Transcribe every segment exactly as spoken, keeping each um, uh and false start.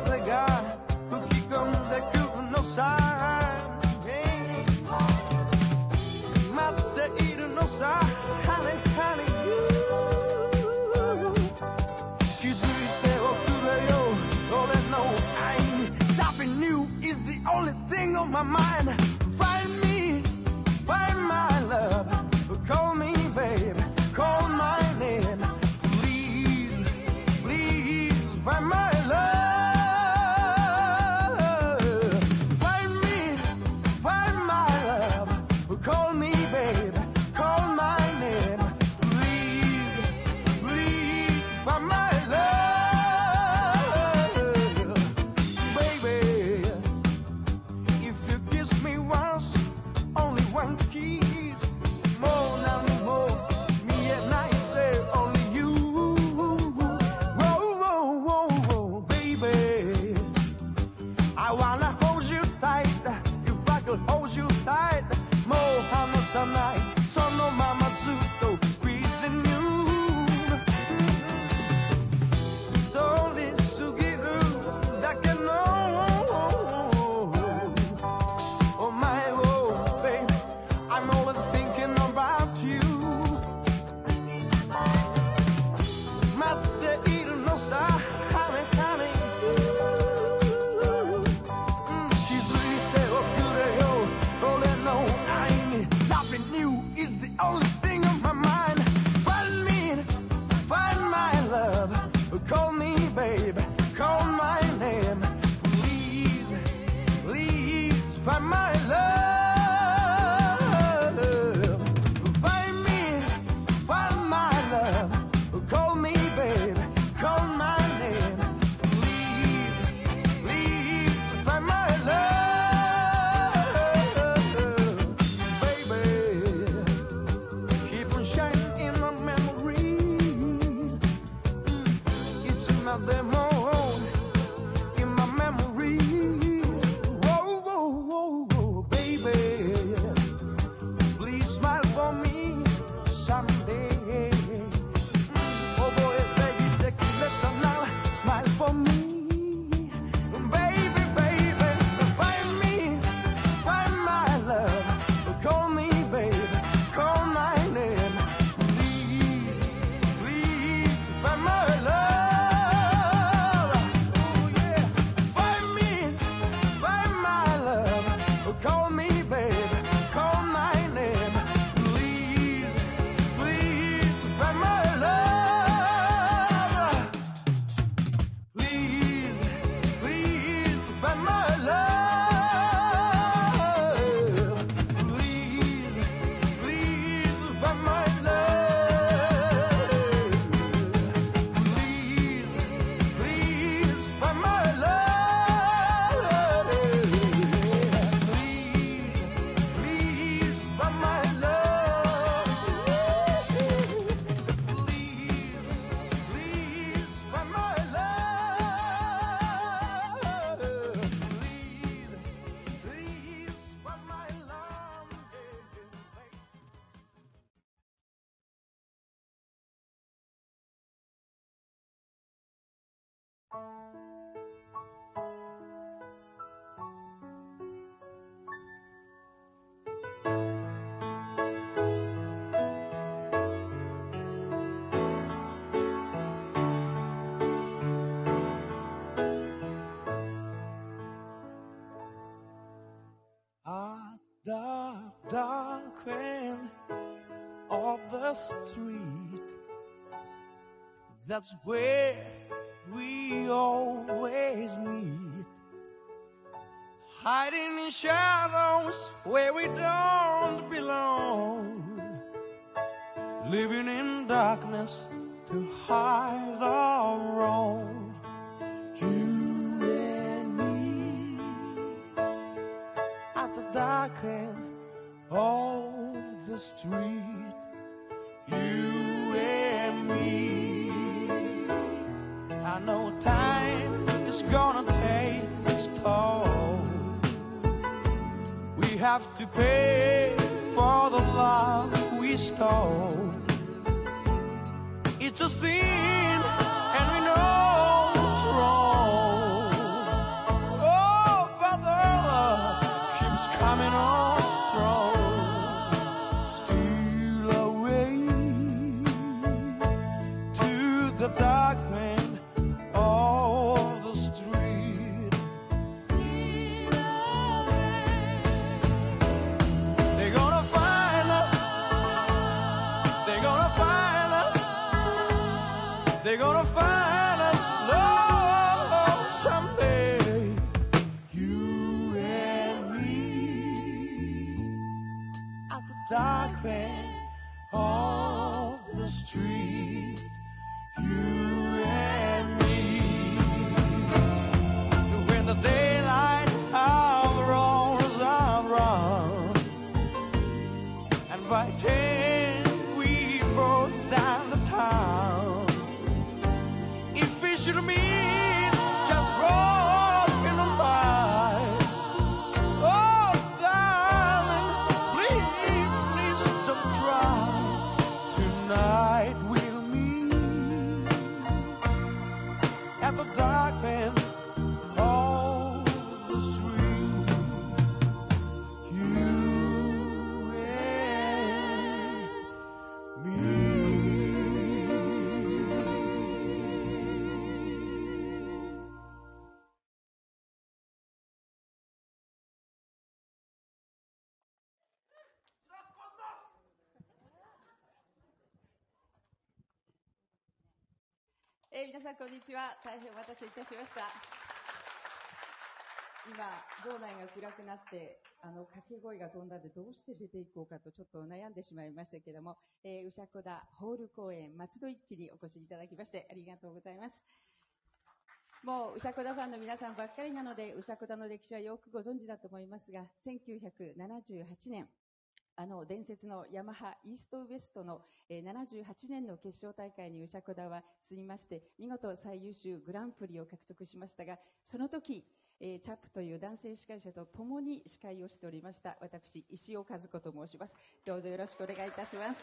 風が吹き込んでくるのさ、待っているのさ Honey, honey, you 気づいておくれよ俺の愛に Loving you is the only thing on my mind. Find me, find my love. Call me babe, call my name. Please, please find my love. Find me, find my love. Call me babe, call my name. Please, please find my love. Baby, if you kiss me once, only one kiss, more than more, me and I say only you. Whoa, whoa, whoa, whoa, baby, I wanna hold you tight. If I could hold you tight, more離さないそのままずっと squeezing you. 通り過ぎるだけのお前を babe, I'm always thinking about you. 待っているのさ Honey, honey, you 気づいておくれよ俺の愛に Loving you is the only thing on my mind. Find me, find my love. Call me babe, call my name. Please, please find my love. Find me, find my love. Call me babe, call my name. Please, please find my love. Baby, keep on shining in my memory. It's another moment in my memory. Whoa, whoa, whoa, whoa, baby, please smile for me someday. Oh boy, baby, take a little now, smile for me. Baby, baby, find me, find my love. Call me babe, call my name. Please, please find my love. Oh yeah, find me, find my love. Call me babe, call my name. Please, please find my love. Please, please find my love. Please, please find my love. Please, please find my love. Please, please find my love. Please, please find my love. Please, please find my love. At the dark end of the street, that's where we always meet. Hiding in shadows where we don't belong. Living in darkness to hide our wrong. You and me at the dark end of the street. You and me. I know time is gonna take its toll. We have to pay for the love we stole. It's a sin and we know it's wrong. coming on strong, steal away to the dark end of the street. Steal away. They're gonna find us. They're gonna find us. They're gonna find us, Lord, someday. You and me at the dark end of the street. You and me. When the daylight hours are run, and by ten we rode down the town. If we should meet, just roll in the light. Oh, darling, please, please don't cry. Tonight we'll meet at the dark end of the street. You and me. えー皆さんこんにちは。大変お待たせいたしました。今場内が暗くなってあの掛け声が飛んだんでどうして出ていこうかとちょっと悩んでしまいましたけれども、えー、宇佐小田ホール公演松戸一期にお越しいただきましてありがとうございます。もう宇佐小田ファンの皆さんばっかりなので宇佐小田の歴史はよくご存知だと思いますが、せんきゅうひゃくななじゅうはちねんあの伝説のヤマハイーストウエストの、えー、ななじゅうはちねんの決勝大会に宇佐小田は進みまして見事最優秀グランプリを獲得しましたが、その時、えー、チャップという男性司会者と共に司会をしておりました私石尾和子と申します。どうぞよろしくお願いいたします。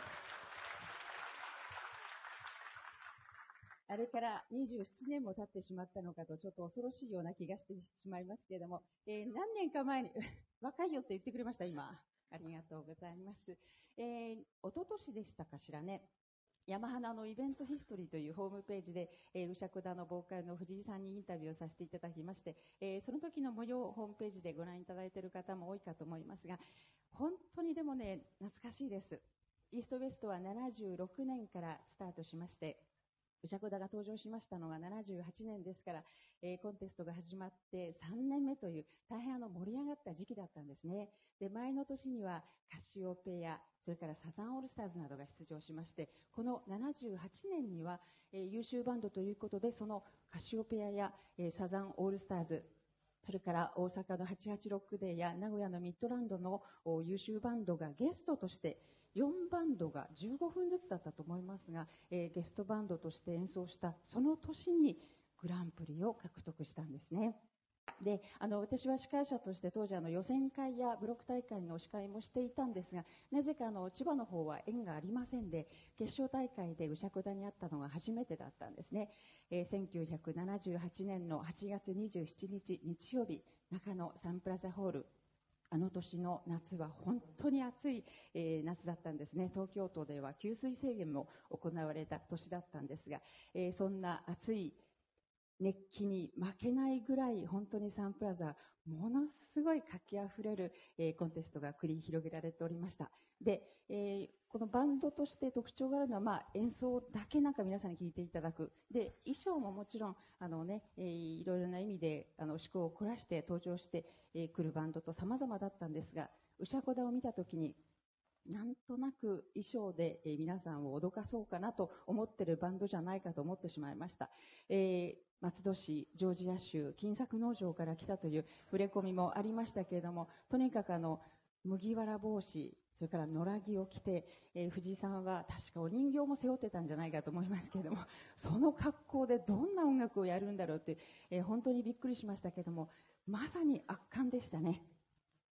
あれからにじゅうななねんも経ってしまったのかとちょっと恐ろしいような気がしてしまいますけれども、えー、何年か前に若いよって言ってくれました今。ありがとうございます。えー、一昨年でしたかしらね。ヤマハのイベントヒストリーというホームページで、えー、宇佐小田のボーカルの藤井さんにインタビューをさせていただきまして、えー、その時の模様をホームページでご覧いただいている方も多いかと思いますが、本当にでもね懐かしいです。イーストウエストはななじゅうろくねんからスタートしまして、宇佐小田が登場しましたのがななじゅうはちねんですから、えー、コンテストが始まってさんねんめという大変あの盛り上がった時期だったんですね。で、前の年にはカシオペア、それからサザンオールスターズなどが出場しまして、このななじゅうはちねんには、えー、優秀バンドということでそのカシオペアや、えー、サザンオールスターズ、それから大阪のはちはちロックデーや名古屋のミッドランドの優秀バンドがゲストとしてよんバンドがじゅうごふんずつだったと思いますが、えー、ゲストバンドとして演奏したその年にグランプリを獲得したんですね。で、あの私は司会者として当時あの予選会やブロック大会の司会もしていたんですが、なぜかあの千葉の方は縁がありませんで、決勝大会で宇佐小田に会ったのが初めてだったんですね。えー、せんきゅうひゃくななじゅうはちねんのはちがつにじゅうしちにち日曜日、中野サンプラザホール、あの年の夏は本当に暑い、えー、夏だったんですね。東京都では給水制限も行われた年だったんですが、えー、そんな暑い熱気に負けないぐらい本当にサンプラザものすごい活気あふれる、えー、コンテストが繰り広げられておりました。で、えー、このバンドとして特徴があるのは、まあ、演奏だけなんか皆さんに聴いていただく。で、衣装ももちろんあの、ねえー、いろいろな意味であの趣向を凝らして登場してく、えー、るバンドと様々だったんですが、宇佐小田を見たときになんとなく衣装で、えー、皆さんを脅かそうかなと思ってるバンドじゃないかと思ってしまいました。えー、松戸市ジョージア州金作農場から来たという触れ込みもありましたけれども、とにかくあの麦わら帽子、それから野良着を着て、えー、藤井さんは確かお人形も背負ってたんじゃないかと思いますけれども、その格好でどんな音楽をやるんだろうって、えー、本当にびっくりしましたけれども、まさに圧巻でしたね。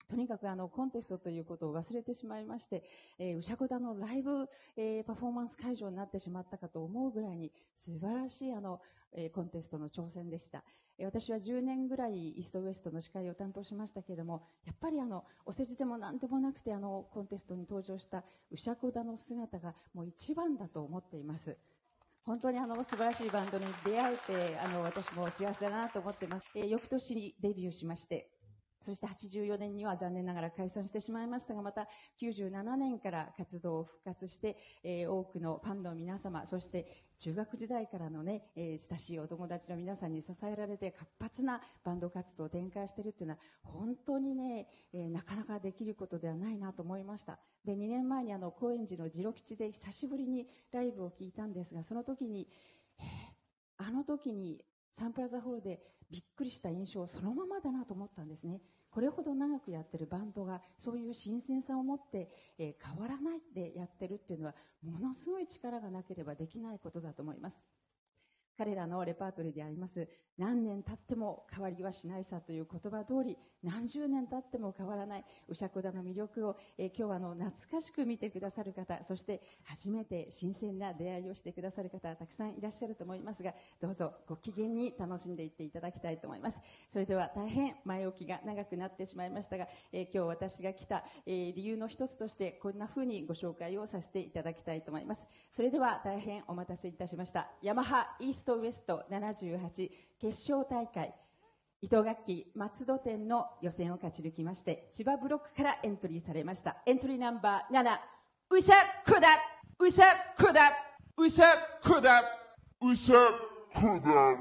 とにかくあのコンテストということを忘れてしまいまして、えー、うしゃこだのライブ、えー、パフォーマンス会場になってしまったかと思うぐらいに素晴らしいあの、えー、コンテストの挑戦でした。えー、私はじゅうねんぐらいイーストウエストの司会を担当しましたけれども、やっぱりあのお世辞でも何でもなくてあのコンテストに登場したうしゃこだの姿がもう一番だと思っています。本当にあの素晴らしいバンドに出会えて、あの私も幸せだなと思っています。えー、翌年にデビューしまして、そしてはちじゅうよねんには残念ながら解散してしまいましたが、またきゅうじゅうななねんから活動を復活して、えー、多くのファンの皆様、そして中学時代からのね、えー、親しいお友達の皆さんに支えられて活発なバンド活動を展開しているというのは本当にね、えー、なかなかできることではないなと思いました。で、にねんまえにあの高円寺のジロ吉で久しぶりにライブを聞いたんですが、その時に、えー、あの時にサンプラザホールでびっくりした印象そのままだなと思ったんですね。これほど長くやってるバンドがそういう新鮮さを持って、えー、変わらないでやってるっていうのはものすごい力がなければできないことだと思います。彼らのレパートリーであります何年経っても変わりはしないさという言葉通り、何十年経っても変わらないうしゃこだの魅力を、えー、今日はあの懐かしく見てくださる方、そして初めて新鮮な出会いをしてくださる方たくさんいらっしゃると思いますが、どうぞご機嫌に楽しんでいっていただきたいと思います。それでは大変前置きが長くなってしまいましたが、えー、今日私が来た、えー、理由の一つとしてこんな風にご紹介をさせていただきたいと思います。それでは大変お待たせいたしました。ヤマハイーストウエストななじゅうはち決勝大会、糸楽器松戸店の予選を勝ち抜きまして千葉ブロックからエントリーされました。エントリーナンバーなな、うしゃこだうしゃこだうしゃこだうしゃこだ。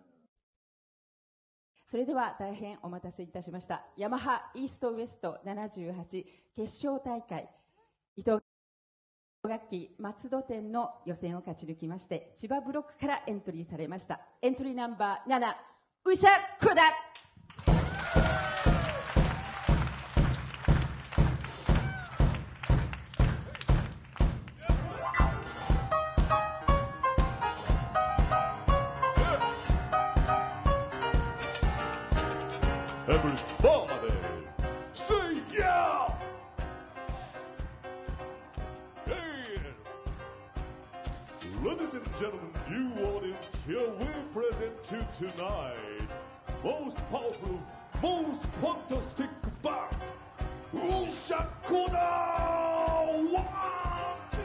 それでは大変お待たせいたしました。ヤマハイーストウエストななじゅうはち決勝大会、糸楽器松戸店の予選を勝ち抜きまして千葉ブロックからエントリーされました。エントリーナンバーなな、うしゃこだ。 Everybody, say yeah! Hey! Ladies and gentlemen, new audience, here we present to tonight most powerful, most fantastic band, Ushakoda! One, two!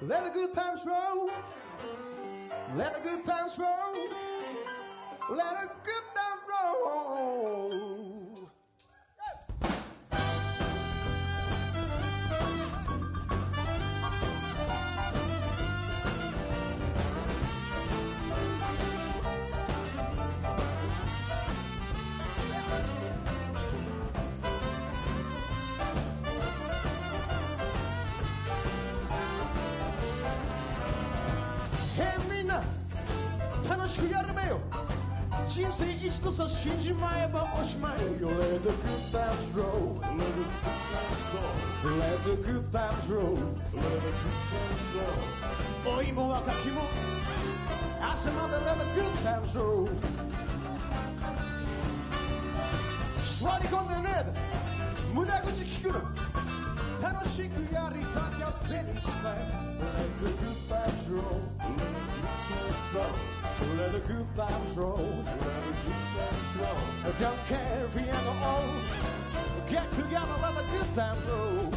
Let the good times roll. Let the good times roll. Let the good times roll. Hey, みんな楽しくやるべよ。人生一度さ死んじまえばおしまいよ。 Let the good times roll. Let the good times roll. Let the good times roll. 老いも若きも朝まで Let the good times roll. 座り込んでね無駄口聞くの。楽しくやりたきゃ全に使え。 Let the good times roll. Let the good times roll. Let the good times roll. I don't care if you're old. Get together, let the good times roll.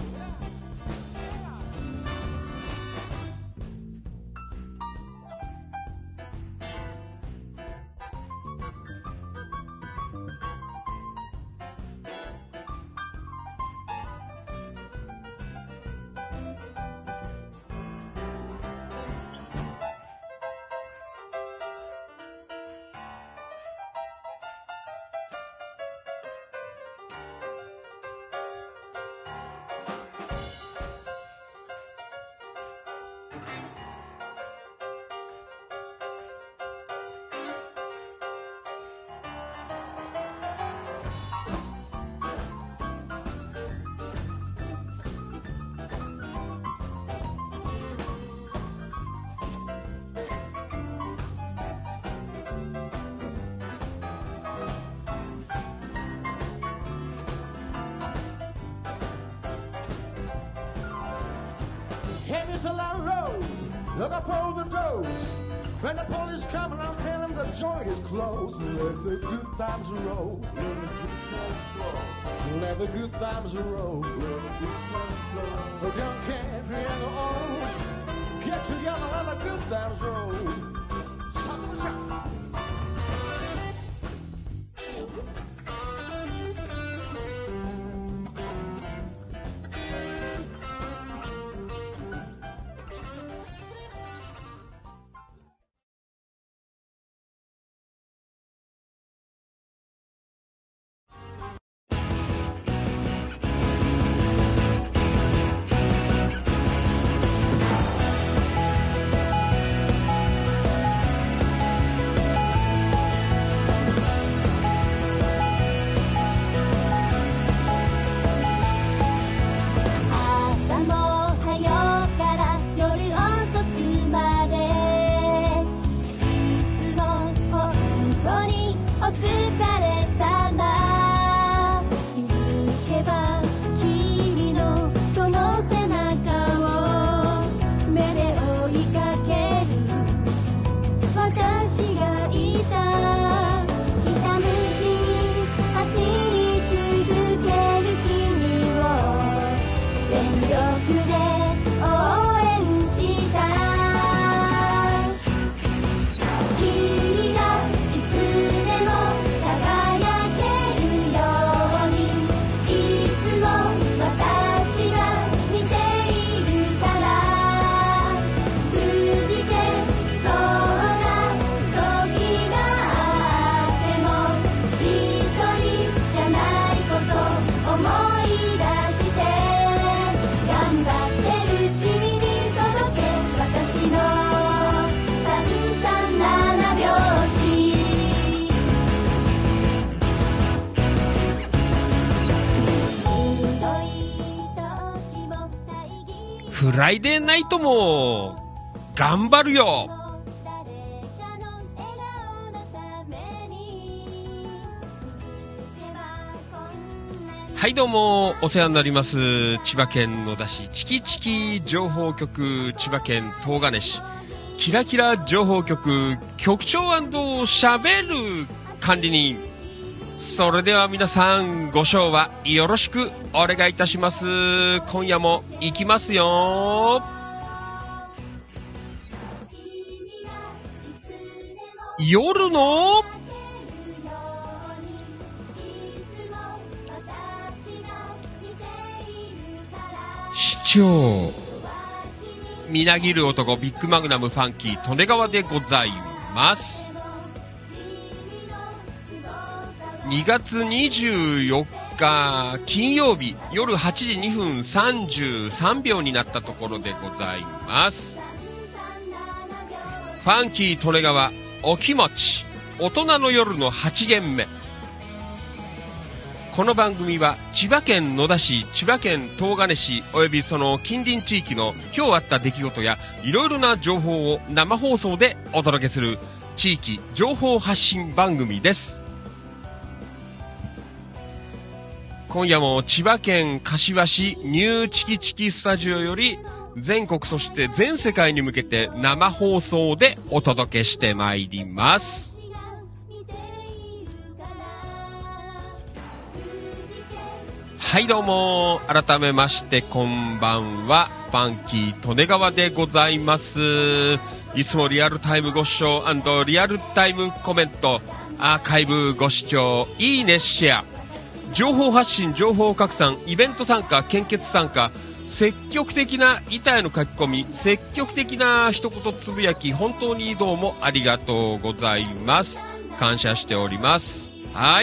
Hey, Mister Landlord, look up for the doors. When the police come around, tell them the joint is closed. Let the good times roll. Let the good times roll. Let the good times roll. Oh, don't care if you're old. Get together, let the good times roll. Sakura-chan. フライデーナイトも頑張るよ。はいどうもお世話になります。千葉県野田市チキチキ情報局千葉県東金市キラキラ情報局局長&しゃべる管理人。それでは皆さんご唱和よろしくお願いいたします。今夜も行きますよ。 夜の市長みなぎる男ビッグマグナムファンキー利根川でございます。にがつにじゅうよっか金曜日夜はちじにふんさんじゅうさんびょうになったところでございます。ファンキー利根川お気持ち大人の夜のはち限目。この番組は千葉県野田市、千葉県東金市およびその近隣地域の今日あった出来事やいろいろな情報を生放送でお届けする地域情報発信番組です。今夜も千葉県柏市ニューチキチキスタジオより全国そして全世界に向けて生放送でお届けしてまいります。はいどうも改めましてこんばんは、ファンキー利根川でございます。いつもリアルタイムご視聴&リアルタイムコメントアーカイブご視聴いいねシェア情報発信情報拡散イベント参加献血参加積極的な板への書き込み積極的な一言つぶやき本当にどうもありがとうございます。感謝しております。はい、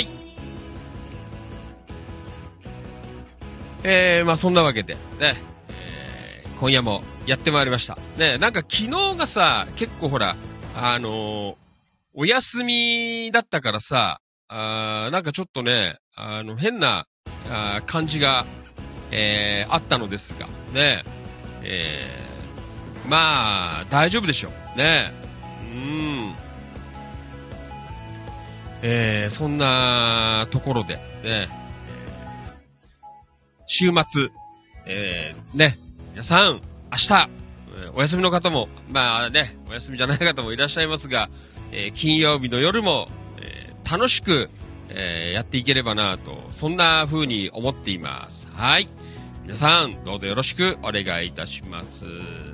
えー、まあそんなわけでね、えー、今夜もやってまいりましたね。なんか昨日がさ結構ほらあのー、お休みだったからさあなんかちょっとねあの変なあ感じが、えー、あったのですがね、えー、まあ大丈夫でしょうね。うん、えー、そんなところでね週末、えー、ね、皆さん、明日、お休みの方も、まあね、お休みじゃない方もいらっしゃいますが、えー、金曜日の夜も、えー、楽しく、えー、やっていければなと、そんな風に思っています。はい。皆さん、どうぞよろしくお願いいたします。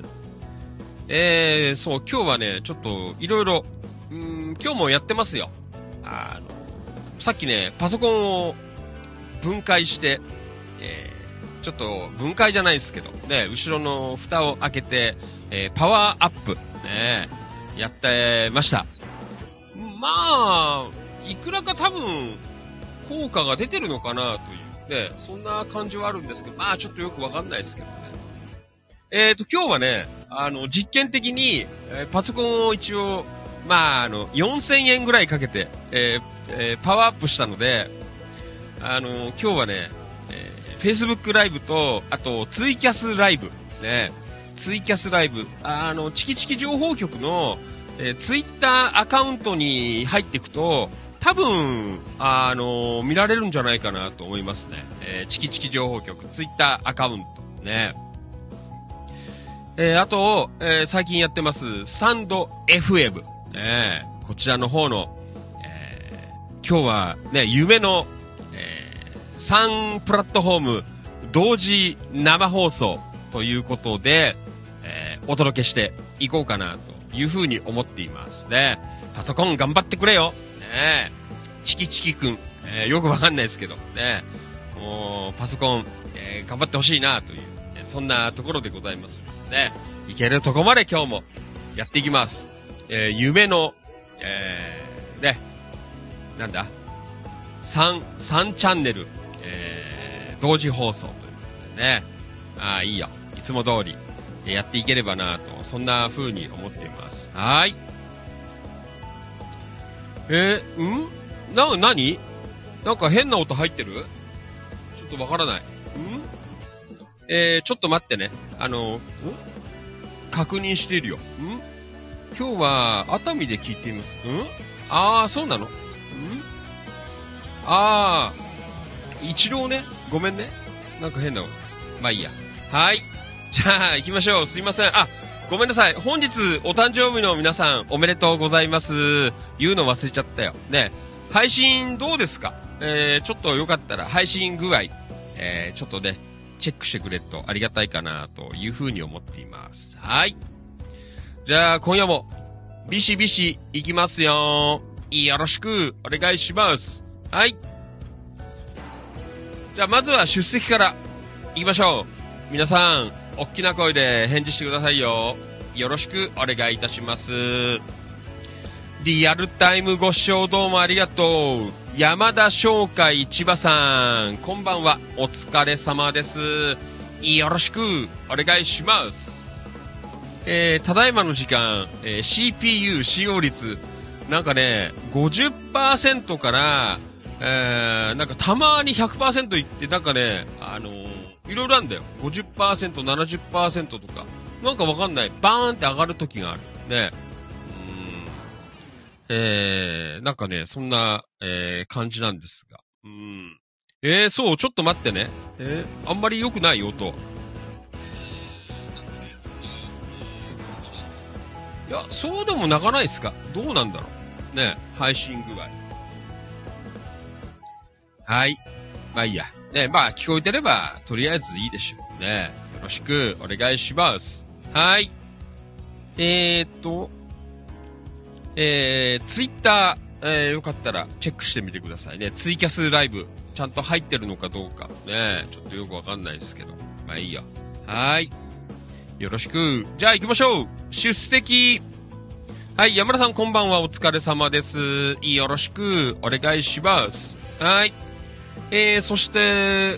えー、そう、今日はね、ちょっと、いろいろ、うーん、今日もやってますよ。あの、さっきね、パソコンを分解して、えー、ちょっと分解じゃないですけどね、後ろの蓋を開けて、えー、パワーアップねやってました。まあいくらか多分効果が出てるのかなというね、そんな感じはあるんですけど、まあちょっとよくわかんないですけどね。えーと今日はねあの実験的に、えー、パソコンを一応まああのよんせんえんぐらいかけて、えーえー、パワーアップしたので、あの今日はねFacebook ライブと、あと、ツイキャスライブ。ね。ツイキャスライブ。あの、チキチキ情報局の、えー、ツイッターアカウントに入っていくと、多分、あの、見られるんじゃないかなと思いますね。えー、チキチキ情報局、ツイッターアカウント。ね。えー、あと、えー、最近やってます、スタンド エフエム。ね。こちらの方の、えー、今日はね、夢の、さんプラットフォーム同時生放送ということで、えー、お届けしていこうかなというふうに思っていますね。パソコン頑張ってくれよ。ねえ。チキチキくん、えー、よくわかんないですけど、ねもうパソコン、えー、頑張ってほしいなという、えー、そんなところでございます。ねいけるとこまで今日もやっていきます。えー、夢の、えー、ね、なんださん、さんチャンネル、えー、同時放送ということでね。ああ、いいよ。いつも通りやっていければなと、そんな風に思っています。はい。えー、んな、なになんか変な音入ってる？ちょっとわからない。んえー、ちょっと待ってね。あの、ん確認しているよ。ん今日は熱海で聞いています。んああ、そうなの？んああ、一郎ね。ごめんね。なんか変な。まあいいや。はい。じゃあ、行きましょう。すいません。あ、ごめんなさい。本日、お誕生日の皆さん、おめでとうございます。言うの忘れちゃったよ。ね。配信どうですか？えー、ちょっとよかったら、配信具合、えー、ちょっとね、チェックしてくれるとありがたいかな、というふうに思っています。はい。じゃあ、今夜も、 ビシビシいきますよ。よろしくお願いします。はい。じゃあまずは出席から行きましょう。皆さん、大きな声で返事してくださいよ。よろしくお願いいたします。リアルタイムご視聴どうもありがとう。山田商会千葉さん、こんばんは。お疲れ様です。よろしくお願いします。えー、ただいまの時間、えー、シーピーユー 使用率、なんかね、ごじゅっパーセントから、えー、なんかたまに ひゃくパーセント いって、なんかね、あのー、いろいろあるんだよ。ごじゅっパーセント、ななじゅっパーセント とか。なんかわかんない。バーンって上がる時がある。ね。うーん。えー、なんかね、そんな、えー、感じなんですが。うん。えー、そう、ちょっと待ってね。えー、あんまり良くない音。いや、そうでも泣かないですか？どうなんだろうね、配信具合。はい。まあいいや。ね、まあ聞こえてれば、とりあえずいいでしょうね。よろしくお願いします。はい。えーっと、えー、ツイッター、えー、よかったらチェックしてみてくださいね。ツイキャスライブ、ちゃんと入ってるのかどうか。ね、ちょっとよくわかんないですけど。まあいいや。はい。よろしく。じゃあ行きましょう。出席。はい、山田さんこんばんは。お疲れ様です。よろしくお願いします。はい。えー、そして、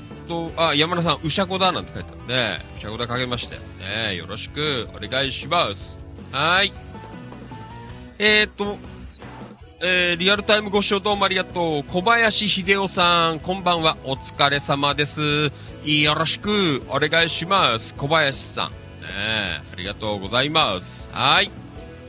と、あ、山田さん、うしゃこだなんて書いてあるね。うしゃこだかけましたよね。よろしくお願いします。はい。えーと、えー、リアルタイムご視聴どうもありがとう。小林秀夫さん、こんばんは。お疲れ様です。よろしくお願いします。小林さん。ね、ありがとうございます。はい。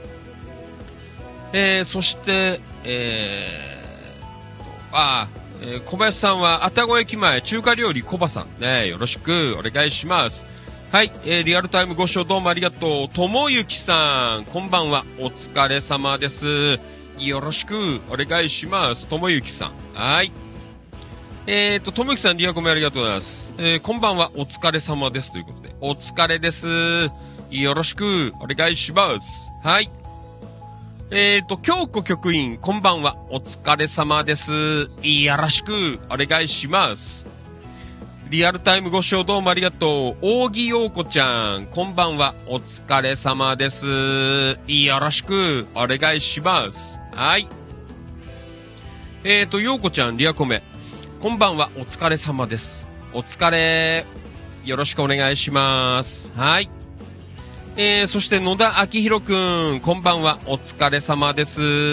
えー、そして、えー、あー、えー、小林さんは、愛宕駅前、中華料理コバさん。ね、よろしくお願いします。はい、えー、リアルタイムご視聴どうもありがとう。ともゆきさん、こんばんは。お疲れ様です。よろしくお願いします。ともゆきさん。はい。えーと、ともゆきさん、リアコメありがとうございます。えー、こんばんは。お疲れ様です。ということで、お疲れです。よろしくお願いします。はい。えーと、京子局員、こんばんは。お疲れ様です。よろしくお願いします。リアルタイムご視聴どうもありがとう。扇陽子ちゃん、こんばんは。お疲れ様です。よろしくお願いします。はい。えーと、陽子ちゃん、リアコメ。こんばんは。お疲れ様です。お疲れ。よろしくお願いします。はい。えー、そして野田明宏くん、こんばんは。お疲れ様です。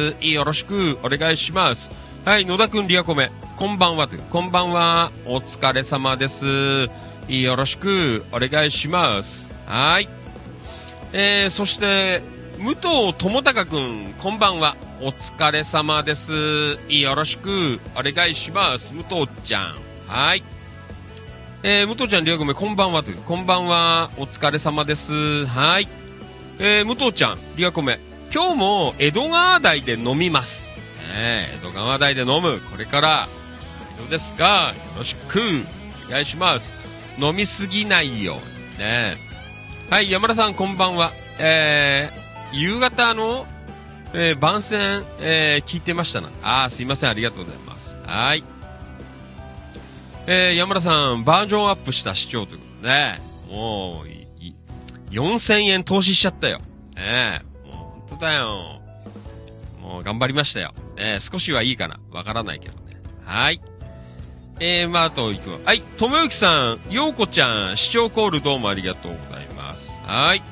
よろしくお願いします。はい、野田くんリアコメ、こんばんはという、こんばんは。お疲れ様です。よろしくお願いします。はい。えー、そして、武藤智隆くん、こんばんは。お疲れ様です。よろしくお願いします。武藤ちゃん。はい。えー、武藤ちゃん、リアコメ、こんばんはという。こんばんは。お疲れ様です。はい。えー、武藤ちゃん、リアコメ。今日も江戸川台で飲みます。ね、江戸川台で飲む。これから、どうですか？よろしくお願いします。飲みすぎないようにね。はい、山田さん、こんばんは。えー、夕方の、えー、番宣、えー、聞いてましたな。あー、すいません。ありがとうございます。はい。えー、山田さん、バージョンアップした視聴ということでね。もう、いいよんせんえん投資しちゃったよ。ねえ。もう、本当だよ。もう、頑張りましたよ。ねえ、少しはいいかな。わからないけどね。はい。えー、まあ、あと、いくわ。はい。ともゆきさん、ようこちゃん、視聴コールどうもありがとうございます。はい。ん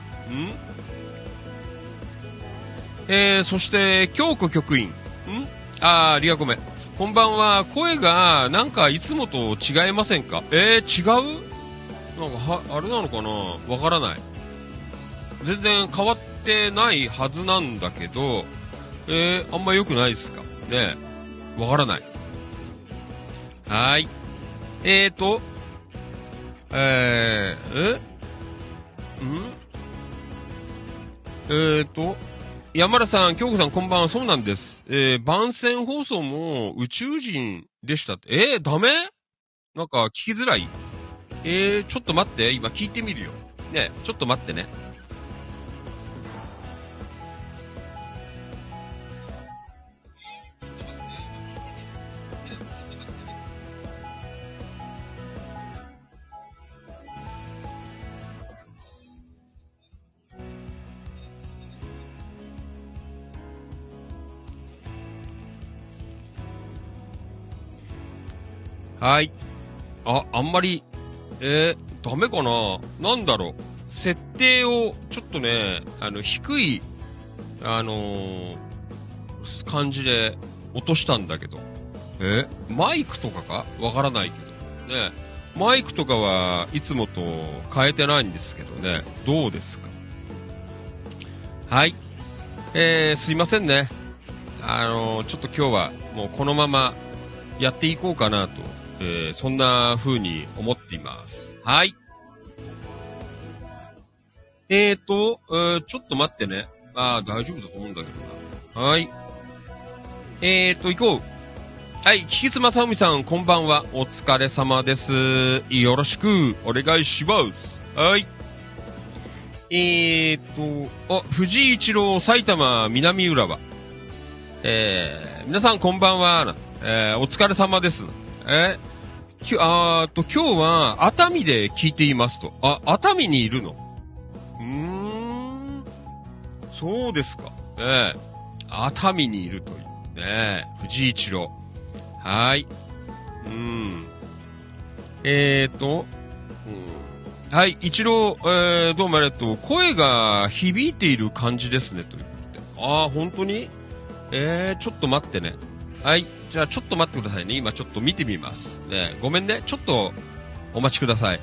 えー、そして、京子局員。んあー、リアコメ。こんばんは。声が、なんか、いつもと違いませんか？えー、違う？なんか、は、あれなのかな？わからない。全然変わってないはずなんだけど、えー、あんま良くないですか？ねえ。わからない。はーい。えーと、えー、えんえーと、山田さん、京子さん、こんばんは。そうなんです。えー、番宣放送も宇宙人でしたって。えー、ダメ？なんか聞きづらい？えー、ちょっと待って。今聞いてみるよ。ね、ちょっと待ってね。 はい。あ、あんまり、えー、ダメかな？なんだろう。設定を、ちょっとね、あの、低い、あのー、感じで落としたんだけど。えマイクとかかわからないけど。ね。マイクとかはいつもと変えてないんですけどね。どうですか？はい。えー、すいませんね。あのー、ちょっと今日はもうこのままやっていこうかなと、えー、そんな風に思っています。はい。えーと、えー、ちょっと待ってね。あー、大丈夫だと思うんだけどな。はい。えーと、行こう。はい、キキツマサウミさん、こんばんは。お疲れ様です。よろしくお願いします。はい。えーと、あ、藤井一郎、埼玉南浦和。えー、皆さんこんばんは。えー、お疲れ様です。えー、きあーと、今日は熱海で聞いていますと。あ、熱海にいるの？うーん、そうですか。えー、熱海にいるという。ね、藤井一郎。はい。うん。えーと、うん、はい、一郎、えー、どうもありがとう。声が響いている感じですね、ということで。あー、本当に？えー、ちょっと待ってね。はい。じゃあ、ちょっと待ってくださいね。今、ちょっと見てみます。ね、ごめんね。ちょっと、お待ちください。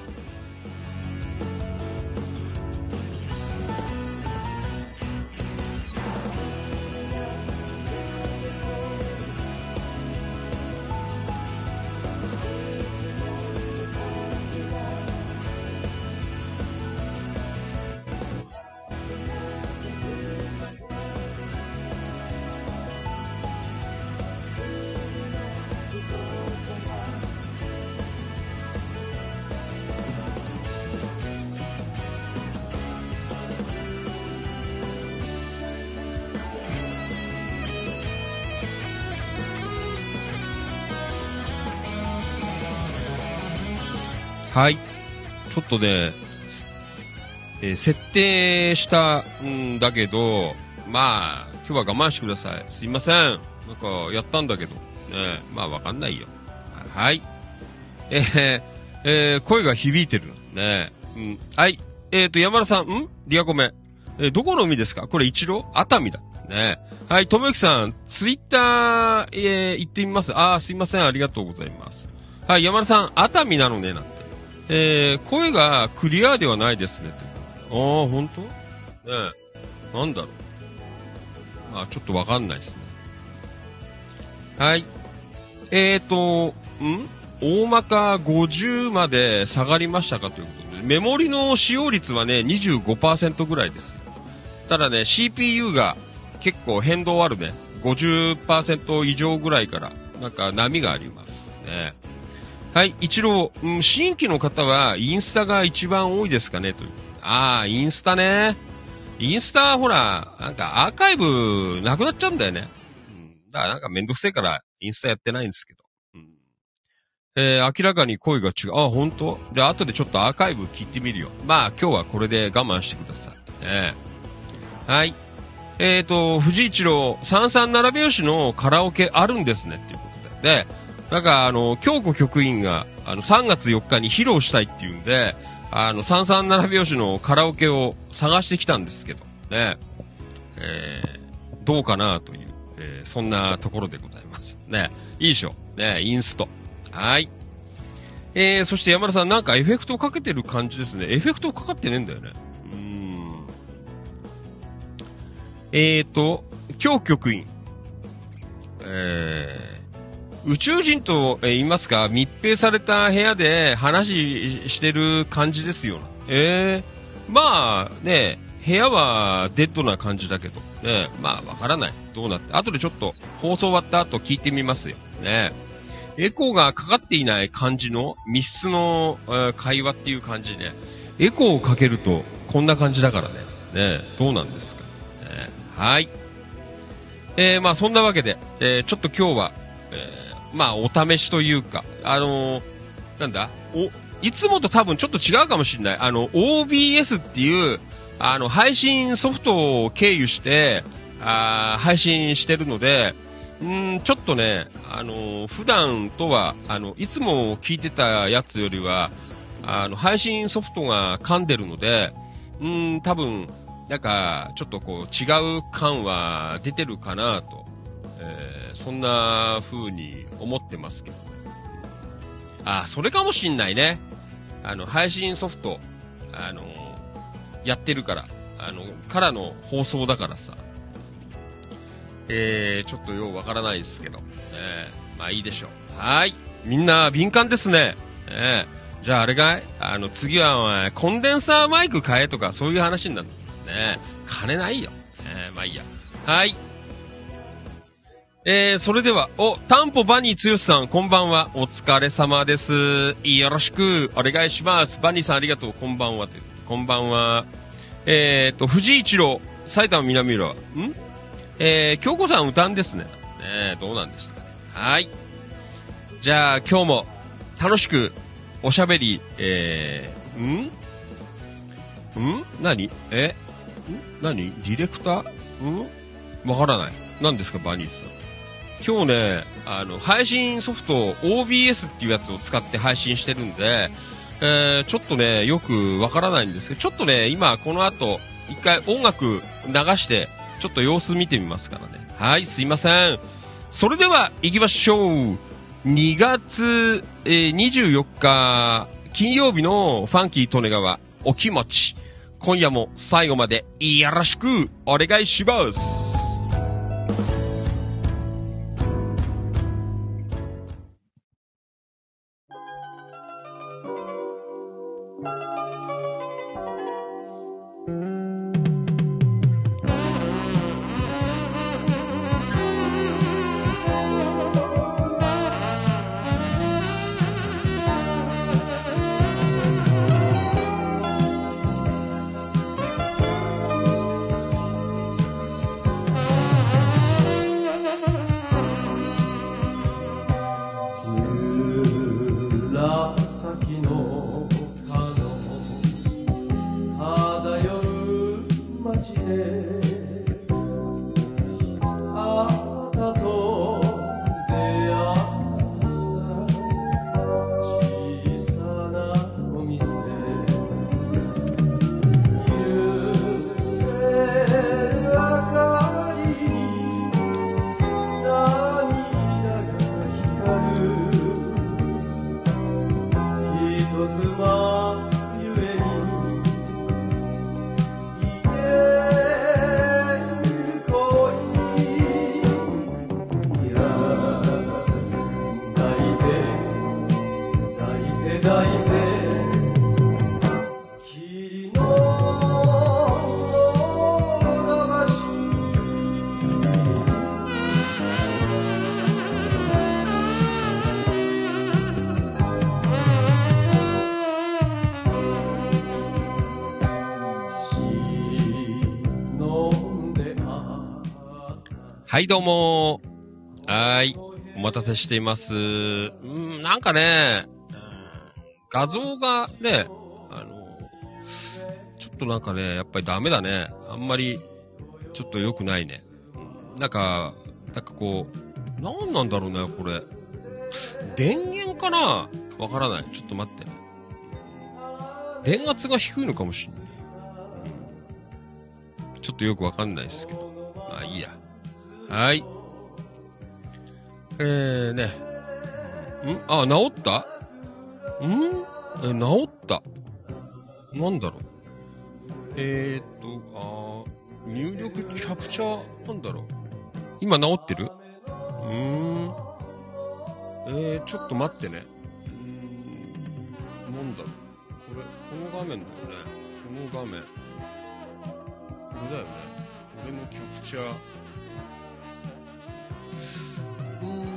はい。ちょっとね、えー、設定したんだけど、まあ、今日は我慢してください。すいません。なんか、やったんだけど。ね、まあ、わかんないよ。はい。えー、えー、声が響いてるの。ね。うん。はい。えーと、山田さん、んディアコメ。えー、どこの海ですか？これ一郎？熱海だ。ね。はい、ともゆきさん、ツイッター、えー、行ってみます。あー、すいません。ありがとうございます。はい、山田さん、熱海なのね、なんて。えー、声がクリアではないですね。あー、ほんと？ねえ。なんだろう。まあ、ちょっとわかんないですね。はい。えーと、ん大まかごじゅうまで下がりましたかということで、メモリの使用率はね、にじゅうごパーセント ぐらいです。ただね、シーピーユー が結構変動あるね。ごじゅっパーセント 以上ぐらいから、なんか波がありますね。はい、一郎、うん、新規の方はインスタが一番多いですかねという。ああ、インスタね。インスタほら、なんかアーカイブなくなっちゃうんだよね。うん、だからなんかめんどくせえからインスタやってないんですけど。うん、えー、明らかに声が違う。あ、ほんと？じゃあ後でちょっとアーカイブ聞いてみるよ。まあ今日はこれで我慢してください。ね、はい。えーと、藤井一郎、三三並拍子のカラオケあるんですねっていうことで。で、なんかあの、京子局員が、あの、さんがつよっかに披露したいっていうんで、あの、三三並拍子のカラオケを探してきたんですけど、ね。えー、どうかなという、えー、そんなところでございます。ね。いいでしょ。ね、インスト。はい。えー、そして山田さん、なんかエフェクトかけてる感じですね。エフェクトかかってねえんだよね。うーん。えーと、京局員。えー、宇宙人と言いますか、密閉された部屋で話してる感じですよ。えー、まあね、部屋はデッドな感じだけど、ね、まあわからない。どうなって。後でちょっと放送終わった後聞いてみますよ。ね。エコーがかかっていない感じの密室の、えー、会話っていう感じで、エコーをかけるとこんな感じだからね。ね、どうなんですか。ね、はい。えー、まあそんなわけで、えー、ちょっと今日は、えーまあ、お試しというか、あのー、なんだお、いつもと多分ちょっと違うかもしれない。あの、オービーエス っていう、あの、配信ソフトを経由して、あ配信してるので、 うーん、ちょっとね、あのー、普段とは、あの、いつも聞いてたやつよりは、あの、配信ソフトが噛んでるので、うーん、多分、なんか、ちょっとこう、違う感は出てるかなと、えー、そんな風に思ってますけど。あ、それかもしんないね。あの、配信ソフト、あのー、やってるから、あの、からの放送だからさ。えー、ちょっとようわからないですけど。えー、まあいいでしょう。はーい。みんな敏感ですね。えー、じゃああれかいあの、次は、コンデンサーマイク買えとか、そういう話になる。ね金ないよ。えー、まあいいや。はい。えー、それでは、お、タンポバニーつよしさん、こんばんは。お疲れ様です。よろしく、お願いします。バニーさんありがとう、こんばんは。こんばんは。えーと、藤井一郎、埼玉南浦和。んえー、京子さん歌んですね。ねどうなんでした。はい。じゃあ、今日も、楽しく、おしゃべり、えー、んん何えん何ディレクターんわからない。何ですか、バニーさん。今日ね、あの、配信ソフト オービーエス っていうやつを使って配信してるんで、えー、ちょっとね、よくわからないんですけど、ちょっとね、今、この後、一回音楽流して、ちょっと様子見てみますからね。はい、すいません。それでは、行きましょう。にがつ、えー、にじゅうよっか、金曜日のファンキー利根川、お気持ち。今夜も最後までよろしくお願いします。はいどうもー。はーい。お待たせしています。うーん、なんかね、画像がね、あの、ちょっとなんかね、やっぱりダメだね。あんまり、ちょっと良くないね。なんか、なんかこう、なんなんだろうね、これ。電源かな？わからない。ちょっと待って。電圧が低いのかもしんない。ちょっとよくわかんないですけど。まあいいや。はい。えーね。んあ、治ったんえ、治ったなんだろうえーっと、あー、入力キャプチャー、なんだろう今治ってるうーん。えー、ちょっと待ってね。うーん。なんだろうこれ、この画面だよね。この画面。これだよね。これのキャプチャー。うーんと、うーん。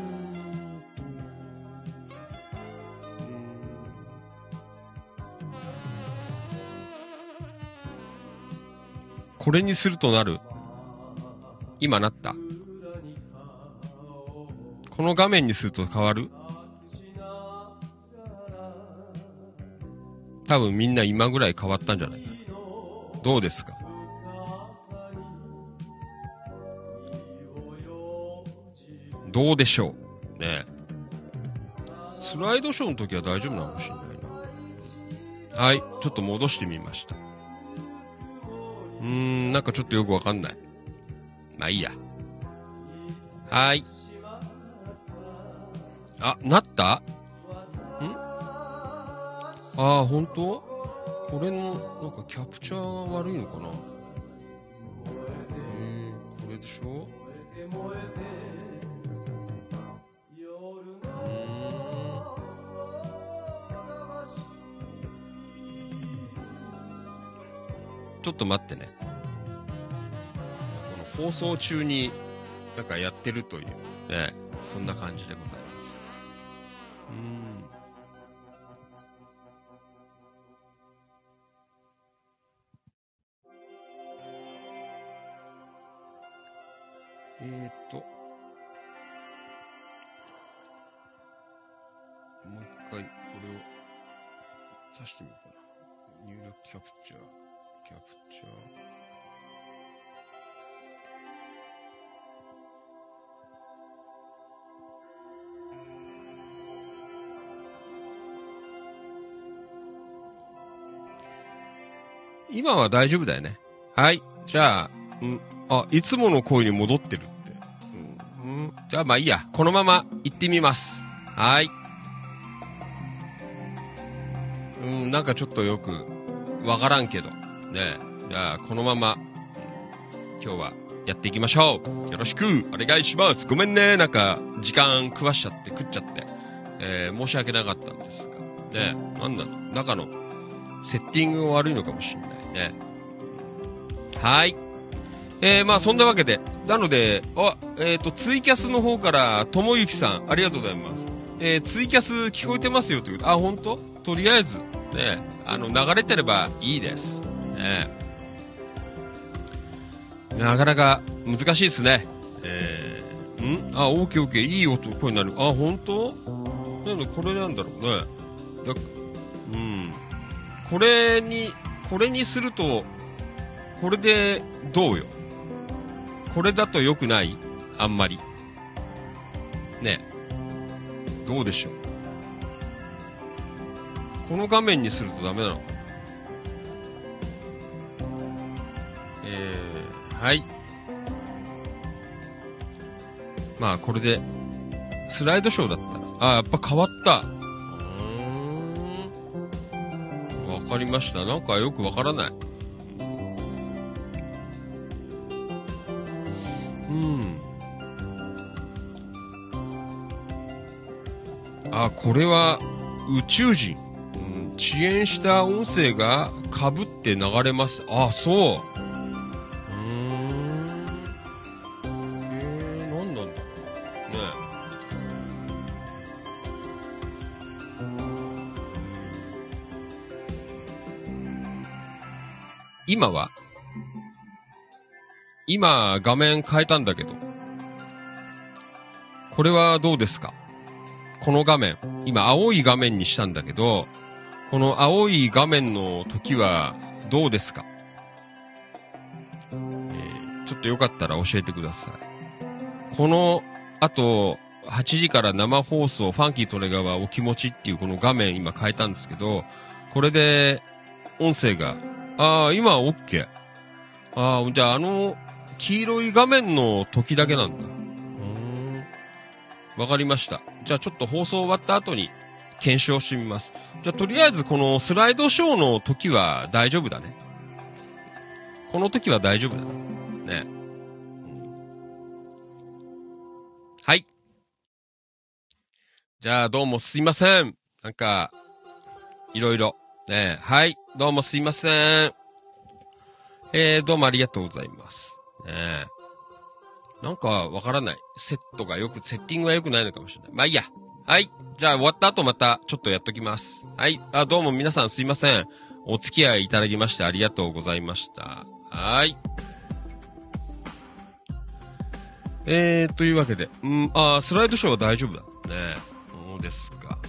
これにするとなる。今なった。この画面にすると変わる？多分みんな今ぐらい変わったんじゃないかな。どうですか？ どうでしょうね。スライドショーの時は大丈夫なのかもしれないな。はい、ちょっと戻してみました。うーん、なんかちょっとよくわかんない。まあいいや。はい。あ、なった?ん?ああ、ほんと?これの、なんかキャプチャーが悪いのかな?えー、これでしょ?ちょっと待ってね。この放送中になんかやってるというね、そんな感じでございます。うーん。えーと、もう一回これを刺してみようかな。入力キャプチャー。キャプチャー。今は大丈夫だよね。はい。じゃあ、うん、あ、いつもの声に戻ってるって。うんうん、じゃあまあいいや。このまま行ってみます。はい。うん、なんかちょっとよくわからんけど。ねえ。じゃあ、このまま、今日はやっていきましょう。よろしくお願いします。ごめんね。なんか、時間食わしちゃって、食っちゃって。えー、申し訳なかったんですが。ねえ、なんだろう。中のセッティングが悪いのかもしれないね。はい。えー、まあそんなわけで。なので、あ、えっと、ツイキャスの方から、ともゆきさん、ありがとうございます。えー、ツイキャス聞こえてますよという。あ、ほんと?とりあえず、ね、あの、流れてればいいです。ね、なかなか難しいですね。えー、んあ、オーケーオーケー、いい音、声になる。あ、ほんと?なんでこれなんだろうね。だうん。これに、これにすると、これでどうよ。これだと良くない?あんまり。ね。どうでしょう。この画面にするとダメなの?えー、はい。まあこれで、スライドショーだったら、あ、やっぱ変わった。うーん。わかりました。なんかよくわからない。うん。あ、これは宇宙人。うん、遅延した音声が被って流れます。あ、そう。うーん。えー、なんなんだろう。ね。今は今、画面変えたんだけど。これはどうですか?この画面。今、青い画面にしたんだけど、この青い画面の時はどうですか?えー、ちょっとよかったら教えてください。この、あと、はちじから生放送、ファンキートレガはお気持ちっていうこの画面今変えたんですけど、これで、音声が、ああ、今は OK。ああ、じゃああの、黄色い画面の時だけなんだ。うーん。わかりました。じゃあちょっと放送終わった後に検証してみます。じゃあとりあえずこのスライドショーの時は大丈夫だね。この時は大丈夫だね。ね。はい。じゃあどうもすいません。なんか、いろいろ。ね。はい。どうもすいません。えー、どうもありがとうございます。ね、なんかわからない。セットがよく、セッティングが良くないのかもしれない。まあいいや。はい。じゃあ終わった後またちょっとやっときます。はい。あ、どうも皆さんすいません。お付き合いいただきましてありがとうございました。はい。えー、というわけで。うん、あ、スライドショーは大丈夫だ。ね。そうですか。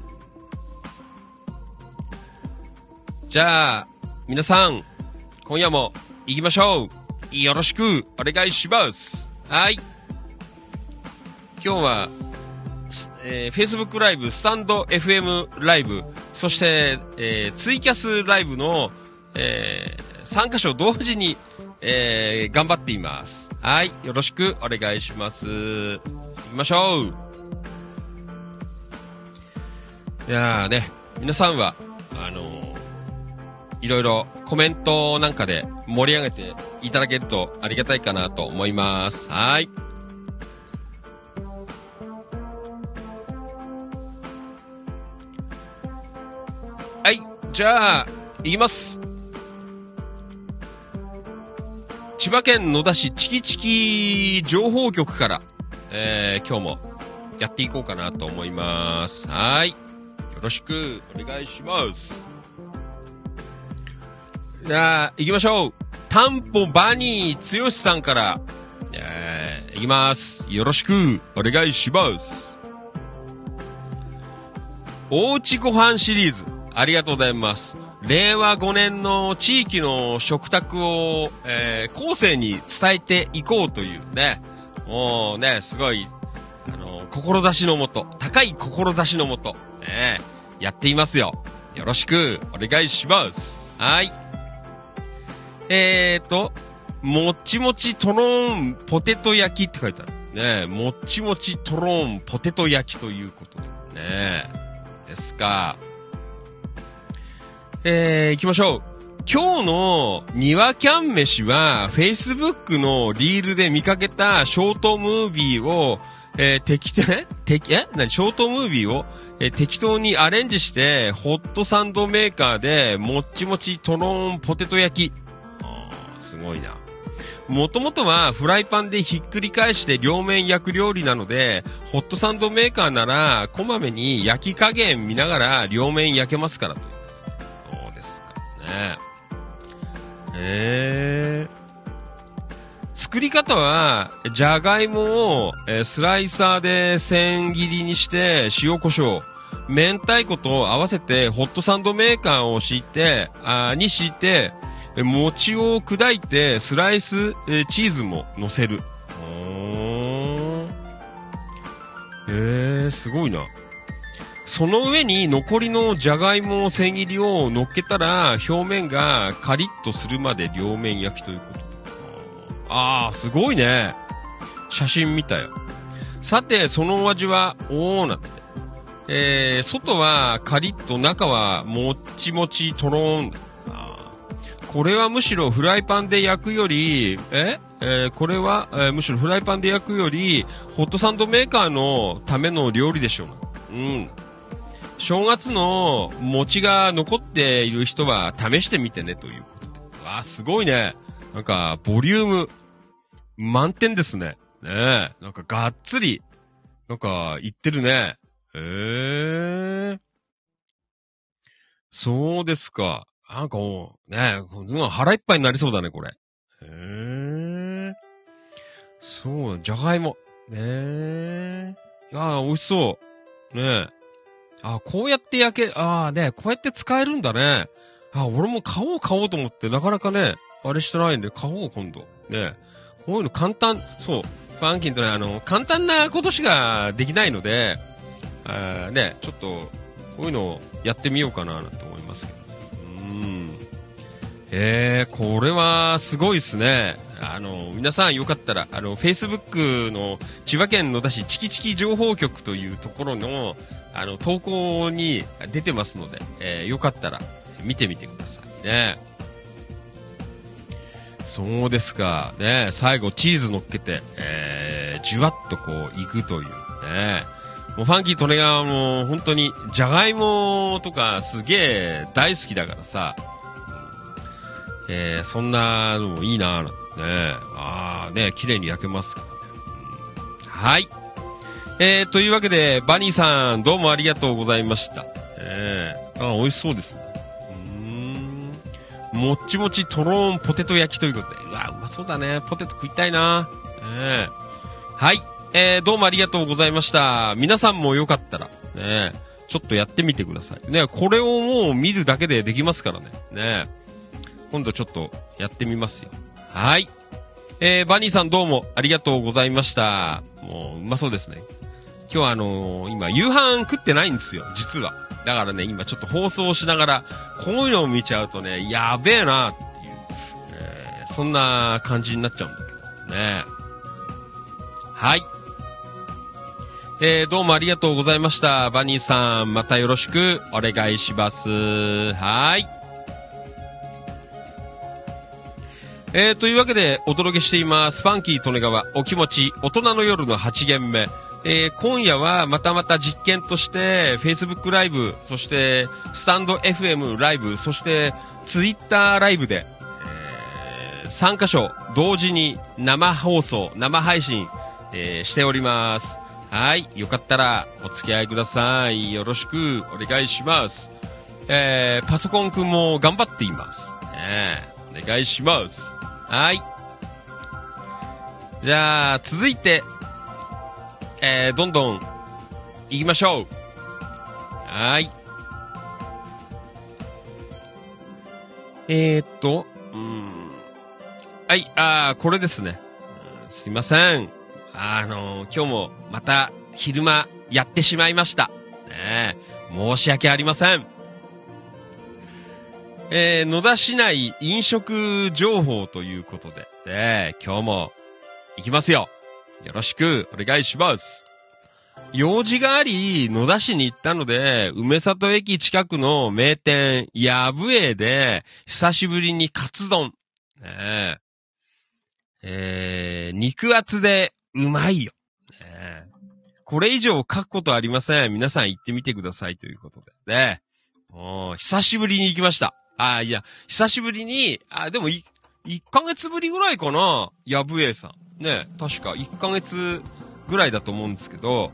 じゃあ、皆さん、今夜も行きましょう。よろしくお願いします。はい。 今日は、えー、Facebook ライブ、スタンド エフエム ライブ、そして、えー、ツイキャスライブの、えー、さん箇所同時に、えー、頑張っています。はい。よろしくお願いします。行きましょう。いやーね、皆さんは、あのー、いろいろコメントなんかで盛り上げていただけるとありがたいかなと思います。はい。はい。じゃあ、行きます。千葉県野田市チキチキ情報局から、えー、今日もやっていこうかなと思います。はい。よろしくお願いします。じゃあ、行きましょう。タンポバニーつよしさんから、えー、行きます。よろしくお願いします。おうちご飯シリーズ、ありがとうございます。れいわごねんの地域の食卓を、えー、後世に伝えていこうというね、もうね、すごい、あの、志のもと、高い志のもと、ね、やっていますよ。よろしくお願いします。はい。えーと、もちもちとろーんポテト焼きって書いてある。ね、もちもちとろーんポテト焼きということでね。ですか。えー、行きましょう。今日の庭キャン飯は Facebook のリールで見かけたショートムービーを、えー、適当、適、え何ショートムービーを、えー、適当にアレンジしてホットサンドメーカーでもっちもちとろーんポテト焼き。あー、すごいな。もともとはフライパンでひっくり返して両面焼く料理なので、ホットサンドメーカーならこまめに焼き加減見ながら両面焼けますからという。ねえー、作り方はじゃがいもを、えー、スライサーで千切りにして塩コショウ明太子と合わせてホットサンドメーカーを敷いてあに敷いて餅を砕いてスライス、えー、チーズも乗せる。えー、すごいな。その上に残りのじゃがいも千切りを乗っけたら表面がカリッとするまで両面焼きということ。ああ、すごいね。写真見たよ。さて、そのお味は、おーなんて。えー、外はカリッと中はもっちもちとろーん。あこれはむしろフライパンで焼くより、ええー、これは、えー、むしろフライパンで焼くよりホットサンドメーカーのための料理でしょう。うん。正月の餅が残っている人は試してみてねということで。わあ、すごいね。なんか、ボリューム、満点ですね。ねえ。なんか、がっつり、なんか、いってるね。へえ。そうですか。なんかもう、ねえ、腹いっぱいになりそうだね、これ。へえ。そう、じゃがいも。ねえ。いやー、美味しそう。ねえ。あ、こうやって焼け、ああね、こうやって使えるんだね。あ、俺も買おう買おうと思って、なかなかね、あれしてないんで、買おう今度。ね。こういうの簡単、そう、ファンキンとね、あの、簡単なことしかできないので、あね、ちょっと、こういうのをやってみようかな、なんて思いますけど。うーん。えー、これは、すごいですね。あの、皆さんよかったら、あの、Facebook の千葉県野田市チキチキ情報局というところの、あの、投稿に出てますので、えー、よかったら見てみてくださいね。そうですか。ね、最後チーズ乗っけて、えー、じゅわっとこう、いくというね。もうファンキートネガーも本当に、じゃがいもとかすげえ大好きだからさ、うん、えー、そんなのもいいなぁ、ね。あーね、綺麗に焼けますからね。うん、はい。えー、というわけで、バニーさん、どうもありがとうございました。えー、あ、美味しそうです。うーん。もっちもちとろーんポテト焼きということで。うわ、うまそうだね。ポテト食いたいな。えー、はい。えー、どうもありがとうございました。皆さんもよかったら、ね、ちょっとやってみてください。ね、これをもう見るだけでできますからね。ね、今度ちょっとやってみますよ。はい。 えー、バニーさんどうもありがとうございました。もう、うまそうですね。今日はあのー、今、夕飯食ってないんですよ、実は。だからね、今ちょっと放送しながら、こういうのを見ちゃうとね、やべえなっていう、えー、そんな感じになっちゃうんだけどね。はい。えー、どうもありがとうございました。バニーさん、またよろしくお願いします。はい。えー、というわけでお届けしています。ファンキー利根川お気持ち大人の夜のはち限目。えー、今夜はまたまた実験として Facebook ライブ、そしてスタンド エフエム ライブ、そして Twitter ライブで、えー、さん箇所同時に生放送、生配信、えー、しております。はい。よかったらお付き合いください。よろしくお願いします。えー、パソコンくんも頑張っています。ね、お願いします。はい。じゃあ、続いて、えー、どんどん行きましょう。はい。えーっと、うーん。はい、あー、これですね。すいません。あのー、今日もまた昼間やってしまいました。ねえ、申し訳ありません。えー、野田市内飲食情報ということで、ね、今日も行きますよ。よろしくお願いします。用事があり、野田市に行ったので、梅里駅近くの名店、やぶえで、久しぶりにカツ丼。ねえー、肉厚でうまいよ。ね、これ以上書くことありません。皆さん行ってみてくださいということで。ね、もう久しぶりに行きました。あ、いや、久しぶりに、あ、でもい、いっかげつぶりぐらいかな、やぶえさん。ね、確かいっかげつぐらいだと思うんですけど、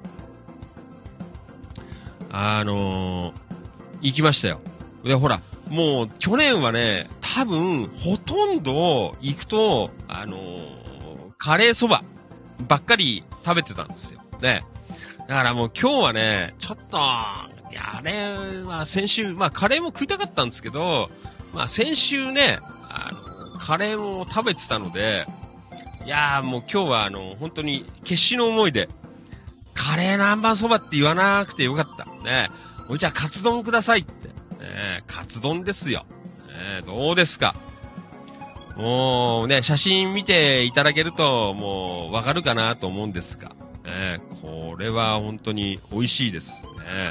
あのー、行きましたよ。で、ほら、もう去年はね、多分、ほとんど行くと、あのー、カレーそばばっかり食べてたんですよ。ね。だからもう今日はね、ちょっと、いや、あれは先週、まあカレーも食いたかったんですけど、まあ先週ね、あの、カレーも食べてたので、いやーもう今日はあの、本当に決死の思いで、カレー南蛮そばって言わなくてよかった。ね。おい、じゃあカツ丼くださいって。ね、カツ丼ですよ。ね、どうですか。もうね、写真見ていただけるともうわかるかなと思うんですが、ね、これは本当に美味しいですね。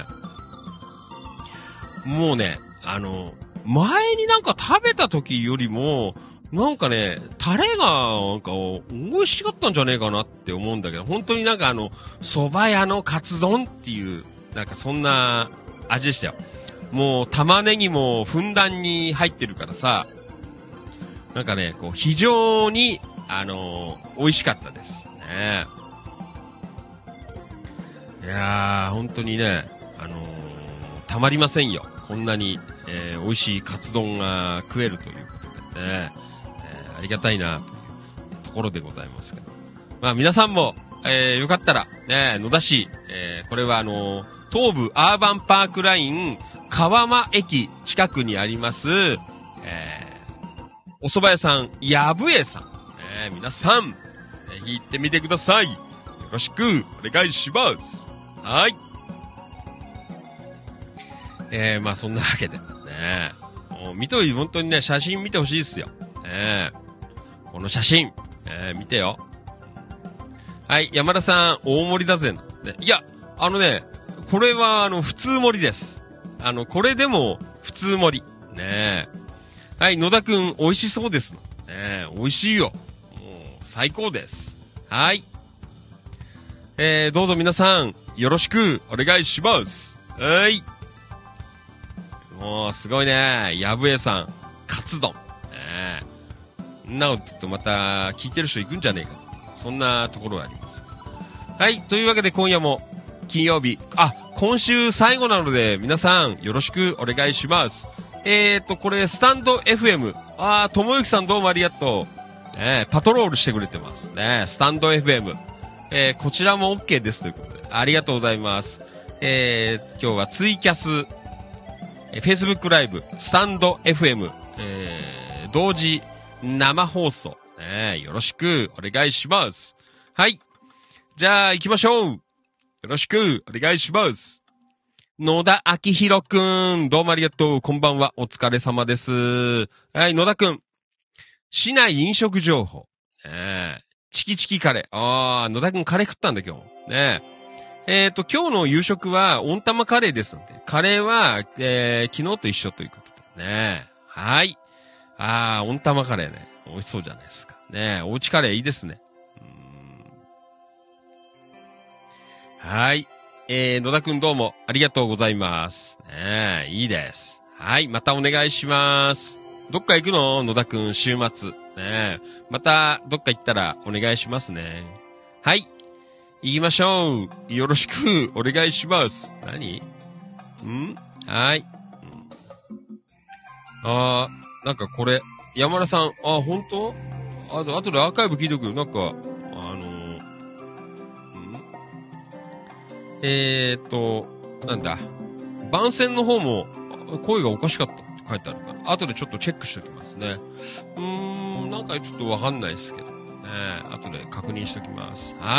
もうね、あの、前になんか食べた時よりも、なんかね、タレがなんか美味しかったんじゃねえかなって思うんだけど、本当になんかあの、蕎麦屋のカツ丼っていう、なんかそんな味でしたよ。もう玉ねぎもふんだんに入ってるからさ、なんかね、こう非常に、あのー、美味しかったですね。いやー、本当にね、あのー、たまりませんよ。こんなに、えー、美味しいカツ丼が食えるということでね、えー、ありがたいなというところでございますけど。まあ皆さんも、えー、よかったら、ね、野田市、えー、これはあのー、東武アーバンパークライン川間駅近くにあります、えー、お蕎麦屋さん、やぶえさん、ね、皆さん、ぜひ行ってみてください。よろしくお願いします。はい。えー、まあそんなわけで、ね、もう見とい、本当にね、写真見てほしいですよ。ね、この写真、えー、見てよ。はい、山田さん、大盛りだぜ。ね、いや、あのね、これはあの、普通盛りです。あの、これでも、普通盛り。ねえ。はい、野田くん、美味しそうです。ねえ、美味しいよ。もう、最高です。はい。えー、どうぞ皆さん、よろしくお願いします。はい。もう、すごいね。やぶえさん、カツ丼。ねえ。そんなこと言うとまた、聞いてる人行くんじゃねえか。そんなところがあります。はい、というわけで今夜も、金曜日、あ、今週最後なので、皆さん、よろしくお願いします。えーと、これ、スタンド エフエム。あー、ともゆきさんどうもありがとう。ね、パトロールしてくれてます。ね、スタンド エフエム。えー、こちらも OK ですということで、ありがとうございます。えー、今日はツイキャス、えー、Facebook ライブ、スタンド エフエム、えー、同時生放送、 ね、よろしくお願いします。はい。じゃあ行きましょう。よろしくお願いします。野田明宏くん、どうもありがとう。こんばんは。お疲れ様です。はい、野田くん。市内飲食情報。ね、チキチキカレー。あー、野田くんカレー食ったんだ今日。ねえっと、今日の夕食は温玉カレーですので、カレーは、えー、昨日と一緒ということでね。はい。あー、温玉カレーね。美味しそうじゃないですか。ねえ、おうちカレーいいですね。うーん、はい。えー、野田くんどうもありがとうございます。ねえ、いいです。はい、またお願いします。どっか行くの？野田くん、週末。ねえ、また、どっか行ったらお願いしますね。はい。行きましょう。よろしくお願いします。何？ん？はい。あー、なんかこれ、山田さん、あ、本当？あと、あとでアーカイブ聞いとくよ。なんか、あのー、んえーっと、なんだ。番宣の方も、声がおかしかったって書いてあるから、後でちょっとチェックしておきますね。うーん、なんかちょっとわかんないですけど。ね、後で確認しておきます。はい。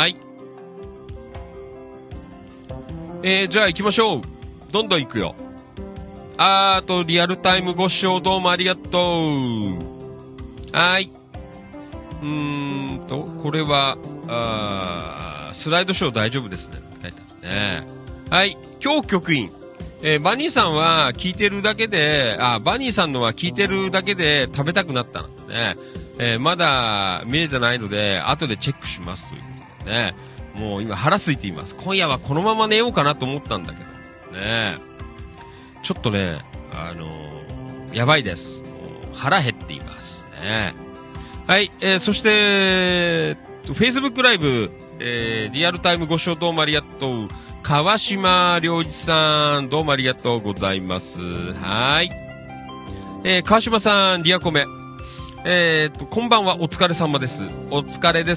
えー、じゃあ行きましょう。どんどん行くよ。あーと、リアルタイムご視聴どうもありがとう。はい。うーんと、これは、あー、スライドショー大丈夫ですね。書いてあるね。はい。今日局員。えー、バニーさんは聞いてるだけで、あ、バニーさんのは聞いてるだけで食べたくなったのね。えー、まだ見れてないので、後でチェックしますということでね。もう今腹空いています。今夜はこのまま寝ようかなと思ったんだけど。ね。ちょっとね、あのー、やばいです。もう腹減っていますね。はい、えー、そして、Facebook ライブ、えー、リアルタイムご視聴どうもありがとう。川島良一さん、どうもありがとうございます。はい。えー、川島さん、リアコメ。えーと、こんばんは、お疲れ様です。お疲れです。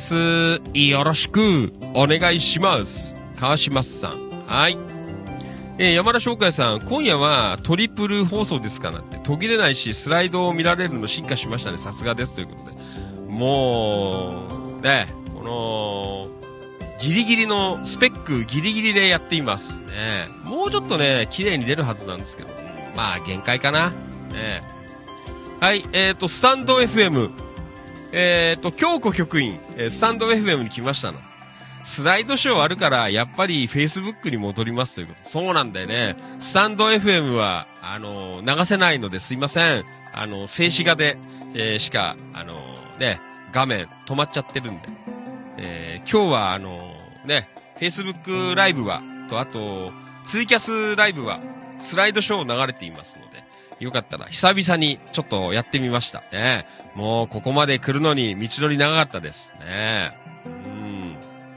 よろしく、お願いします。川島さん。はい。えー、山田翔海さん、今夜はトリプル放送ですかなんて、途切れないし、スライドを見られるの進化しましたね。さすがです。ということで。もう、ね、この、ギリギリの、スペックギリギリでやっていますね。もうちょっとね、綺麗に出るはずなんですけど、まあ、限界かな。ね。はい、えっと、スタンド エフエム。えっと、京子局員、えー、スタンド エフエム に来ましたの。スライドショーあるから、やっぱり Facebook に戻りますということ。そうなんだよね。スタンド エフエム は、あのー、流せないのですいません。あのー、静止画で、えー、しか、あのー、ね、画面止まっちゃってるんで。えー、今日は、あのー、ね、Facebook ライブは、と、あと、ツイキャスライブは、スライドショー流れていますので、よかったら、久々にちょっとやってみましたね。もう、ここまで来るのに、道のり長かったですね。うん。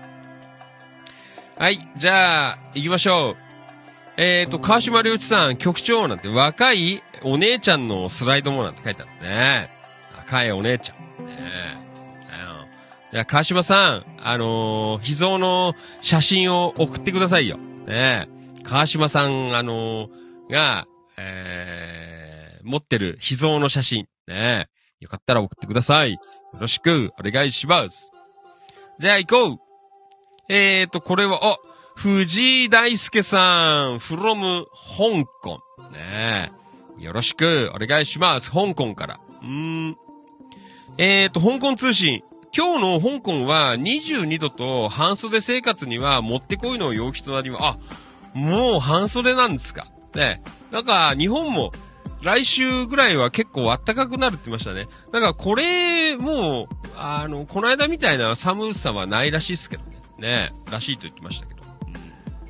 はい、じゃあ、行きましょう。えーと、川島良一さん、局長なんて、若いお姉ちゃんのスライドもなんて書いてあるね。若いお姉ちゃん。ね。いや、川島さん、あのー、秘蔵の写真を送ってくださいよ。ねえ。川島さん、あのー、が、えー、持ってる秘蔵の写真。ねえ。よかったら送ってください。よろしくお願いします。じゃあ行こう。えーと、これは、あ、藤井大輔さん、from 香港。ねえ。よろしくお願いします。香港から。うーん。えーと、香港通信。今日の香港はにじゅうにどと半袖生活にはもってこいの陽気となります。あ、もう半袖なんですか。ね。なんか日本も来週ぐらいは結構暖かくなるって言いましたね。だからこれもう、あの、この間みたいな寒さはないらしいですけどね。ね。らしいと言ってましたけど。うん、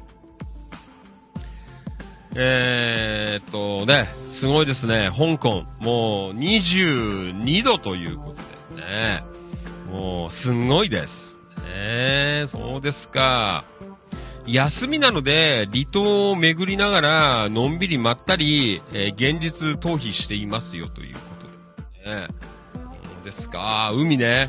えーっとね、すごいですね。香港。もうにじゅうにどということでね。もう、すんごいです。ねえ、そうですか。休みなので、離島を巡りながら、のんびりまったり、えー、現実逃避していますよ、ということで。ね、そうですか。海ね。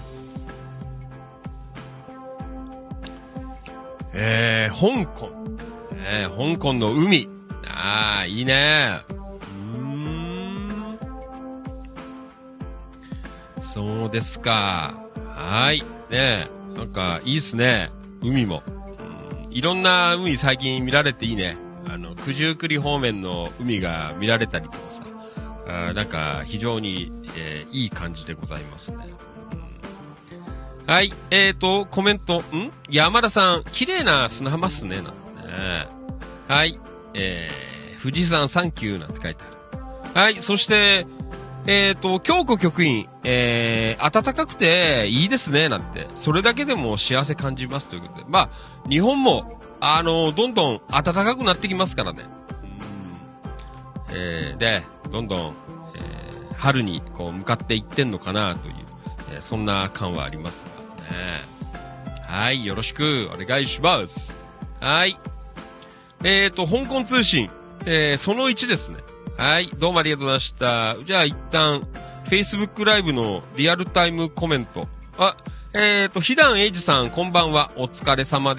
えー、香港。ね、香港の海。ああ、いいね。 そうですか。はい。ねえ。なんか、いいっすね。海も。うん、いろんな海最近見られていいね。あの、九十九里方面の海が見られたりとかさ。あなんか、非常に、えー、いい感じでございますね。うん、はい。えーと、コメント、ん山田さん、綺麗な砂浜っすね。なんてね。はい。えー、富士山サンキューなんて書いてある。はい。そして、えっと、京子局員、えー、暖かくていいですね、なんて。それだけでも幸せ感じますということで。まあ、日本も、あの、どんどん暖かくなってきますからね。うん、えー、で、どんどん、えー、春にこう向かっていってんのかなという、えー、そんな感はありますがね。はい、よろしくお願いします。はい。えっと、香港通信、えー、そのいちですね。はい、どうもありがとうございました。じゃあ一旦、Facebook ライブのリアルタイムコメント。あ、えーと、ひだんえいじさん、こんばんは。お疲れ様です。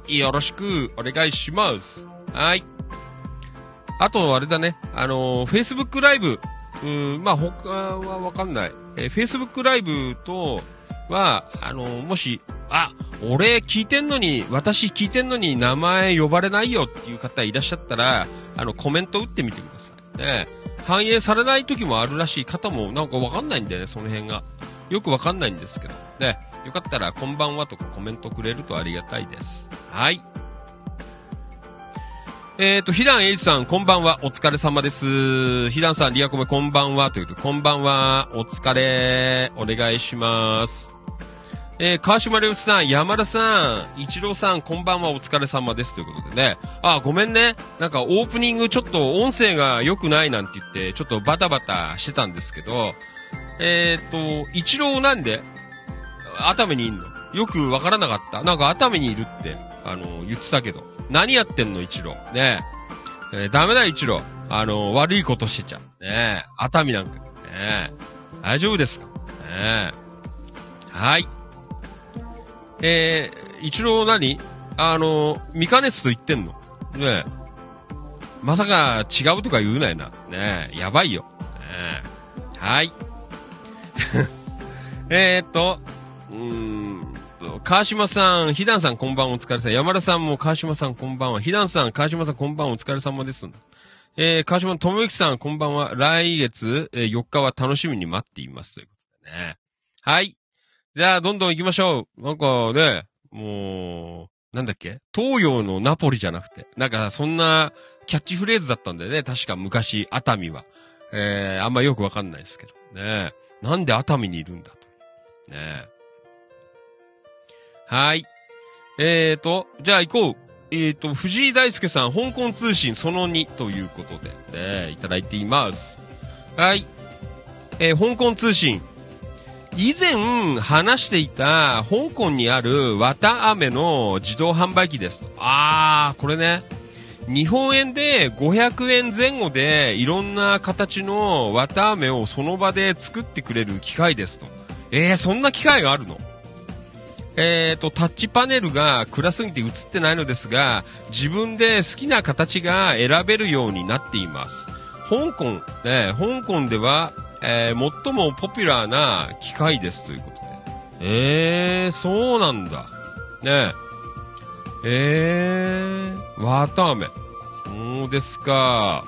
よろしくお願いします。はい。あと、あれだね。あのー、Facebook ライブ。うーん、まあ、他はわかんない。えー、Facebook ライブとは、あのー、もし、あ、俺聞いてんのに、私聞いてんのに名前呼ばれないよっていう方いらっしゃったら、あの、コメント打ってみてください。ね、反映されない時もあるらしい方もなんかわかんないんだよね、その辺が。よくわかんないんですけど。ね、よかったらこんばんはとかコメントくれるとありがたいです。はい。えーと、ひだんえいじさん、こんばんは。お疲れ様です。ひだんさん、リアコメこんばんは。ということで、こんばんは。お疲れ。お願いします。えー、川島良さん、山田さん、一郎さん、こんばんは、お疲れ様です。ということでね。あ、ごめんね。なんかオープニングちょっと音声が良くないなんて言って、ちょっとバタバタしてたんですけど、えーと、一郎なんで、熱海にいんのよくわからなかった。なんか熱海にいるって、あの、言ってたけど。何やってんの、一郎。ねえ。えー、ダメだ、一郎。あの、悪いことしてちゃう。ねえ。熱海なんか。ねえ。大丈夫ですかねえ。はい。えー、一郎何あの、未加熱と言ってんのねえ。まさか違うとか言うなよな。ねえ、やばいよ。ねえ。はい。えーっと、うーんと、川島さん、ひだんさんこんばんはお疲れ様。山田さんも川島さんこんばんは。ひだんさん、川島さんこんばんはお疲れ様です。えー、川島智之さんこんばんは。来月、えー、よっかは楽しみに待っています。ということでね。はい。じゃあ、どんどん行きましょう。なんかね、もう、なんだっけ東洋のナポリじゃなくて。なんか、そんなキャッチフレーズだったんだよね。確か昔、熱海は。えー、あんまよくわかんないですけど。ねなんで熱海にいるんだと。ねはい。えーと、じゃあ行こう。えーと、藤井大輔さん、香港通信そのにということで、ねいただいています。はい。えー、香港通信。以前話していた香港にある綿あめの自動販売機です。あー、これね。日本円でごひゃくえんぜん後でいろんな形の綿あめをその場で作ってくれる機械ですと。えー、そんな機械があるの？えーと、タッチパネルが暗すぎて映ってないのですが、自分で好きな形が選べるようになっています。香港、ね、香港では、えー、最もポピュラーな機械ですということで。えー、そうなんだ。ねえー、わたあめ。そうですか。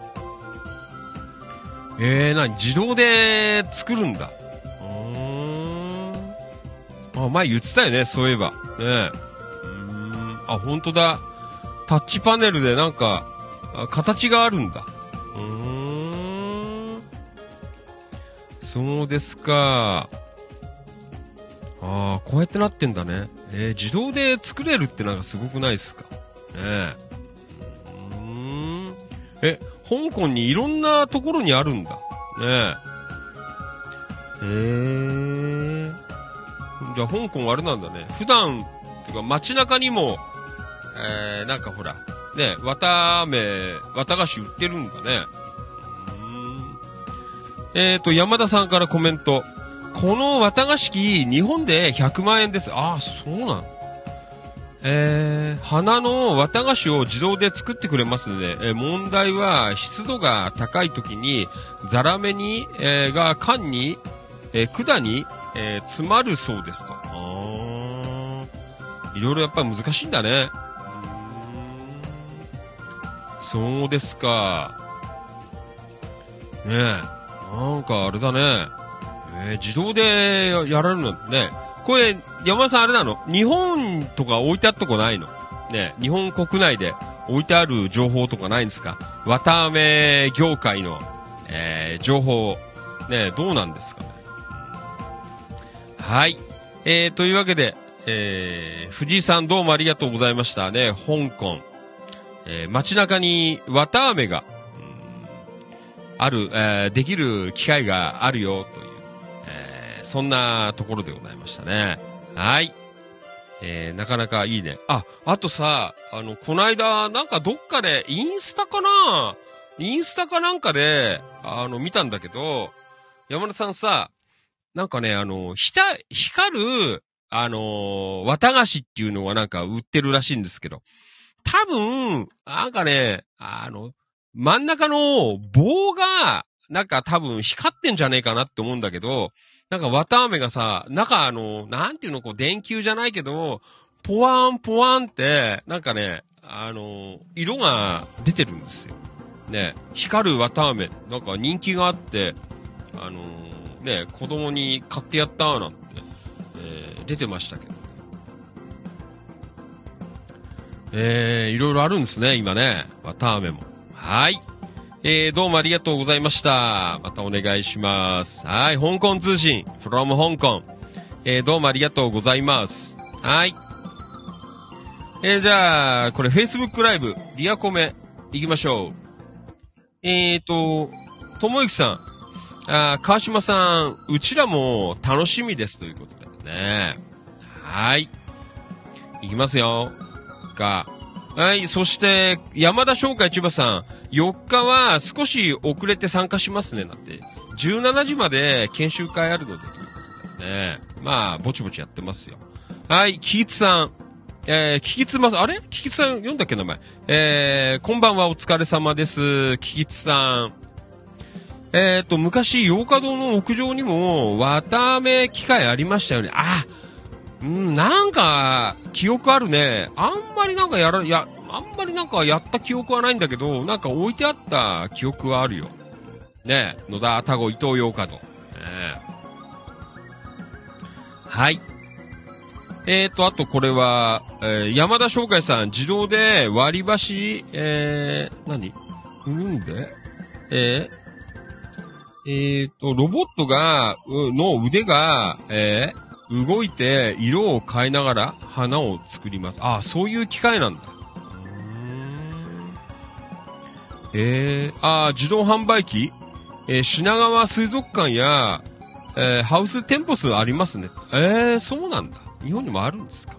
えー、なに、自動で作るんだ。うーん。あ、前言ってたよね、そういえば。ねえ。うーん。あ、ほんとだ。タッチパネルでなんか、形があるんだ。うーん。そうですか。ああ、こうやってなってんだね。えー、自動で作れるってなんかすごくないですか。ねえ。うーん。え、香港にいろんなところにあるんだ。ねえ。えー。じゃあ香港あれなんだね。普段、てか街中にも、えー、なんかほら、ね、綿飴、綿菓子売ってるんだね。うーん。えーと、山田さんからコメント。この綿菓子機、日本でひゃくまんえんです。ああ、そうなの。えー、花の綿菓子を自動で作ってくれますので、えー、問題は湿度が高い時にザラメに、えー、が缶に、 えー、管に、えー、詰まるそうですと。あー。いろいろやっぱり難しいんだね。そうですか。ねえ。なんかあれだね。えー、自動でやられるのね。これ、山田さんあれなの？日本とか置いてあったとこないの？ね、日本国内で置いてある情報とかないんですか？綿あめ業界の、えー、情報。ね、どうなんですかね。はい。えー、というわけで、えー、藤井さんどうもありがとうございましたね。香港。えー、街中に綿あめが、ある、えー、できる機会があるよという、えー、そんなところでございましたね。はい。えー、なかなかいいね。あ、あとさ、あの、こないだ、なんかどっかで、インスタかなインスタかなんかで、あの、見たんだけど、山田さんさ、なんかね、あの、ひた、光る、あの、綿菓子っていうのがなんか売ってるらしいんですけど、多分、なんかね、あの、真ん中の棒が、なんか多分光ってんじゃねえかなって思うんだけど、なんか綿あめがさ、中あの、なんていうの、こう電球じゃないけど、ポワンポワンって、なんかね、あの、色が出てるんですよ。ね、光る綿あめ、なんか人気があって、あのね、子供に買ってやったーなんて、えー、出てましたけど。えー、いろいろあるんですね、今ね。綿あめも。はい。えー、どうもありがとうございました。またお願いします。はい。香港通信 from 香港。えー、どうもありがとうございます。はい。えー、じゃあ、これ Facebook ライブ、ディアコメ、行きましょう。えーと、ともゆきさん、あ川島さん、うちらも楽しみですということでね。はい。行きますよ。が、はい。そして、山田商会千葉さん、よっかは少し遅れて参加しますね。なんて。じゅうしちじまで研修会あるので、ということでね。まあ、ぼちぼちやってますよ。はい。キキツさん。えー、キキツます。あれキキツさん読んだっけ名前。えー、こんばんはお疲れ様です。キキツさん。えっと、昔、洋華堂の屋上にも、綿あめ機械ありましたよね。あ、うん、なんか、記憶あるね。あんまりなんかやら、や、あんまりなんかやった記憶はないんだけど、なんか置いてあった記憶はあるよ。ねえ、野田田子伊藤洋華堂。ねえ。はい。えーと、あとこれは、えー、山田商会さん、自動で割り箸、えー、何うんでえー、えーと、ロボットが、の腕が、えー、動いて色を変えながら花を作ります。ああ、そういう機械なんだ。えー、ああ、自動販売機、えー、品川水族館や、えー、ハウス店舗数ありますね。えー、そうなんだ。日本にもあるんですか。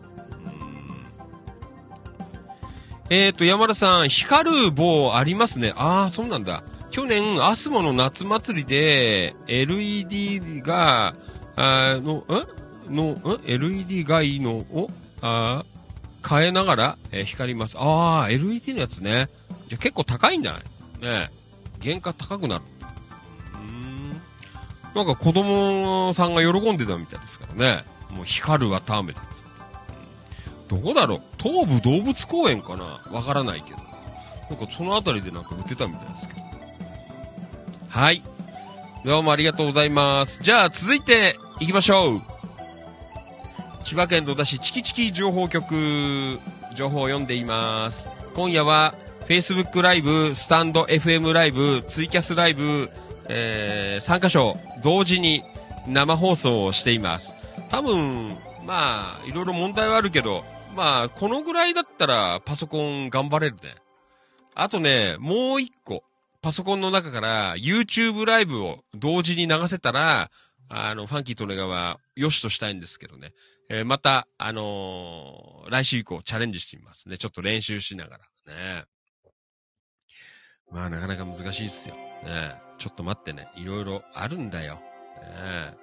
えーと、山田さん、光る棒ありますね。ああ、そうなんだ。去年、アスモの夏祭りで、エルイーディー が、あの、んの、ん エルイーディー がいいのを、あ変えながら、えー、光ります。ああ、エルイーディー のやつね。じゃ結構高いんじゃないねえ。原価高くなる。うーん。なんか子供さんが喜んでたみたいですからね。もう光る綿あめです。どこだろう東武動物公園かなわからないけど。なんかそのあたりでなんか売ってたみたいですけど。はい。どうもありがとうございます。じゃあ続いて行きましょう。千葉県野田市チキチキ情報局、情報を読んでいます。今夜は Facebook ライブ、スタンド エフエム ライブ、ツイキャスライブ、えー、さんかしょ同時に生放送をしています。多分、まあ、いろいろ問題はあるけど、まあ、このぐらいだったらパソコン頑張れるね。あとね、もう一個、パソコンの中から YouTube ライブを同時に流せたら、あの、ファンキーとネガは良しとしたいんですけどね。えー、また、あのー、来週以降チャレンジしてみますね。ちょっと練習しながら。ね。まあ、なかなか難しいっすよ。ね。ちょっと待ってね。いろいろあるんだよ。ね。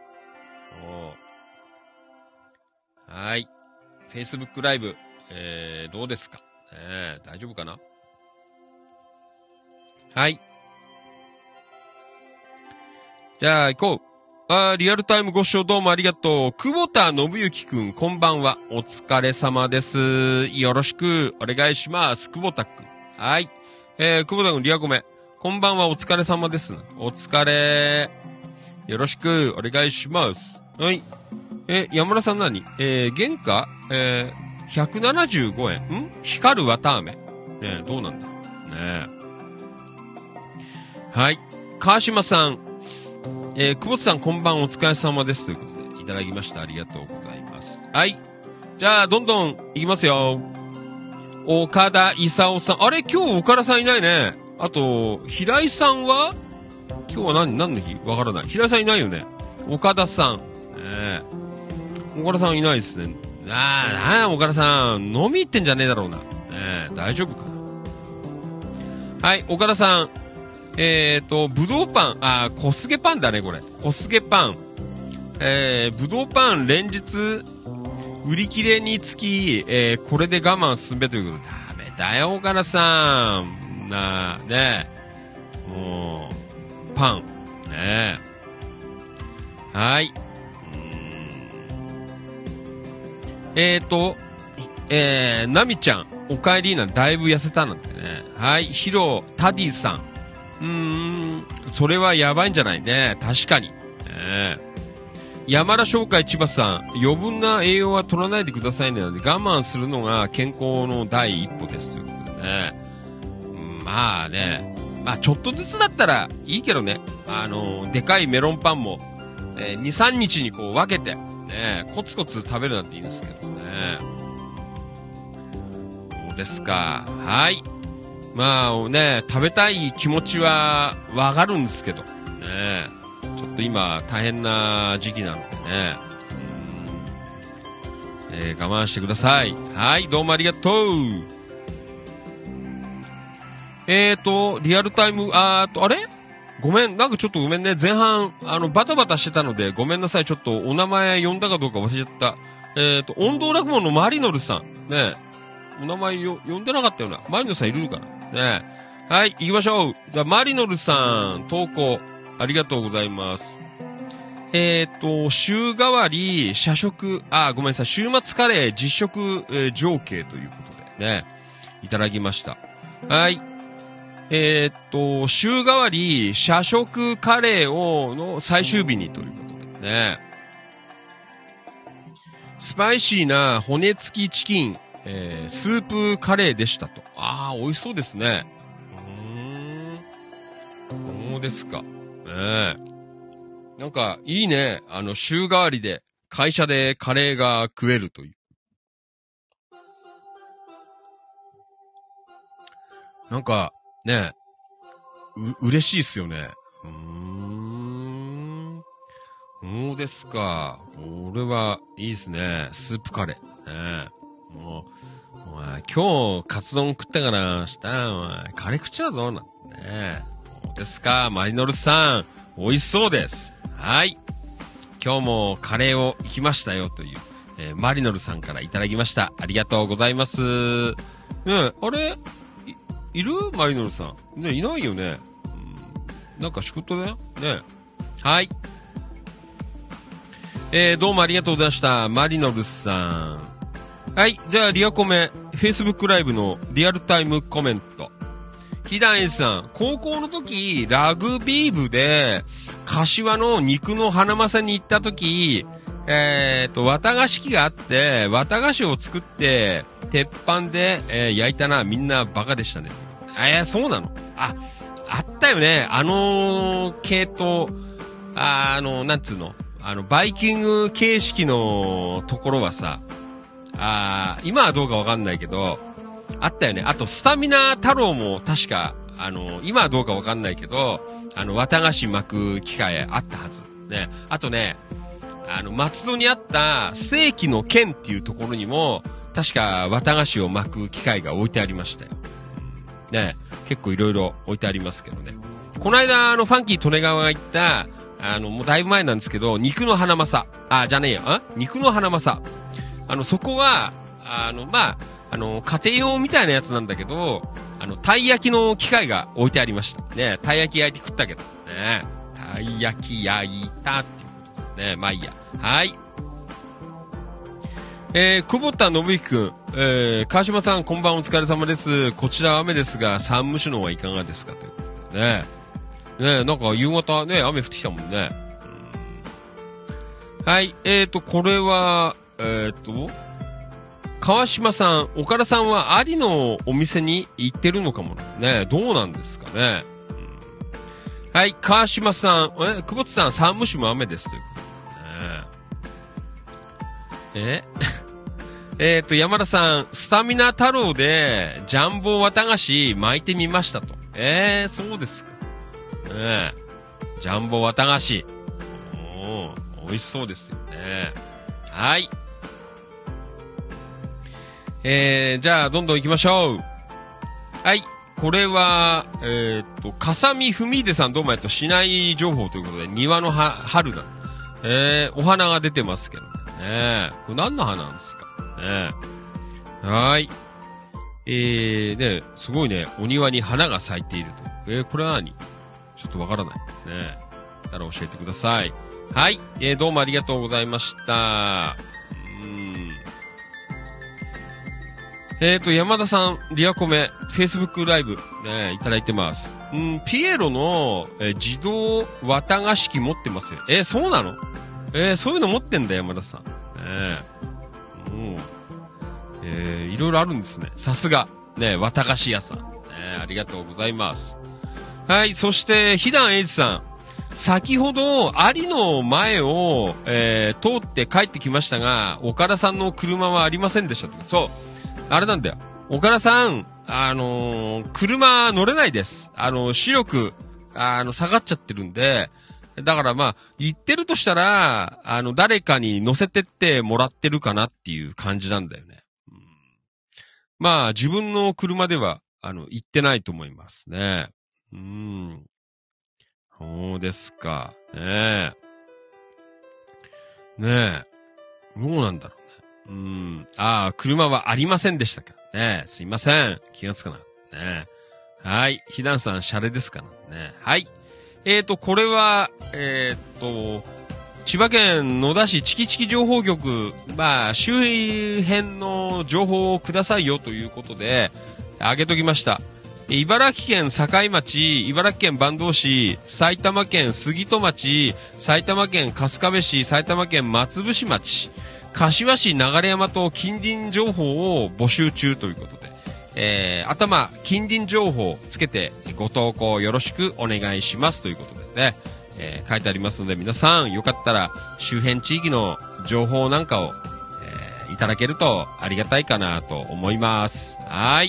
おはい。Facebook ライブ、えー、どうですか、ね、大丈夫かなはい。じゃあ、行こう。 あーリアルタイムご視聴どうもありがとう。久保田信之くん、こんばんは。お疲れ様です。よろしくお願いします。久保田くん。はい。えー、久保田くん、リアコメ。こんばんは、お疲れ様です。お疲れ。よろしくお願いします。はい。えー、山田さん何えー、原価えー、ひゃくななじゅうごえん。ん光る綿飴。ねえ、どうなんだねえ。はい。川島さん。えー、久保田さんこんばんお疲れ様です。ということで、いただきました。ありがとうございます。はい。じゃあ、どんどんいきますよ。岡田勲さん。あれ今日岡田さんいないね。あと、平井さんは今日は何、何の日わからない。平井さんいないよね。岡田さん。ねえ。岡田さんいないですね。ああ、なあ、岡田さん。飲み行ってんじゃねえだろうな。ねえ、大丈夫かな。はい、岡田さん。えーと、ぶどうパン、あ、小菅パンだね、これ。小菅パン。えー、ぶどうパン連日、売り切れにつき、えー、これで我慢進めということで、ダメだよ、岡田さん。なあ、ねえ。もう、パン。ねえ。はい。うーんえーと、えー、ナミちゃん、お帰りな、だいぶ痩せたなんてね。はい、ヒロ、タディさん。うーん、それはやばいんじゃないね。確かに。ね、山田商会千葉さん、余分な栄養は取らないでくださいね。ので我慢するのが健康の第一歩です。ということでね。うん、まあね、まあちょっとずつだったらいいけどね。あの、でかいメロンパンも、えー、に、さんにちにこう分けて、ね、コツコツ食べるなんていいですけどね。どうですか。はい。まあね、食べたい気持ちはわかるんですけど、ね、ちょっと今大変な時期なのでね、うん、えー、我慢してください。はい、どうもありがとう。えーと、リアルタイム、あーと、あれごめん、なんかちょっとごめんね、前半、あの、バタバタしてたので、ごめんなさい、ちょっとお名前呼んだかどうか忘れちゃった。えーと、音頭落語のマリノルさん、ね、お名前よ、呼んでなかったよな。マリノルさんいるのかなねえ。はい、行きましょう。じゃあ、マリノルさん、投稿、ありがとうございます。えっと、週替わり、社食、あ、ごめんなさい、週末カレー実食、えー、上形ということでね、いただきました。はい。えっと、週替わり、社食カレーを、の最終日にということでね。スパイシーな骨付きチキン、えー、スープカレーでしたと。ああ、美味しそうですね。うーん。そうですか。ねえ。なんか、いいね。あの、週替わりで、会社でカレーが食えるという。なんか、ねえ、う、嬉しいっすよね。うーん。そうですか。これは、いいっすね。スープカレー。ねえ。もう、お前、今日、カツ丼食ったから、明日、お前、カレー食っちゃうぞ、なんてね。そうですか、マリノルさん。美味しそうです。はい。今日もカレーを行きましたよ、という、えー、マリノルさんからいただきました。ありがとうございます。ねえ、あれい、いるマリノルさん。ねえ、いないよね。うん、なんか仕事だよ。ねえ。はい。えー、どうもありがとうございました。マリノルさん。はい。じゃあ、リアコメ、Facebook ライブのリアルタイムコメント。ひだえさん、高校の時、ラグビー部で、柏の肉の花正に行った時、えーと、綿菓子機があって、綿菓子を作って、鉄板で、えー、焼いたな、みんなバカでしたね。えー、そうなの？あ、あったよね。あのー、系統、あ、あの、なんつうの？あの、バイキング形式のところはさ、あ、今はどうかわかんないけど、あったよね。あと、スタミナ太郎も確か、あの、今はどうかわかんないけど、あの、綿菓子巻く機械あったはず。ね。あとね、あの、松戸にあった世紀の剣っていうところにも、確か綿菓子を巻く機械が置いてありましたよ。ね。結構いろいろ置いてありますけどね。この間、あの、ファンキー利根川が行った、あの、もうだいぶ前なんですけど、肉の花正。あ、じゃねえよ。あ肉の花正。あの、そこは、あの、まあ、あの、家庭用みたいなやつなんだけど、あの、たい焼きの機械が置いてありました。ね、たい焼き焼いて食ったけど、ね、たい焼き焼いたっていうこね。まあいいや。はい。えー、久保田信之くん、えー、川島さん、こんばんお疲れ様です。こちらは雨ですが、山武市の方はいかがですかということでね。ね、なんか夕方ね、雨降ってきたもんね。うん、はい、えーと、これは、えーと、川島さん、岡田さんはありのお店に行ってるのかもね。どうなんですかね。うん、はい、川島さん、え、久保田さん、山武市も雨ですということでね。ええっと、山田さん、スタミナ太郎で、ジャンボ綿菓子巻いてみましたと。えー、そうですか。ねえ。ジャンボ綿菓子。おー、美味しそうですよね。はい。えー、じゃあ、どんどん行きましょう。はい。これは、えー、っと、かさみふみでさんどうもやっと市内情報ということで、庭のは春だ。えー、お花が出てますけどね。これ何の花なんですかね。はーい。えー、ね、すごいね、お庭に花が咲いていると。えー、これは何？ちょっとわからない。ね。だから教えてください。はい。えー、どうもありがとうございました。うーん。えーと、山田さん、リアコメ、Facebook ライブ、ね、いただいてます。うん、ピエロの、えー、自動綿菓子機持ってますよ。えー、そうなの？えー、そういうの持ってんだ、山田さん。ねえ。もう、えー、いろいろあるんですね。さすが。ね、綿菓子屋さん。ね、ありがとうございます。はい、そして、ひだんえいじさん。先ほど、有の前を、えー、通って帰ってきましたが、岡田さんの車はありませんでした。そう。あれなんだよ。岡田さん、あのー、車乗れないです。あのー、視力、あの、下がっちゃってるんで、だからまあ、言ってるとしたら、あの、誰かに乗せてってもらってるかなっていう感じなんだよね。うん、まあ、自分の車では、あの、行ってないと思いますね。うーん。そうですか。ねえ。ねえ。どうなんだろうね。うーん。ああ、車はありませんでしたか。ねえ。すいません。気がつかな。ねえ。はい。ひだんさん、シャレですからね。はい。えーと、これは、えーと、千葉県野田市チキチキ情報局、まあ、周辺の情報をくださいよということで、あげときました。茨城県境町、茨城県坂東市、埼玉県杉戸町、埼玉県春日部市、埼玉県松伏町、柏市流山と近隣情報を募集中ということで、えー、頭、近隣情報をつけてご投稿よろしくお願いしますということでね、えー、書いてありますので皆さんよかったら周辺地域の情報なんかを、えー、いただけるとありがたいかなと思います。はい。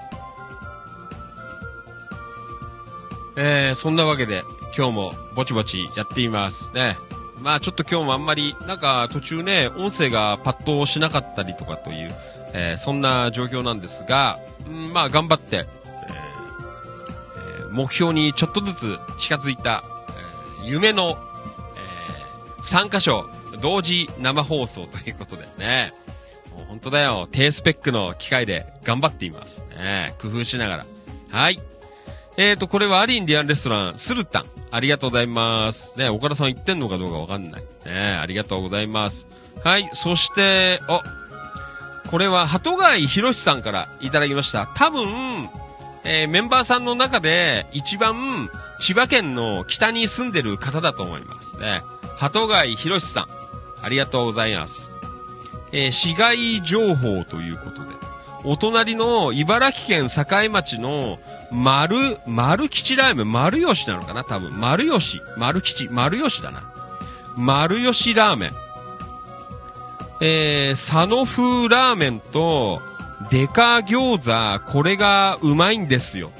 えー、そんなわけで今日もぼちぼちやっていますね。まあちょっと今日もあんまりなんか途中ね音声がパッとしなかったりとかという、えー、そんな状況なんですが、うん、まあ頑張って、えー、目標にちょっとずつ近づいた、えー、夢の、えー、さんカ所同時生放送ということでね、もう本当だよ、低スペックの機械で頑張っていますね。工夫しながら。はい。えーと、これはアリーンディアンレストラン、スルタン。ありがとうございます。ね、岡田さん言ってんのかどうかわかんない。ね、ありがとうございます。はい、そして、あ、これは、鳩貝博さんからいただきました。多分、えー、メンバーさんの中で一番千葉県の北に住んでる方だと思いますね。鳩貝博さん。ありがとうございます。えー、市街情報ということで。お隣の茨城県境町の丸、丸吉ラーメン、丸吉なのかな多分。丸吉、丸吉、丸吉だな。丸吉ラーメン。えー、佐野風ラーメンと、デカ餃子、これがうまいんですよ。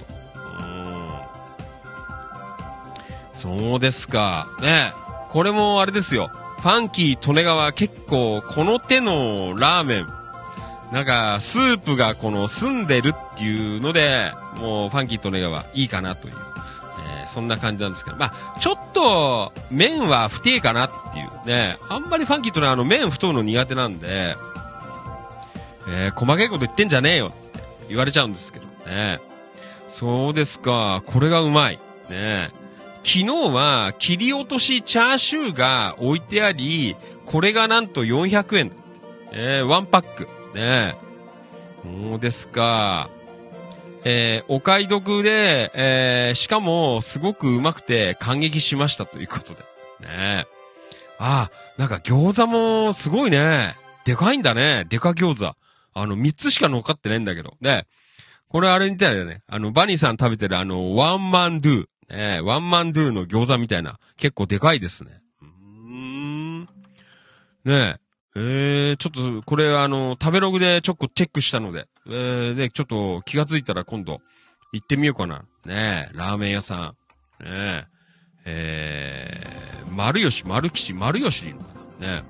と。うん。そうですか。ね。これもあれですよ。ファンキー利根川結構この手のラーメン。なんか、スープがこの澄んでるっていうので、もうファンキー利根川いいかなという、えー、そんな感じなんですけど、まあ、ちょっと、麺は不定かなっていうね、あんまりファンキー利根川の麺太うの苦手なんで、えー、細かいこと言ってんじゃねえよって言われちゃうんですけどね。そうですか、これがうまい。ね昨日は切り落としチャーシューが置いてあり、これがなんとよんひゃくえん。えー、ワンパック。ねえ。そうですか。えー、お買い得で、えー、しかもすごくうまくて感激しましたということで。ねえ。ああ、なんか餃子もすごいね。でかいんだね。でか餃子。あの、みっつしか乗っかってないんだけど。ね。これあれみたいだよね。あの、バニーさん食べてるあの、ワンマンドゥ。ね、ワンマンドゥの餃子みたいな。結構でかいですね。うーん。ねえ。えー、ちょっと、これあの、食べログでちょっとチェックしたので、えー、で、ちょっと気がついたら今度、行ってみようかな。ねえ、ラーメン屋さん。ねえ、えー、丸吉、丸吉、丸吉でいいのかな。ね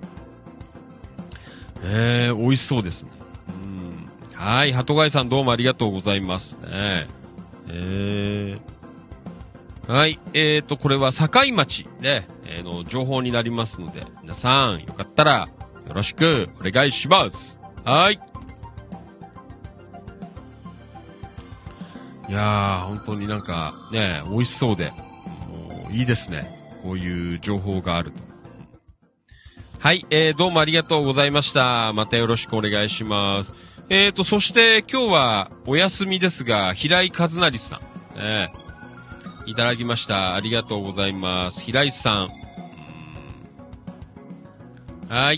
え。えー、美味しそうですね。うん。はい、鳩貝さんどうもありがとうございます。ねえー、はい、えーと、これは境町ね、えー、の情報になりますので、皆さん、よかったら、よろしくお願いします。はい。いやー、本当になんかね、美味しそうで、もういいですね。こういう情報があると。はい、えー、どうもありがとうございました。またよろしくお願いします。えーと、そして今日はお休みですが、平井和成さん、ね、いただきました。ありがとうございます。平井さん。はい。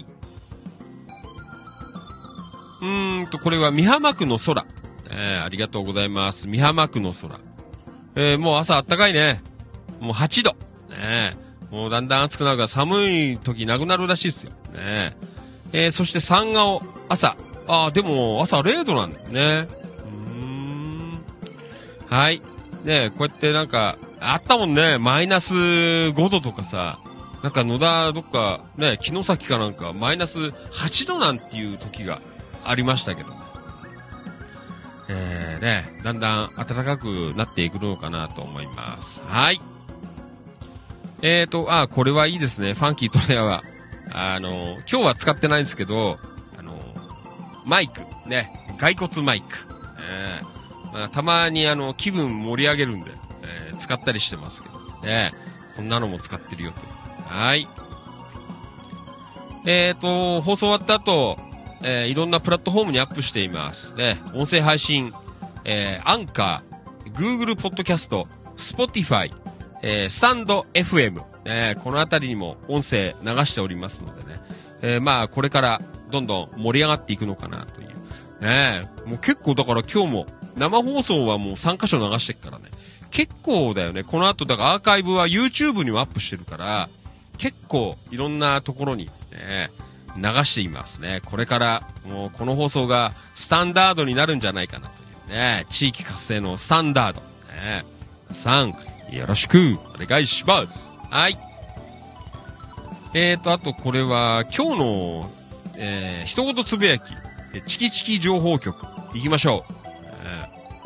うーんと、これは美浜区の空。えー、ありがとうございます。美浜区の空。えー、もう朝あったかいね。もうはちど。ね、もうだんだん暑くなるから寒い時なくなるらしいですよ。ねえー、そして三顔、朝。ああ、でも朝れいどなんだよね。うーん。はい。ねこうやってなんか、あったもんね。マイナスごどとかさ。なんか野田どっか、ね、城崎かなんか、マイナスはちどなんていう時がありましたけどね。えー、ね、だんだん暖かくなっていくのかなと思います。はい。えーと、あ、これはいいですね。ファンキートレアは。あの、今日は使ってないんですけど、あの、マイク、ね、骸骨マイク。えーまあ、たまにあの、気分盛り上げるんで、えー、使ったりしてますけど、ね、こんなのも使ってるよと。はい。えーと、放送終わった後、えー、いろんなプラットフォームにアップしています。ね、音声配信、えー、アンカー、Google ポッドキャスト、Spotify、えー、スタンド エフエム、えー、このあたりにも音声流しておりますのでね、えー、まあこれからどんどん盛り上がっていくのかなという。ね、もう結構だから今日も生放送はもうさんかしょ流してっからね、結構だよね。この後だからアーカイブは YouTube にもアップしてるから、結構いろんなところに、ね、流していますね。これからもうこの放送がスタンダードになるんじゃないかなというね、地域活性のスタンダード。ね、さんよろしくお願いします。はい。えーと、あとこれは今日の、えー、一言つぶやき、チキチキ情報局、行きましょう。え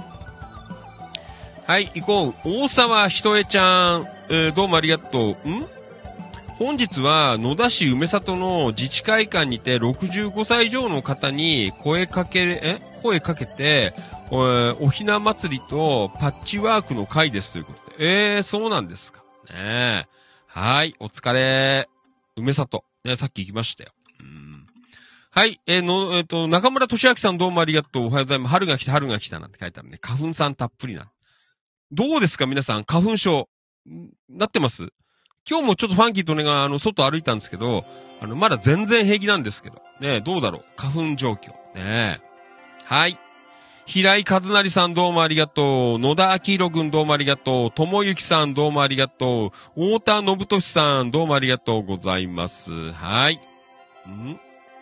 ー、はい、行こう。大沢ひとえちゃん、えー、どうもありがとう。ん本日は野田市梅里の自治会館にてろくじゅうごさい以上の方に声かけ、え声かけて、おひな祭りとパッチワークの会ですということで。えー、そうなんですか。ねえ。はい、お疲れ。梅里。ね、さっき行きましたよ。うん。はい、えー、の、えっと、中村俊明さんどうもありがとう。おはようございます。春が来た、春が来たなんて書いてあるね。花粉さんたっぷりな。どうですか皆さん、花粉症。なってます？今日もちょっとファンキーとねが、あの、外歩いたんですけど、あの、まだ全然平気なんですけど。ねえ、どうだろう。花粉状況。ねえ。はい。平井和成さんどうもありがとう。野田明宏くんどうもありがとう。友幸さんどうもありがとう。太田信俊さんどうもありがとうございます。はい。ん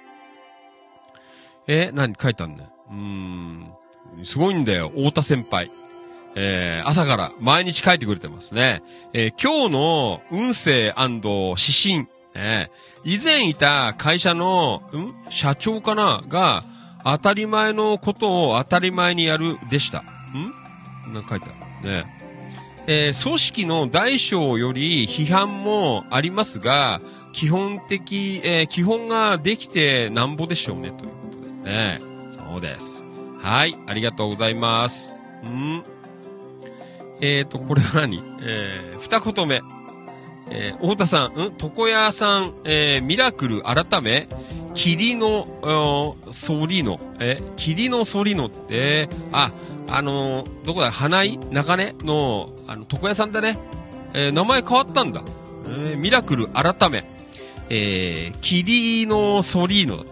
え、何書いてあるね。うーん。すごいんだよ。太田先輩。えー、朝から毎日書いてくれてますね。えー、今日の運勢&指針。えー、以前いた会社の、ん社長かなが、当たり前のことを当たり前にやるでした。んなんか書いてあるね。えー、組織の大小より批判もありますが、基本的、えー、基本ができてなんぼでしょうね、ということでね。そうです。はい、ありがとうございます。んえーと、これは何えー、二言目。えー、太田さん、ん床屋さん、えー、ミラクル改め、霧の、ソリノ、えー、霧のソリノって、あ、あのー、どこだ、花井中根の、あの、床屋さんだね。えー、名前変わったんだ。えー、ミラクル改め、えー、霧のソリーノだって。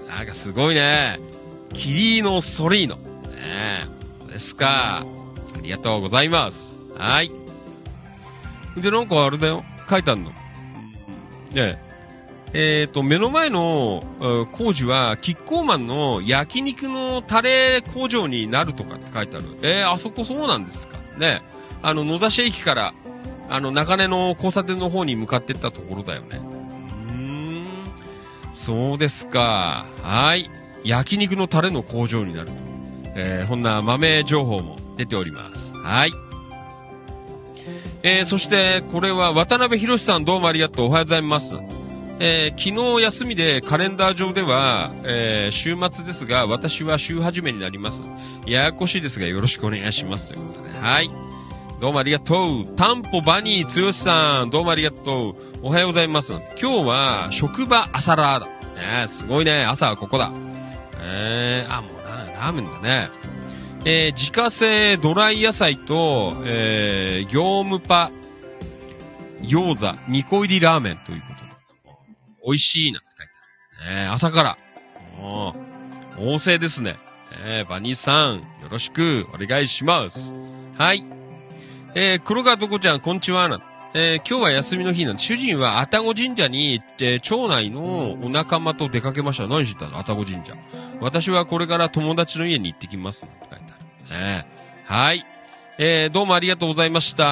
なんかすごいね。霧のソリーノ。ねえ。ですか。ありがとうございます。はい。で、なんかあれだよ。書いてあるの。ねえ。えっと、目の前の工事は、キッコーマンの焼肉のタレ工場になるとかって書いてある。えー、あそこそうなんですか。ねえ。あの、野田市駅から、あの、中根の交差点の方に向かってったところだよね。うーん。そうですか。はい。焼肉のタレの工場になると。えー、こんな豆情報も出ております。はい。えー、そして、これは渡辺博さんどうもありがとう。おはようございます。えー、昨日休みでカレンダー上では、えー、週末ですが、私は週始めになります。ややこしいですが、よろしくお願いします。ということで。はい。どうもありがとう。タンポバニーつよしさん、どうもありがとう。おはようございます。今日は、職場朝ラーだ。ね、すごいね。朝はここだ。えー、あ、もうラーメンだね。えー、自家製ドライ野菜と、えー、業務パ、餃子、にこ入りラーメンということで。美味しいなって書いてある。ね、朝から。おー、旺盛ですね。えー、バニーさん、よろしくお願いします。はい。えー、黒川とこちゃん、こんにちは。えー、今日は休みの日なんで、主人は愛宕神社に、えー、町内のお仲間と出かけました。何してたの？愛宕神社。私はこれから友達の家に行ってきます。って書いてある。ね、はい。えー、どうもありがとうございました。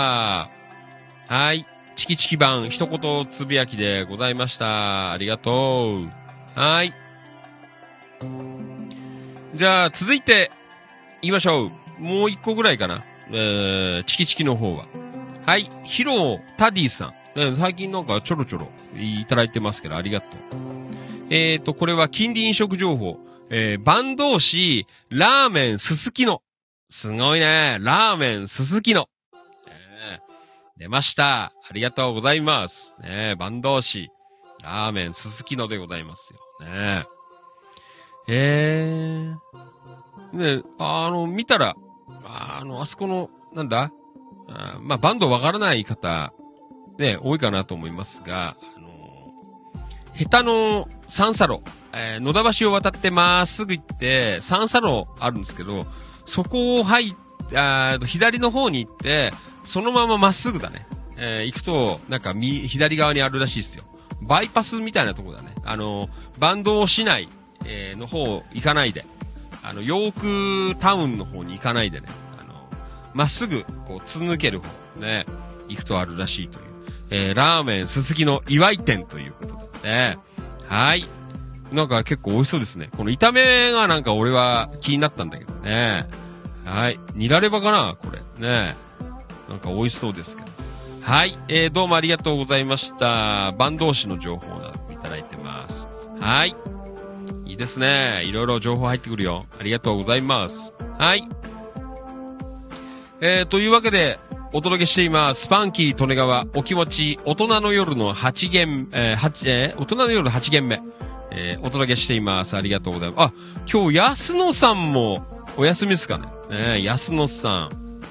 はい。チキチキ版、一言つぶやきでございました。ありがとう。はい。じゃあ、続いて、言いましょう。もう一個ぐらいかな。えー、チキチキの方は。はい。ヒロタディさん。えー、最近なんかちょろちょろいただいてますけど、ありがとう。えーと、これは近隣飲食情報。えー、坂東市、ラーメンすすきの。すごいね。ラーメンすすきの。えー、出ました。ありがとうございます。ね、坂東市、ラーメンすすきのでございますよ。ねえー。ね、あの、見たら、あの、あそこの、なんだあまあ、バンドわからない方、ね、多いかなと思いますが、あの、下手の三差路、えー、野田橋を渡ってまっすぐ行って、三差路あるんですけど、そこを入って、あ左の方に行って、そのまままっすぐだね。えー、行くと、なんか、み、左側にあるらしいですよ。バイパスみたいなとこだね。あの、バンド市内、えー、の方行かないで、あの、ヨークタウンの方に行かないでね、あの、まっすぐ、こう、突抜ける方、ね、行くとあるらしいという、えー、ラーメンすすきの祝い店ということでね。はい。なんか結構美味しそうですね。この炒めがなんか俺は気になったんだけどね。はい。ニラレバかなこれ。ね。なんか美味しそうですけど。はい。えー、どうもありがとうございました。坂東市の情報などいただいてます。はい。いいですね。いろいろ情報入ってくるよ。ありがとうございます。はい。えー、というわけで、お届けしています。スパンキー利根川、お気持ち、大人の夜のはち限、えー、8、えー、大人の夜のはち限目、えー、お届けしています。ありがとうございます。あ、今日安野さんもお休みですかね。ね、安野さん。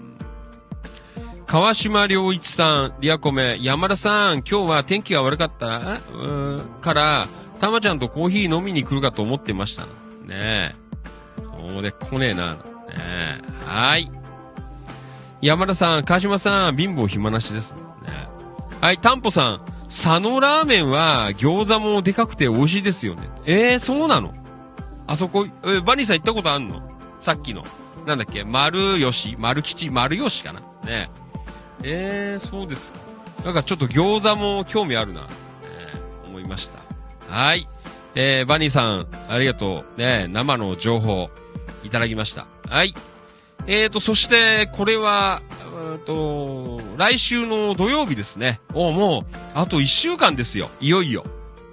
川島良一さん、リアコメ、山田さん、今日は天気が悪かったら、うーから、たまちゃんとコーヒー飲みに来るかと思ってました。ねえ。そうで、来ねえな。ねえ。はい。山田さん、川島さん、貧乏暇なしですね。はい、タンポさん、佐野ラーメンは餃子もでかくて美味しいですよね。えー、そうなの？あそこ、えー、バニーさん行ったことあんの？さっきの。なんだっけ？丸吉丸吉丸吉かなねえ。えー、そうですか。なんかちょっと餃子も興味あるな、えー、思いました。はい。えー、バニーさん、ありがとう。ね、生の情報いただきました。はい。えーと、そして、これは、えーと、来週の土曜日ですね。おもう、あといっしゅうかんですよ。いよいよ。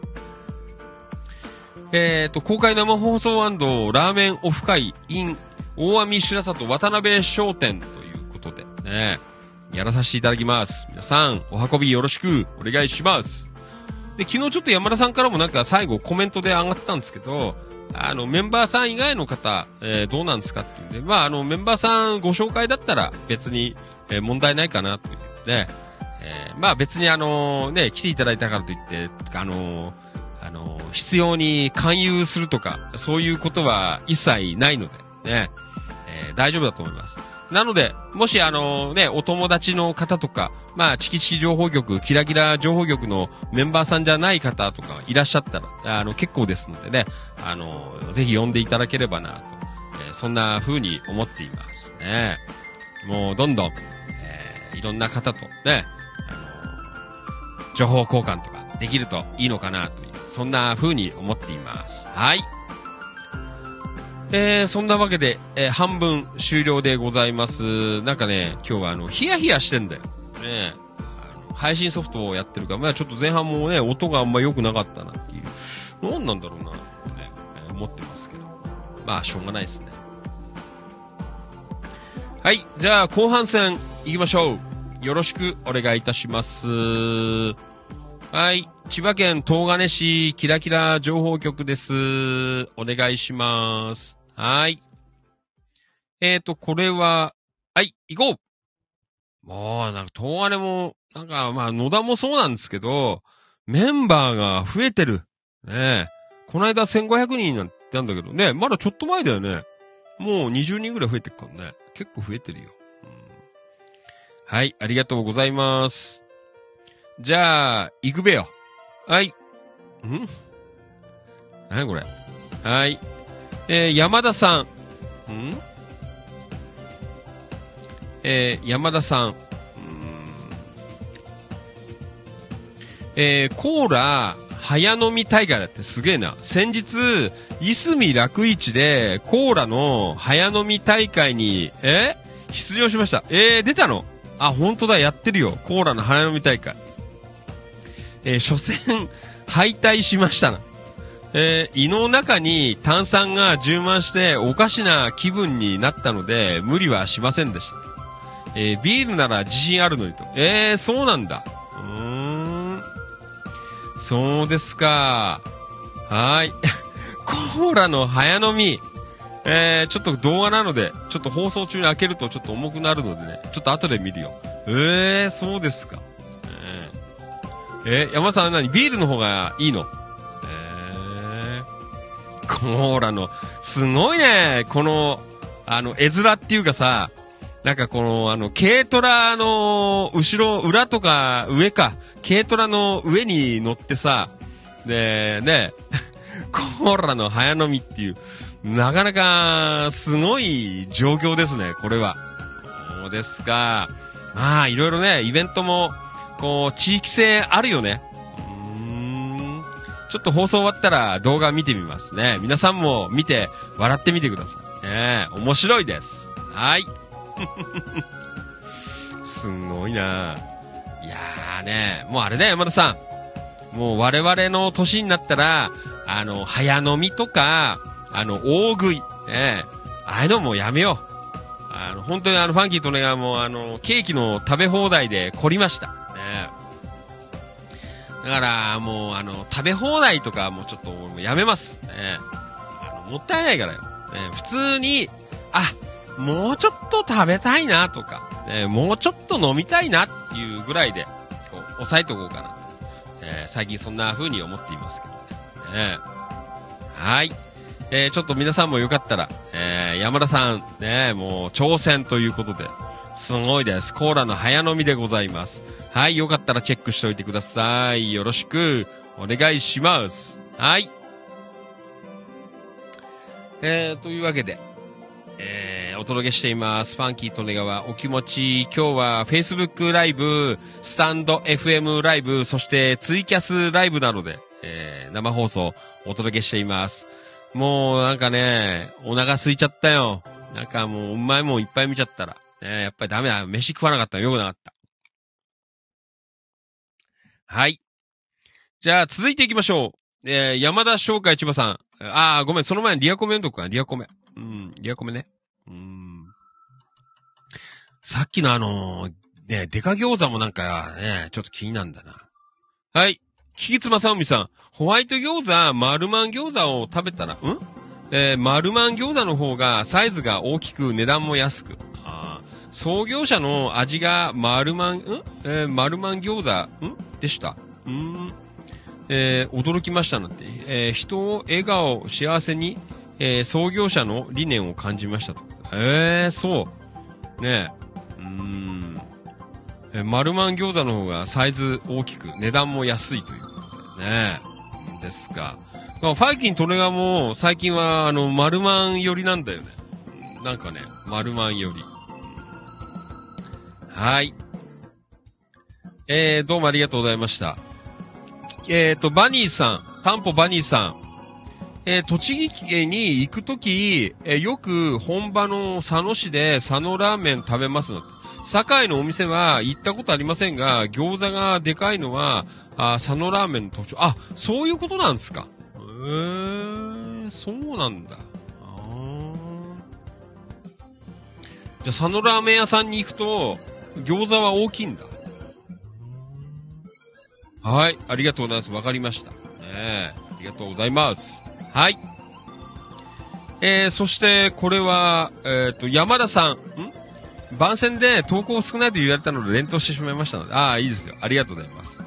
えーと、公開生放送&ラーメンオフ会 in 大網白里渡辺商店ということで、ねね、やらさせていただきます。皆さん、お運びよろしくお願いします。で、昨日ちょっと山田さんからもなんか最後コメントで上がったんですけど、あの、メンバーさん以外の方、えー、どうなんですかっていうんで、まあ、あの、メンバーさんご紹介だったら別に、えー、問題ないかなというね、えー、まあ別にあのね、来ていただいたからといって、あのー、あのー、必要に勧誘するとか、そういうことは一切ないので、ね、えー、大丈夫だと思います。なので、もしあのね、お友達の方とか、まあ、チキチキ情報局、キラキラ情報局のメンバーさんじゃない方とかいらっしゃったら、あの、結構ですのでね、あの、ぜひ呼んでいただければなと、えー、そんな風に思っていますね。もう、どんどん、えー、いろんな方とね、あの、情報交換とかできるといいのかなという、そんな風に思っています。はい。えー、そんなわけで、えー、半分終了でございます。なんかね、今日はあの、ヒヤヒヤしてんだよ。ね、あの配信ソフトをやってるから、まあちょっと前半もね、音があんま良くなかったなっていう。何なんだろうなってね、えー、思ってますけど。まあしょうがないですね。はい、じゃあ後半戦行きましょう。よろしくお願いいたします。はい、千葉県東金市キラキラ情報局です。お願いします。はい。えーと、これは、はい、行こう。もう、なんか、東金も、なんか、まあ、野田もそうなんですけど、メンバーが増えてる。ねえ。この間せんごひゃくにんになったんだけどね、まだちょっと前だよね。もうにじゅうにんぐらい増えてるからね。結構増えてるよ。うん、はい、ありがとうございます。じゃあ、行くべよ。はい。ん？何これ。はい。えー、山田さん。ん？えー、山田さん。うーんえー、コーラ、早飲み大会だってすげえな。先日、いすみ楽市でコーラの早飲み大会に、えー、出場しました。えー、出たの？あ、ほんとだ、やってるよ。コーラの早飲み大会。えー、初戦、敗退しましたな。えー、胃の中に炭酸が充満しておかしな気分になったので無理はしませんでした。えー、ビールなら自信あるのにと。えー、そうなんだ。うーん。そうですか。はーい。コーラの早飲み。えー、ちょっと動画なので、ちょっと放送中に開けるとちょっと重くなるのでね、ちょっと後で見るよ。えー、そうですか。えー、えー、山さんは何？ビールの方がいいの？コーラの、すごいね、この、あの、絵面っていうかさ、なんかこの、あの、軽トラの、後ろ、裏とか、上か、軽トラの上に乗ってさ、で、ね、コーラの早飲みっていう、なかなか、すごい状況ですね、これは。そうですか。まあ、いろいろね、イベントも、こう、地域性あるよね。ちょっと放送終わったら動画見てみますね。皆さんも見て笑ってみてください。ねえ、面白いです。はい。すごいな。いやーね、もうあれだよ、山田さん。もう我々の年になったら、あの、早飲みとか、あの、大食い、ねえ、ああいうのもやめよう。あの、本当にあの、ファンキーとねがもうあの、ケーキの食べ放題で凝りました。ねえ。だから、もう、あの、食べ放題とかもうちょっともうやめます。ね、あのもったいないからよ。ね、普通に、あ、もうちょっと食べたいなとか、ね、もうちょっと飲みたいなっていうぐらいで、こう、抑えとこうかなと。えー、最近そんな風に思っていますけどね。ねはい。えー、ちょっと皆さんもよかったら、えー、山田さん、ね、もう挑戦ということで、すごいです。コーラの早飲みでございます。はい、よかったらチェックしておいてください。よろしくお願いします。はい。えー、というわけで、えー、お届けしています。ファンキー利根川お気持ち。今日は Facebook ライブ、スタンド エフエム ライブ、そしてツイキャスライブなので、えー、生放送お届けしています。もうなんかね、お腹空いちゃったよ。なんかもううまいもんいっぱい見ちゃったら。ね、やっぱりダメだ。飯食わなかったらよくなかった。はい。じゃあ、続いていきましょう。えー、山田翔海千葉さん。あー、ごめん、その前にリアコメ読んどくかな、リアコメ。うん、リアコメね。うん。 さっきのあの、ね、デカ餃子もなんかね、ちょっと気になるんだな。はい。キキツマサウミさん。ホワイト餃子、マルマン餃子を食べたら、んえー、マルマン餃子の方がサイズが大きく値段も安く。あ創業者の味がマルマン、んえー、マルマン餃子、んでした。うーん。えー、驚きましたなんて。えー、人を笑顔、幸せに、えー、創業者の理念を感じましたと。えー、そう。ねえ。うーん。えー、マルマン餃子の方がサイズ大きく、値段も安いということでね。ですか。ファイキントレガも最近はあの、マルマン寄りなんだよね。なんかね、マルマン寄り。はい。えー、どうもありがとうございました。えーと、バニーさん、タンポバニーさん。えー、栃木県に行くとき、えー、よく本場の佐野市で佐野ラーメン食べますの。堺のお店は行ったことありませんが、餃子がでかいのは、あ佐野ラーメンの特徴。あ、そういうことなんですか。へー、そうなんだ。あー。じゃあ佐野ラーメン屋さんに行くと、餃子は大きいんだ。はい、ありがとうございます。わかりました。ねえ、ありがとうございます。はい。えー、そして、これは、えっと、山田さん。ん番宣で投稿少ないと言われたので連投してしまいましたので。ああ、いいですよ。ありがとうございます。うん。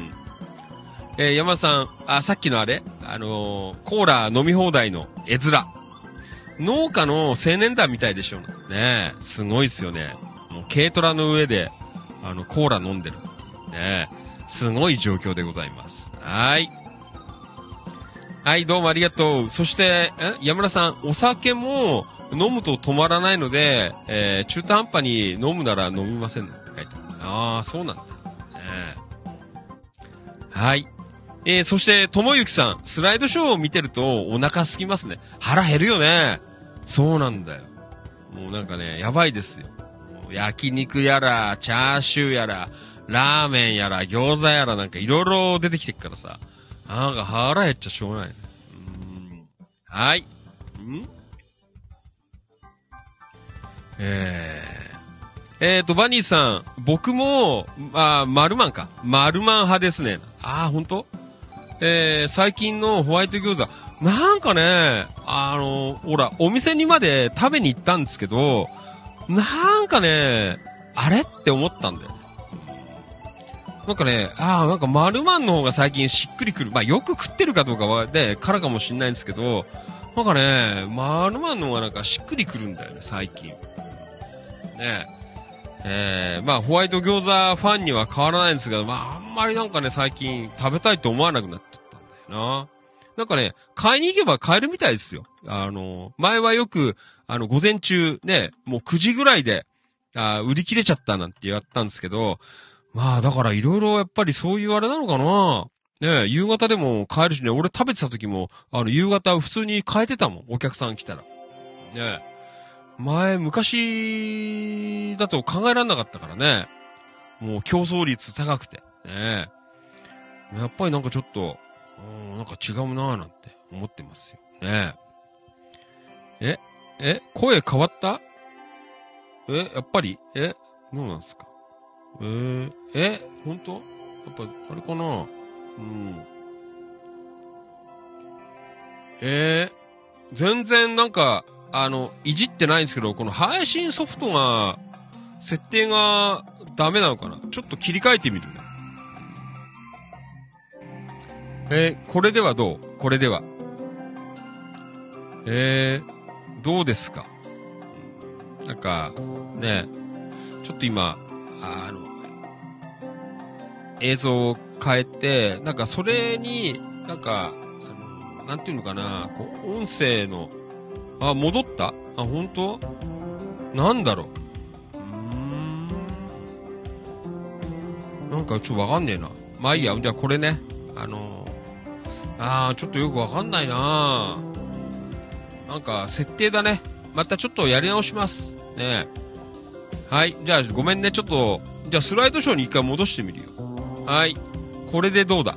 えー、山田さん、あ、さっきのあれあのー、コーラ飲み放題の絵面。農家の青年団みたいでしょうね。すごいっすよね。もう軽トラの上で、あの、コーラ飲んでる。ねすごい状況でございます。はい。はい、どうもありがとう。そして、え山田さん、お酒も飲むと止まらないので、えー、中途半端に飲むなら飲みませんって書いてある。ああ、そうなんだ。ね、はい。えー、そして、ともゆきさん、スライドショーを見てるとお腹空きますね。腹減るよね。そうなんだよ。もうなんかね、やばいですよ。もう焼肉やら、チャーシューやら、ラーメンやら、餃子やらなんかいろいろ出てきてるからさ。なんか腹減っちゃしょうがない、ね。うーん。はい。んえー。えーと、バニーさん、僕も、あ、マルマンか。マルマン派ですね。あー、ほんとえー、最近のホワイト餃子、なんかね、あの、ほら、お店にまで食べに行ったんですけど、なんかね、あれって思ったんだよね。なんかね、ああ、なんか丸マンの方が最近しっくりくる。まあよく食ってるかどうかはね、からかもしんないんですけど、なんかね、丸マンの方がなんかしっくりくるんだよね、最近。ねえ。えー、まあホワイト餃子ファンには変わらないんですが、まああんまりなんかね、最近食べたいと思わなくなっちゃったんだよな。なんかね、買いに行けば買えるみたいですよ。あの、前はよく、あの、午前中ね、もうくじぐらいで、あ売り切れちゃったなんて言われたんですけど、まあ、だからいろいろやっぱりそういうあれなのかな。ねえ、夕方でも買えるしね、俺食べてた時も、あの、夕方普通に買えてたもん、お客さん来たら。ねえ。前、昔だと考えられなかったからね。もう競争率高くて。ねえ。やっぱりなんかちょっと、うん、なんか違うなぁなんて思ってますよ。ねえ。え、え、声変わった？え、やっぱりえ、どうなんですか？えー、え、ほんと？やっぱ、あれかな？うん。えー、全然なんか、あの、いじってないんですけど、この配信ソフトが、設定がダメなのかな？ちょっと切り替えてみるね。えー、これではどう？これでは。えー、どうですか？なんか、ね、ちょっと今、あの、映像を変えて、なんかそれに、なんか、あの、なんていうのかな、こう、音声の、あ、戻った？あ、本当？なんだろう。うーん。なんかちょっとわかんねえな。まあいいや、じゃあこれね、あの、あー、ちょっとよくわかんないな。なんか設定だね。またちょっとやり直します。ねえ。はい、じゃあごめんね、ちょっと、じゃあスライドショーに一回戻してみるよ。はい。これでどうだ？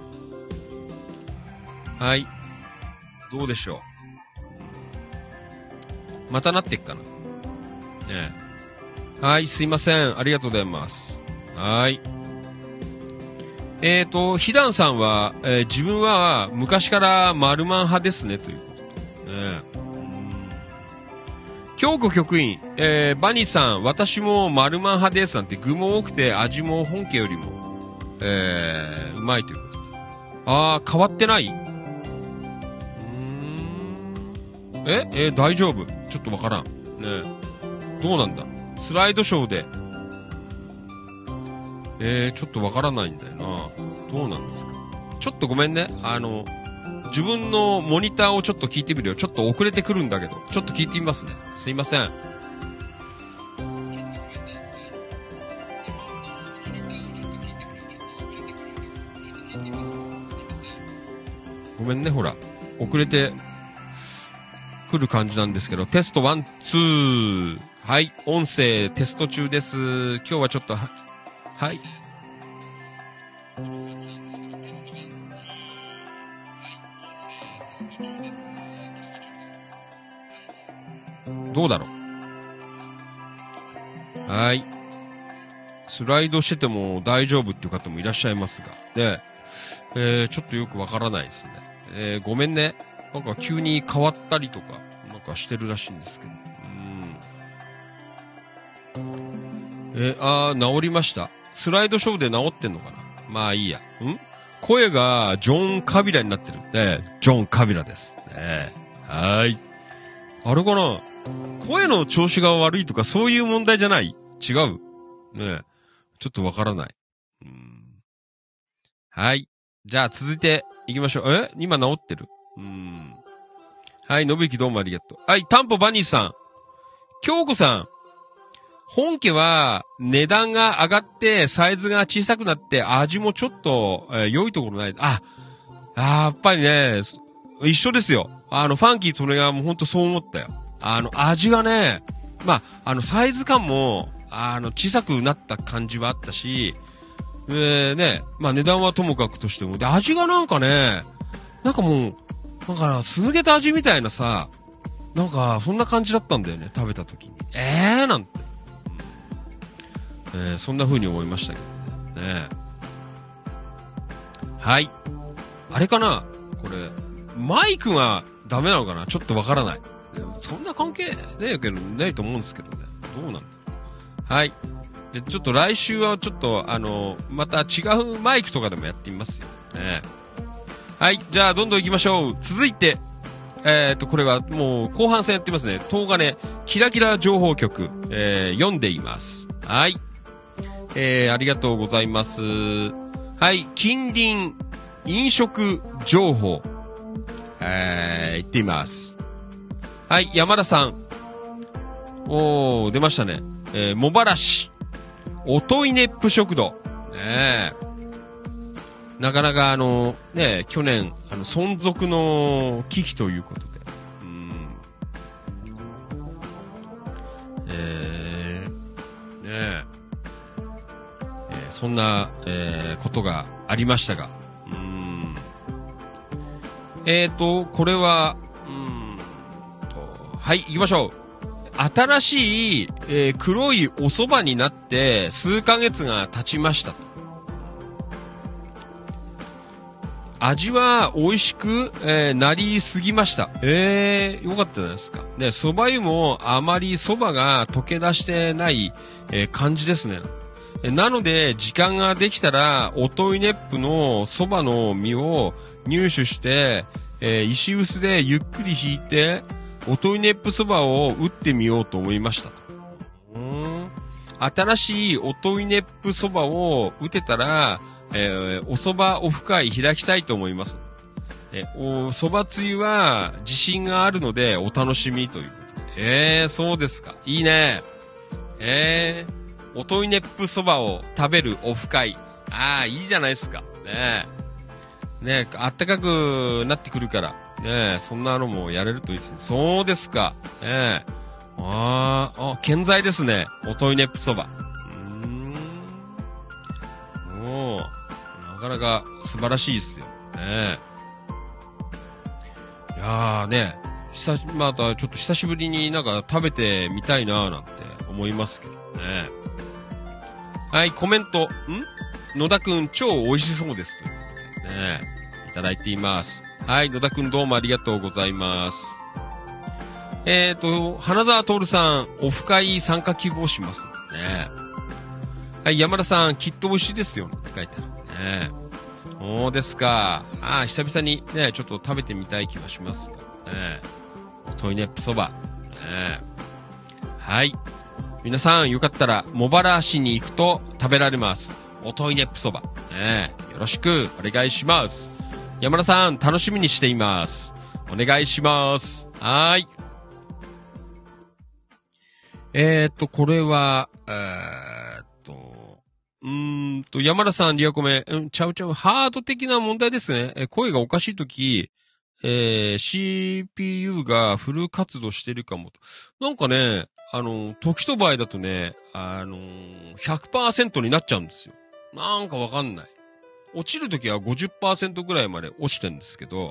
はい。どうでしょう？またなってっかな？ねはい、すいません。ありがとうございます。はい。えーと、ひだんさんは、えー自分は昔からマルマン派ですね、ということで。ね、京子局員、えー、バニーさん、私もマルマン派ですなんて具も多くて味も本家よりも、えー、うまいということで。あー、変わってない？うーん。ええー、大丈夫？ちょっとわからん。ね、どうなんだ？スライドショーで、えー、ちょっとわからないんだよな。どうなんですか？ちょっとごめんね。あの、自分のモニターをちょっと聞いてみるよ。ちょっと遅れてくるんだけど。ちょっと聞いてみますね。すいません。ごめんね、ほら。遅れてくる感じなんですけど。テストワン、ツー。はい。音声テスト中です。今日はちょっとは、はい。どうだろう。はい。スライドしてても大丈夫っていう方もいらっしゃいますが。で、えー、ちょっとよくわからないですね。えー、ごめんね。なんか急に変わったりとか、なんかしてるらしいんですけど。うーん。えー、あー、治りました。スライドショーで治ってんのかな。まあいいや。ん声がジョン・カビラになってる。ね、ジョン・カビラです。ね、はーい。あれかな、声の調子が悪いとかそういう問題じゃない？違う？ねえ。ちょっとわからない。うーん。はい。じゃあ続いて行きましょう。え？今治ってる？うーん。はい、のぶゆきどうもありがとう。はい、タンポバニーさん。京子さん。本家は値段が上がってサイズが小さくなって味もちょっと、えー、良いところない。あ、あやっぱりね、一緒ですよ。あの、ファンキーそれがもうほんとそう思ったよ。あの、味がね、まあ、あの、サイズ感も、あの、小さくなった感じはあったし、えー、ね、まあ値段はともかくとしても、で、味がなんかね、なんかもう、なんか、すぬげた味みたいなさ、なんか、そんな感じだったんだよね、食べた時に。えーなんて。うん、えー、そんな風に思いましたけどね。ね、はい。あれかなこれ、マイクがダメなのかなちょっとわからない。そんな関係ねえけど、ないと思うんですけどね。どうなんだろう。はい。で、ちょっと来週はちょっと、あの、また違うマイクとかでもやってみますよ。ね。はい。じゃあ、どんどん行きましょう。続いて、えっと、これはもう後半戦やってますね。東金、キラキラ情報局、えー、読んでいます。はい。えー、ありがとうございます。はい。近隣、飲食情報、えー、言っています。はい。山田さん。おー、出ましたね。えー、茂原市、おといねっぷ食堂。ねえ。なかなかあの、ねえ、去年、あの、存続の危機ということで。うん。えー、ねえ。えー、そんな、えー、ことがありましたが。うん。えーと、これは、うんと、はい、行きましょう。新しい、えー、黒いお蕎麦になって数ヶ月が経ちましたと。味は美味しく、えー、なりすぎました。えー、よかったじゃないですか。ね、蕎麦湯もあまり蕎麦が溶け出してない、えー、感じですね。えー、なので、時間ができたら、おといねっぷの蕎麦の実を入手して、えー、石臼でゆっくり引いて、おといねっぷ蕎麦を打ってみようと思いましたと。うーん。新しいおといねっぷ蕎麦を打てたら、えー、お蕎麦オフ会開きたいと思います。えー、お蕎麦つゆは自信があるのでお楽しみということで。えー、そうですか。いいね。えー、おといねっぷ蕎麦を食べるオフ会。ああ、いいじゃないですか。ねえ。ねえ、あったかくなってくるから。ねえ、そんなのもやれるといいですね。そうですか。ねえ。あーあ、健在ですね。おといねっぷ蕎麦。うーん。おー。なかなか素晴らしいですよ。ねえ。いやーね、久し、またちょっと久しぶりになんか食べてみたいなーなんて思いますけどね。 はい、コメント。ん野田くん、超美味しそうです。ということでね、いただいています。はい、野田くんどうもありがとうございます。えーと、花沢徹さん、オフ会参加希望しますね。はい、山田さん、きっと美味しいですよ。って書いてあるね。そうですか。ああ、久々にね、ちょっと食べてみたい気がします。ね、トイネップそば。ね、はい。皆さん、よかったら、茂原市に行くと食べられます。おトイネップそば。ね、よろしくお願いします。山田さん、楽しみにしています。お願いします。はーい。えーと、これは、えーっと、うーんと、山田さん、リアコメ、うん、ちゃうちゃう、ハード的な問題ですね。え声がおかしいとき、えー、シーピーユー がフル活動してるかもと。なんかね、あの、時と場合だとね、あの、ひゃくパーセント になっちゃうんですよ。なんかわかんない。落ちるときは ごじゅっパーセント ぐらいまで落ちてるんですけど、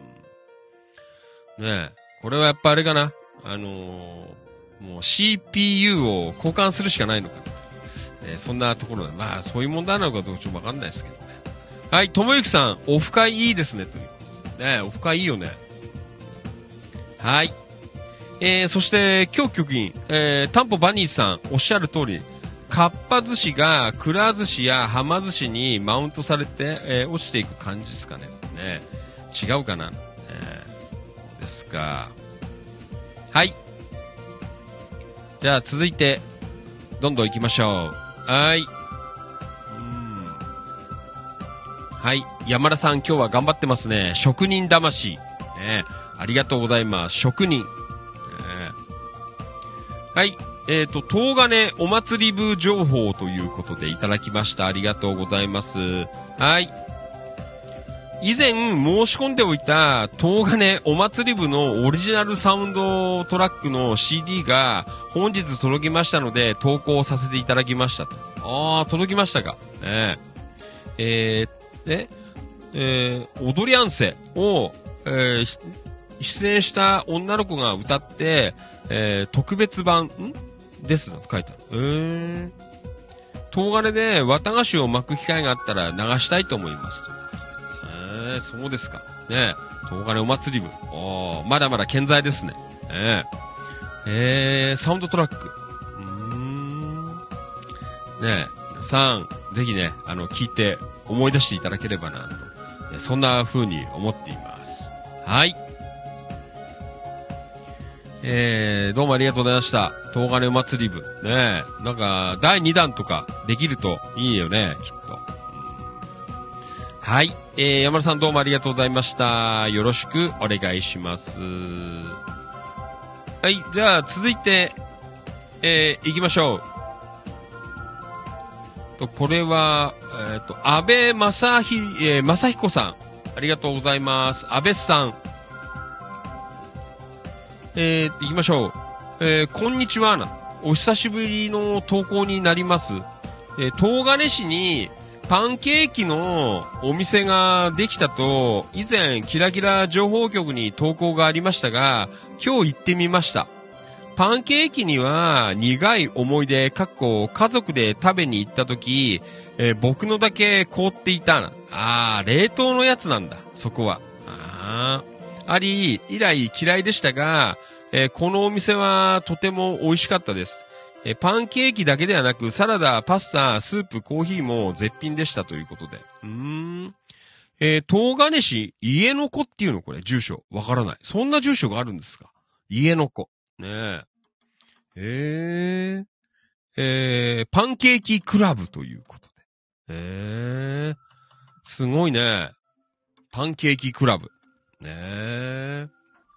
うん、ねえ、これはやっぱあれかな。あのー、もう シーピーユー を交換するしかないのかな。えー、そんなところで、まあそういう問題なのかどうかちょっとわかんないですけどね。はい、ともゆきさん、オフ会いいですね、という。ねえ、オフ会いいよね。はい。えー、そして、今日局員、えー、タンポバニーさん、おっしゃる通り、かっぱ寿司が、くら寿司やはま寿司にマウントされて、えー、落ちていく感じですかね。ね、違うかな、えー、ですか。はい。じゃあ、続いて、どんどん行きましょう。はい。うん。はい。山田さん、今日は頑張ってますね。職人魂。ね、ありがとうございます。職人。ね、はい。えっと、東金お祭り部情報ということでいただきました。ありがとうございます。はい。以前申し込んでおいた東金お祭り部のオリジナルサウンドトラックの シーディー が本日届きましたので投稿させていただきました。あー、届きましたか。ね、えー、え、えー、踊りアンセを、えー、出演した女の子が歌って、えー、特別版、んですと書いてある。えー。東金で綿菓子を巻く機会があったら流したいと思います。えー、そうですか。ねえ、東金お祭り部。おー、まだまだ健在ですね。ねえ、えー、サウンドトラック。うーん。ねえ、皆さん、ぜひね、あの、聞いて思い出していただければなと。ね、そんな風に思っています。はい。えー、どうもありがとうございました。東金お祭り部。ねえ、なんか、だいにだんとかできるといいよね、きっと。はい。えー、山田さんどうもありがとうございました。よろしくお願いします。はい。じゃあ、続いて、えー、行きましょう。と、これは、えっ、ー、と、安倍正ひ、えー、正彦さん。ありがとうございます。安倍さん。えー、行きましょう。えー、こんにちはな。お久しぶりの投稿になります。えー、東金市にパンケーキのお店ができたと、以前キラキラ情報局に投稿がありましたが、今日行ってみました。パンケーキには苦い思い出、かっこ家族で食べに行ったとき、えー、僕のだけ凍っていたな。あー、冷凍のやつなんだ、そこは。あー。あり、以来嫌いでしたが、えー、このお店はとても美味しかったです。えー、パンケーキだけではなく、サラダ、パスタ、スープ、コーヒーも絶品でしたということで。うーん。えー、東金市、家の子っていうのこれ、住所。わからない。そんな住所があるんですか？家の子。ねえ。えー、えー、パンケーキクラブということで。えー、すごいね。パンケーキクラブ。ねえ。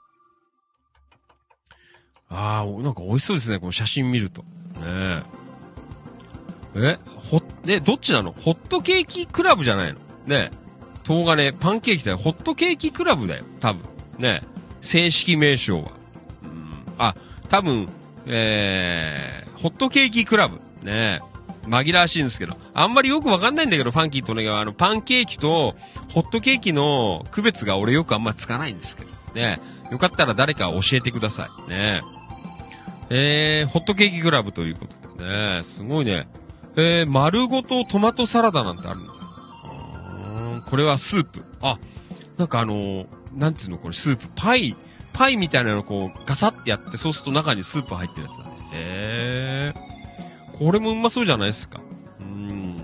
ああ、なんか美味しそうですね、この写真見ると。ねえ。え、ほ、え、どっちなの？ホットケーキクラブじゃないの？ねえ。東金、パンケーキだよ。ホットケーキクラブだよ。多分。ねえ。正式名称は。うん。あ、多分、えー、ホットケーキクラブ。ねえ。紛らわしいんですけど。あんまりよくわかんないんだけど、ファンキーとね、あの、パンケーキと、ホットケーキの区別が俺よくあんまつかないんですけど。ね。よかったら誰か教えてください。ね。えー、ホットケーキクラブということでね。すごいね。 えー、丸ごとトマトサラダなんてあるんだ。うーん、これはスープ。あ、なんかあのー、なんていうのこれスープ。パイ、パイみたいなのこう、ガサってやって、そうすると中にスープ入ってるやつだね。へー。これもうまそうじゃないですか。うーん。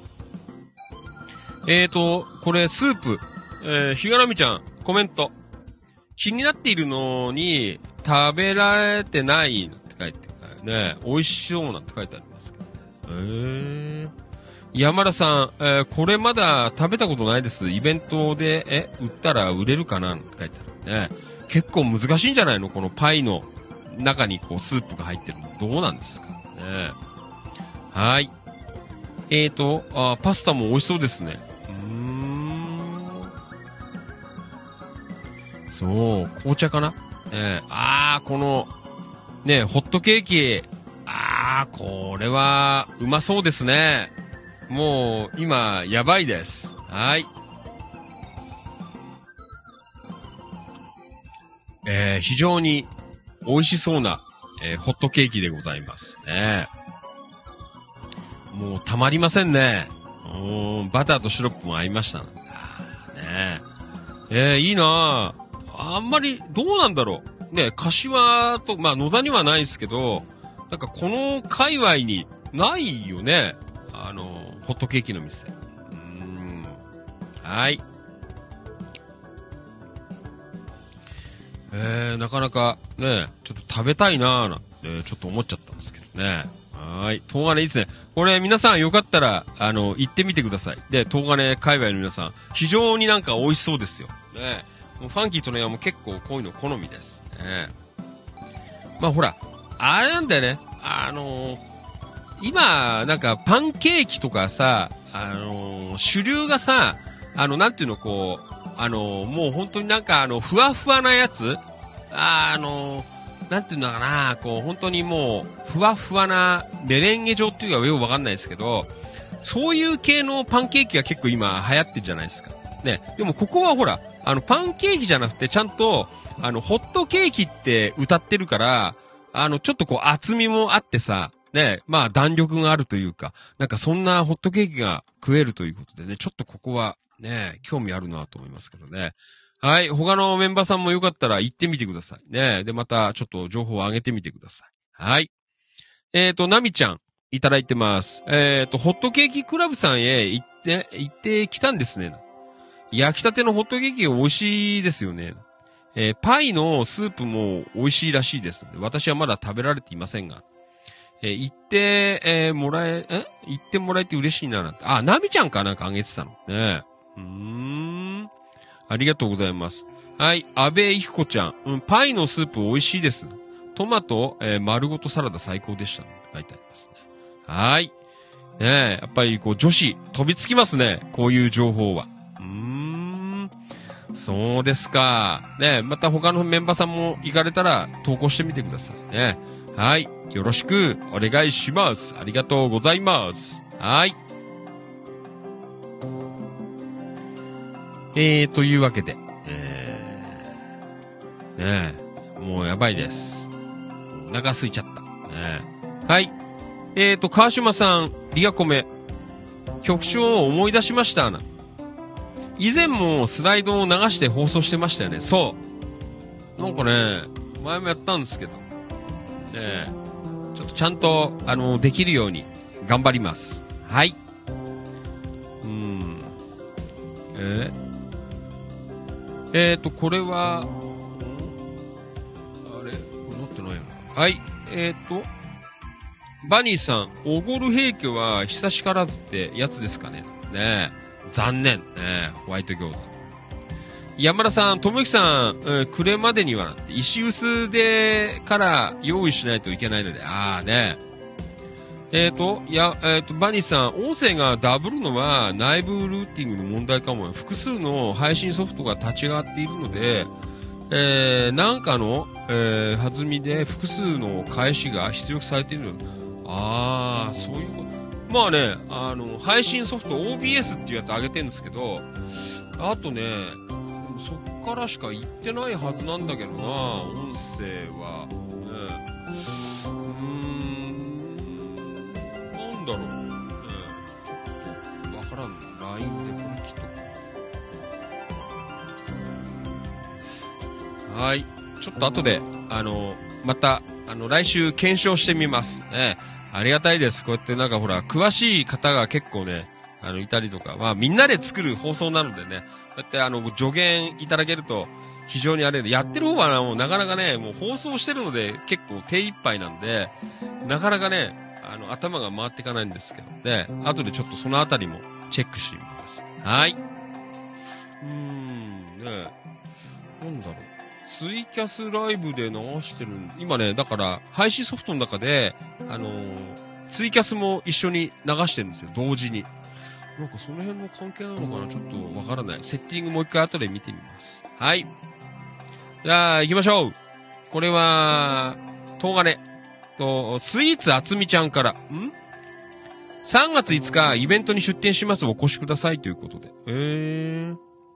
えーと、これスープ。えー、ひがらみちゃん、コメント。気になっているのに、食べられてないって書いてあるね。美味しそうなんて書いてありますけど。へー。山田さん、えー、これまだ食べたことないです。イベントで、え、売ったら売れるかなって書いてあるね。結構難しいんじゃないのこのパイの中にこうスープが入ってるの。どうなんですかね。はい。えーと、あ、パスタも美味しそうですね。うーん。そう、紅茶かなね。あー、この、ね、ホットケーキ。あー、これは、うまそうですね。もう、今、やばいです。はい。えー、非常に美味しそうな、えー、ホットケーキでございますね。もうたまりませんね。うーん、バターとシロップも合いましたね。えー、いいなぁ。あんまり、どうなんだろう。ね、柏と、まあ野田にはないですけど、なんかこの界隈にないよね。あの、ホットケーキの店。うーん。はい。えー、なかなかね、ちょっと食べたいなーなんて、ちょっと思っちゃったんですけどね。はい。東金いいですね。これ皆さんよかったら、あの、行ってみてください。で、東金界隈の皆さん、非常になんか美味しそうですよ。ね。もうファンキーとね、もう結構こういうの好みです。ね。まあほら、あれなんだよね。あのー、今、なんかパンケーキとかさ、あのー、主流がさ、あの、なんていうの、こう、あのー、もう本当になんかあの、ふわふわなやつあ、あのー、なんていうのかな、こう、本当にもう、ふわふわな、メレンゲ状っていうかよくわかんないですけど、そういう系のパンケーキが結構今流行ってるじゃないですか。ね。でもここはほら、あの、パンケーキじゃなくて、ちゃんと、あの、ホットケーキって歌ってるから、あの、ちょっとこう、厚みもあってさ、ね、まあ弾力があるというか、なんかそんなホットケーキが食えるということでね、ちょっとここはね、興味あるなと思いますけどね。はい、他のメンバーさんもよかったら行ってみてください。ね、で、またちょっと情報を上げてみてください。はい。えっと、ナミちゃん、いただいてます。えっと、ホットケーキクラブさんへ行って、行ってきたんですね。焼きたてのホットケーキが美味しいですよね。えー、パイのスープも美味しいらしいです。私はまだ食べられていませんが。えー、行って、えー、もらえ、え行ってもらえて嬉しいななんて。あ、ナミちゃんかなんかあげてたの。ねうーん。ありがとうございます。はい、安倍いくこちゃん。うん、パイのスープ美味しいです。トマト、えー、丸ごとサラダ最高でした。書いてありますね。はい。ねえ、やっぱりこう女子飛びつきますね。こういう情報は。うーん。そうですか。ねえ、また他のメンバーさんも行かれたら投稿してみてくださいね。はい。よろしくお願いします。ありがとうございます。はい。えー、というわけで、えー、ねえ、もうやばいです。お腹空いちゃった。ねえ。はい。えーと、川島さん、リアコメ。局長を思い出しましたな。以前もスライドを流して放送してましたよね。そう。なんかね、前もやったんですけど。ねえ。ちょっとちゃんと、あの、できるように頑張ります。はい。うーん。えー、えーと、これは、あれこれなってないよな。はい。えーと、バニーさん、おごる平家は久しからずってやつですかね。ねえ。残念。ねえ。ホワイト餃子。山田さん、ともゆきさん、うん、くれまでには、石臼でから用意しないといけないので、ああね。えっ、ー、と、や、えっ、ー、と、バニーさん、音声がダブるのは内部ルーティングの問題かも。複数の配信ソフトが立ち上がっているので、えー、なんかの、えー、弾みで複数の返しが出力されているの。ああ、そういうこと。まあね、あの、配信ソフト オービーエス っていうやつ上げてるんですけど、あとね、そっからしか言ってないはずなんだけどな、音声は。ね、うーん、なんだろう。 はい。ちょっと後で、あの、また、あの、来週検証してみます。ね。ありがたいです。こうやってなんかほら、詳しい方が結構ね、あの、いたりとか、まあ、みんなで作る放送なのでね、こうやってあの、助言いただけると、非常にあれで、やってる方はもうなかなかね、もう放送してるので結構手一杯なんで、なかなかね、あの、頭が回っていかないんですけど、で、後でちょっとそのあたりもチェックしてみます。はい。うーん、ね、なんだろう。ツイキャスライブで流してるん、今ね、だから、配信ソフトの中で、あのー、ツイキャスも一緒に流してるんですよ、同時に。なんかその辺の関係なのかな、ちょっとわからない。セッティングもう一回後で見てみます。はい。じゃあ、行きましょう。これは、東金。と、スイーツあつみちゃんから。ん ?さんがついつか、イベントに出店します。お越しください。ということで。へ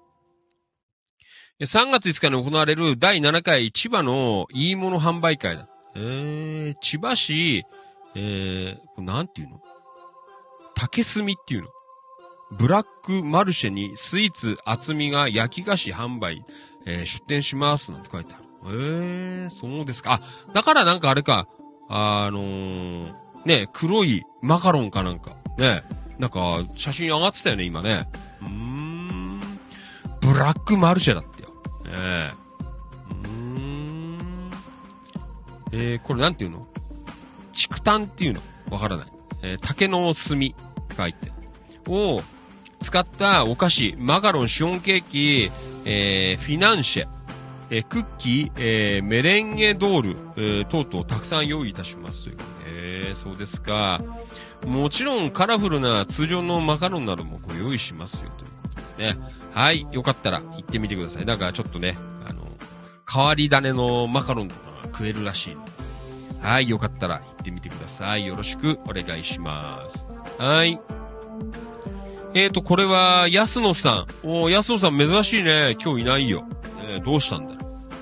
ー。さんがついつかに行われるだいななかい千葉のいいもの販売会だ。えー、千葉市、えー、これなんていうの？竹炭っていうの？ブラックマルシェにスイーツ厚みが焼き菓子販売、えー、出店しますなんて書いてある。えー、そうですか。あ、だからなんかあれか、あのー、ね、黒いマカロンかなんか。ね、なんか写真上がってたよね、今ね。うーん。ブラックマルシェだってよ。ね、うーん。えー、これなんていうの？竹炭っていうの？わからない。えー、竹の炭って書いて。を使ったお菓子、マカロン、シフォンケーキ、えー、フィナンシェ、えー、クッキー、えー、メレンゲドール、えー、等々たくさん用意いたしますという。えー、そうですか。もちろんカラフルな通常のマカロンなどもご用意しますよということでね。はい、よかったら行ってみてください。なんかちょっとね、あの、変わり種のマカロンとかが食えるらしいので。はい、よかったら行ってみてください。よろしくお願いします。はい。えーと、これは、安野さん。おー、安野さん珍しいね。今日いないよ。えー、どうしたんだろ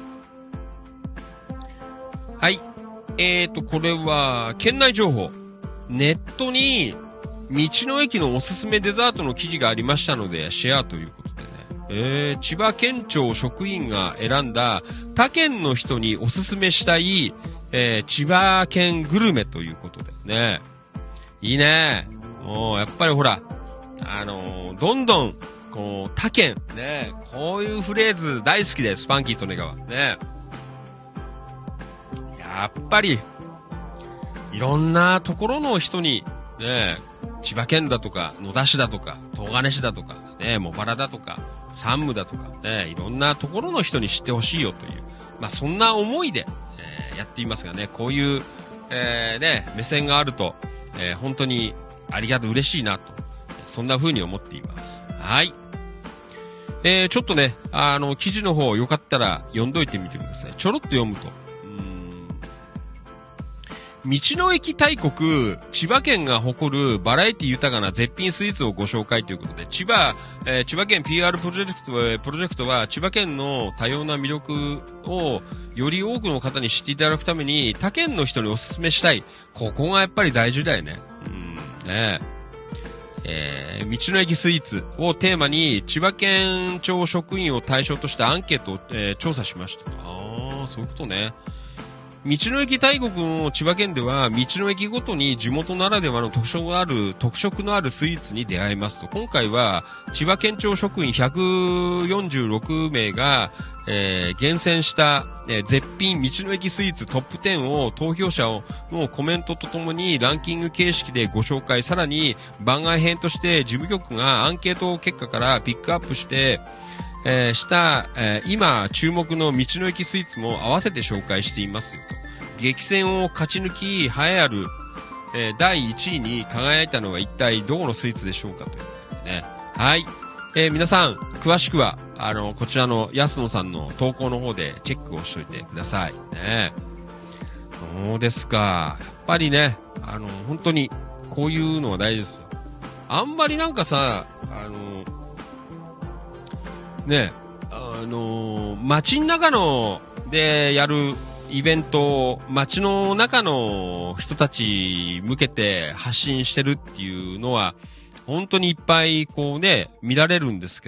う。はい。えーと、これは、県内情報。ネットに、道の駅のおすすめデザートの記事がありましたので、シェアということでね。えー、千葉県庁職員が選んだ、他県の人におすすめしたい、えー、千葉県グルメということでね。いいね。もう、やっぱりほら、あのー、どんどん、こう、他県、ね、こういうフレーズ大好きです、ファンキーとネガは。ね。やっぱり、いろんなところの人に、ね、千葉県だとか、野田市だとか、東金市だとか、ね、茂原だとか、山武だとか、ね、いろんなところの人に知ってほしいよという、まあ、そんな思いで、えー、やっていますがね、こういう、えー、ね、目線があると、えー、本当にありがとう、嬉しいなと。そんな風に思っています。はい。えー、ちょっとね、あの、記事の方よかったら読んどいてみてください。ちょろっと読むと。うーん。道の駅大国、千葉県が誇るバラエティ豊かな絶品スイーツをご紹介ということで、千葉、えー、千葉県 ピーアール プロジェクト、えー、プロジェクトは千葉県の多様な魅力をより多くの方に知っていただくために、他県の人にお勧めしたい。ここがやっぱり大事だよね。うん、ねえー、道の駅スイーツをテーマに千葉県庁職員を対象としたアンケートを、えー、調査しました。ああ、そういうことね。道の駅大国の千葉県では道の駅ごとに地元ならではの特色のある特色のあるスイーツに出会えますと。今回は千葉県庁職員ひゃくよんじゅうろくめいが、えー、厳選した、えー、絶品道の駅スイーツトップじゅうを投票者のコメントとともにランキング形式でご紹介。さらに番外編として事務局がアンケート結果からピックアップしてえー、した、えー、今注目の道の駅スイーツも合わせて紹介していますよと。激戦を勝ち抜き栄えある、えー、だいいちいに輝いたのは一体どこのスイーツでしょうかということでね。はい。えー、皆さん詳しくはあのこちらの安野さんの投稿の方でチェックをしといてくださいね。そうですか。やっぱりね、あの本当にこういうのは大事ですよ。あんまりなんかさ、あのね、あのー、街の中のでやるイベントを街の中の人たち向けて発信してるっていうのは本当にいっぱいこうね見られるんですけど、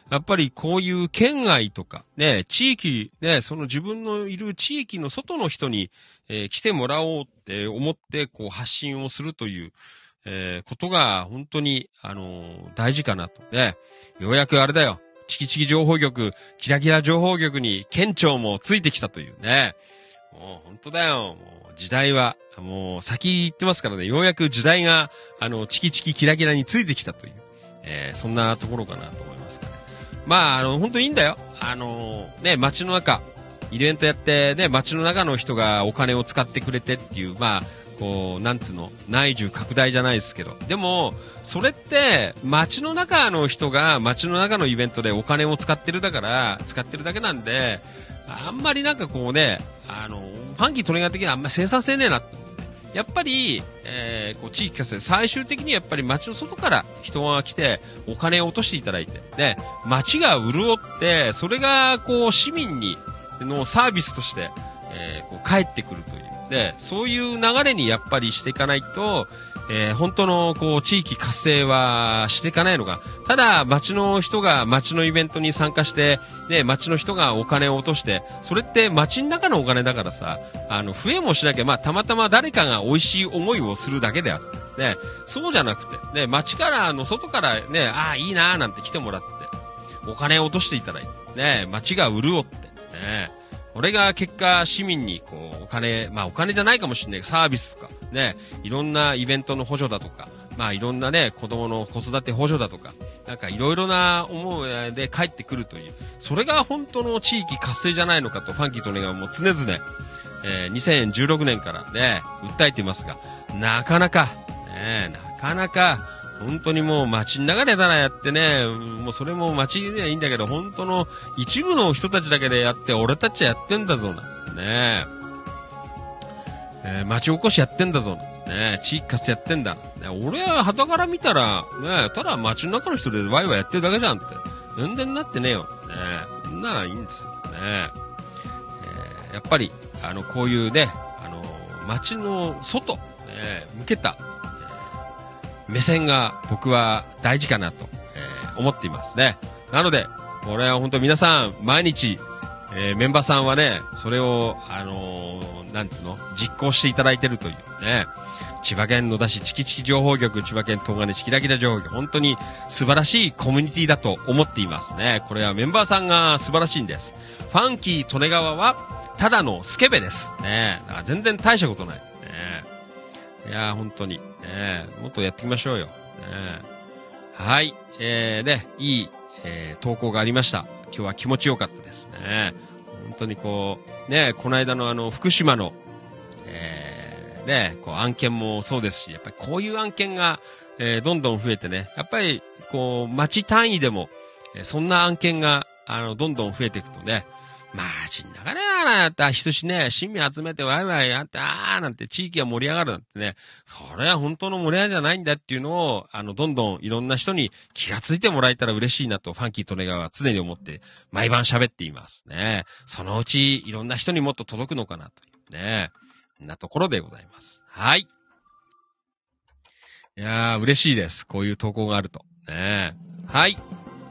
やっぱりこういう県外とか、ね、地域、ね、その自分のいる地域の外の人に、えー、来てもらおうって思って、こう発信をするという、えー、ことが本当に、あのー、大事かなと。ね、ようやくあれだよ。チキチキ情報局、キラキラ情報局に県庁もついてきたというね。もう本当だよ。もう時代は、もう先言ってますからね、ようやく時代が、あの、チキチキキラキラについてきたという、えー、そんなところかなと思いますね。まあ、あの、本当にいいんだよ。あの、ね、街の中、イベントやって、ね、街の中の人がお金を使ってくれてっていう、まあ、こう、なんつうの、内需拡大じゃないですけど。でも、それって、街の中の人が街の中のイベントでお金を使ってるだから、使ってるだけなんで、あんまりなんかこうね、あの、ファンキートレーナー的にはあんまり生産性ねえなって。やっぱり、えー、こう地域活性、最終的にやっぱり街の外から人が来て、お金を落としていただいて、で、街が潤って、それがこう市民に、のサービスとして、えー、こう帰ってくるという。で、そういう流れにやっぱりしていかないと、えー、本当のこう地域活性はしていかないのが、ただ街の人が街のイベントに参加して、ね、街の人がお金を落として、それって街の中のお金だからさ、あの、増えもしなきゃ、まあ、たまたま誰かが美味しい思いをするだけであって、ね、そうじゃなくて、ね、街からの外からね、ああ、いいなーなんて来てもらって、お金を落としていただいて、ね、街が潤って、ね、これが結果市民にこうお金、まあお金じゃないかもしれないサービスとかね、いろんなイベントの補助だとか、まあいろんなね、子供の子育て補助だとか、なんかいろいろな思いで帰ってくるという、それが本当の地域活性じゃないのかとファンキーとねがもう常々、えー、にせんじゅうろくねんからね、訴えていますが、なかなか、ね、なかなか、本当にもう街の中でたらやってね、もうそれも街ではいいんだけど、本当の一部の人たちだけでやって、俺たちはやってんだぞ、なんてね。えー、町おこしやってんだぞ、ね。地域活やってんだ。ね、俺は旗から見たら、ね、ただ街の中の人でワイワイやってるだけじゃんって。全然なってねえよ。ね。そんならいいんですよ。ね。えー、やっぱり、あの、こういうね、あの、街の外、ね、向けた、目線が僕は大事かなと、えー、思っていますね。なので、これは本当皆さん、毎日、えー、メンバーさんはね、それを、あのー、なんつうの、実行していただいているというね、千葉県野田市チキチキ情報局、千葉県東金市キラキラ情報局、本当に素晴らしいコミュニティだと思っていますね。これはメンバーさんが素晴らしいんです。ファンキー利根川は、ただのスケベです。ね、だから全然大したことない。ね、いやー、本当に。ね、もっとやっていきましょうよ。ね、はい。えー、ね、いい、えー、投稿がありました。今日は気持ちよかったですね。本当にこう、ね、この間のあの、福島の、えー、ね、こう案件もそうですし、やっぱりこういう案件が、えー、どんどん増えてね、やっぱり、こう、町単位でも、えー、そんな案件が、あの、どんどん増えていくとね、まあ、ちんだからやったら、人しね、市民集めてワイワイやって、あーなんて地域が盛り上がるなんてね、それは本当の盛り上がりじゃないんだっていうのを、あの、どんどんいろんな人に気がついてもらえたら嬉しいなと、ファンキートネガは常に思って、毎晩喋っていますね。そのうち、いろんな人にもっと届くのかなというね、そんなところでございます。はい。いやー、嬉しいです。こういう投稿があると。ね、はい。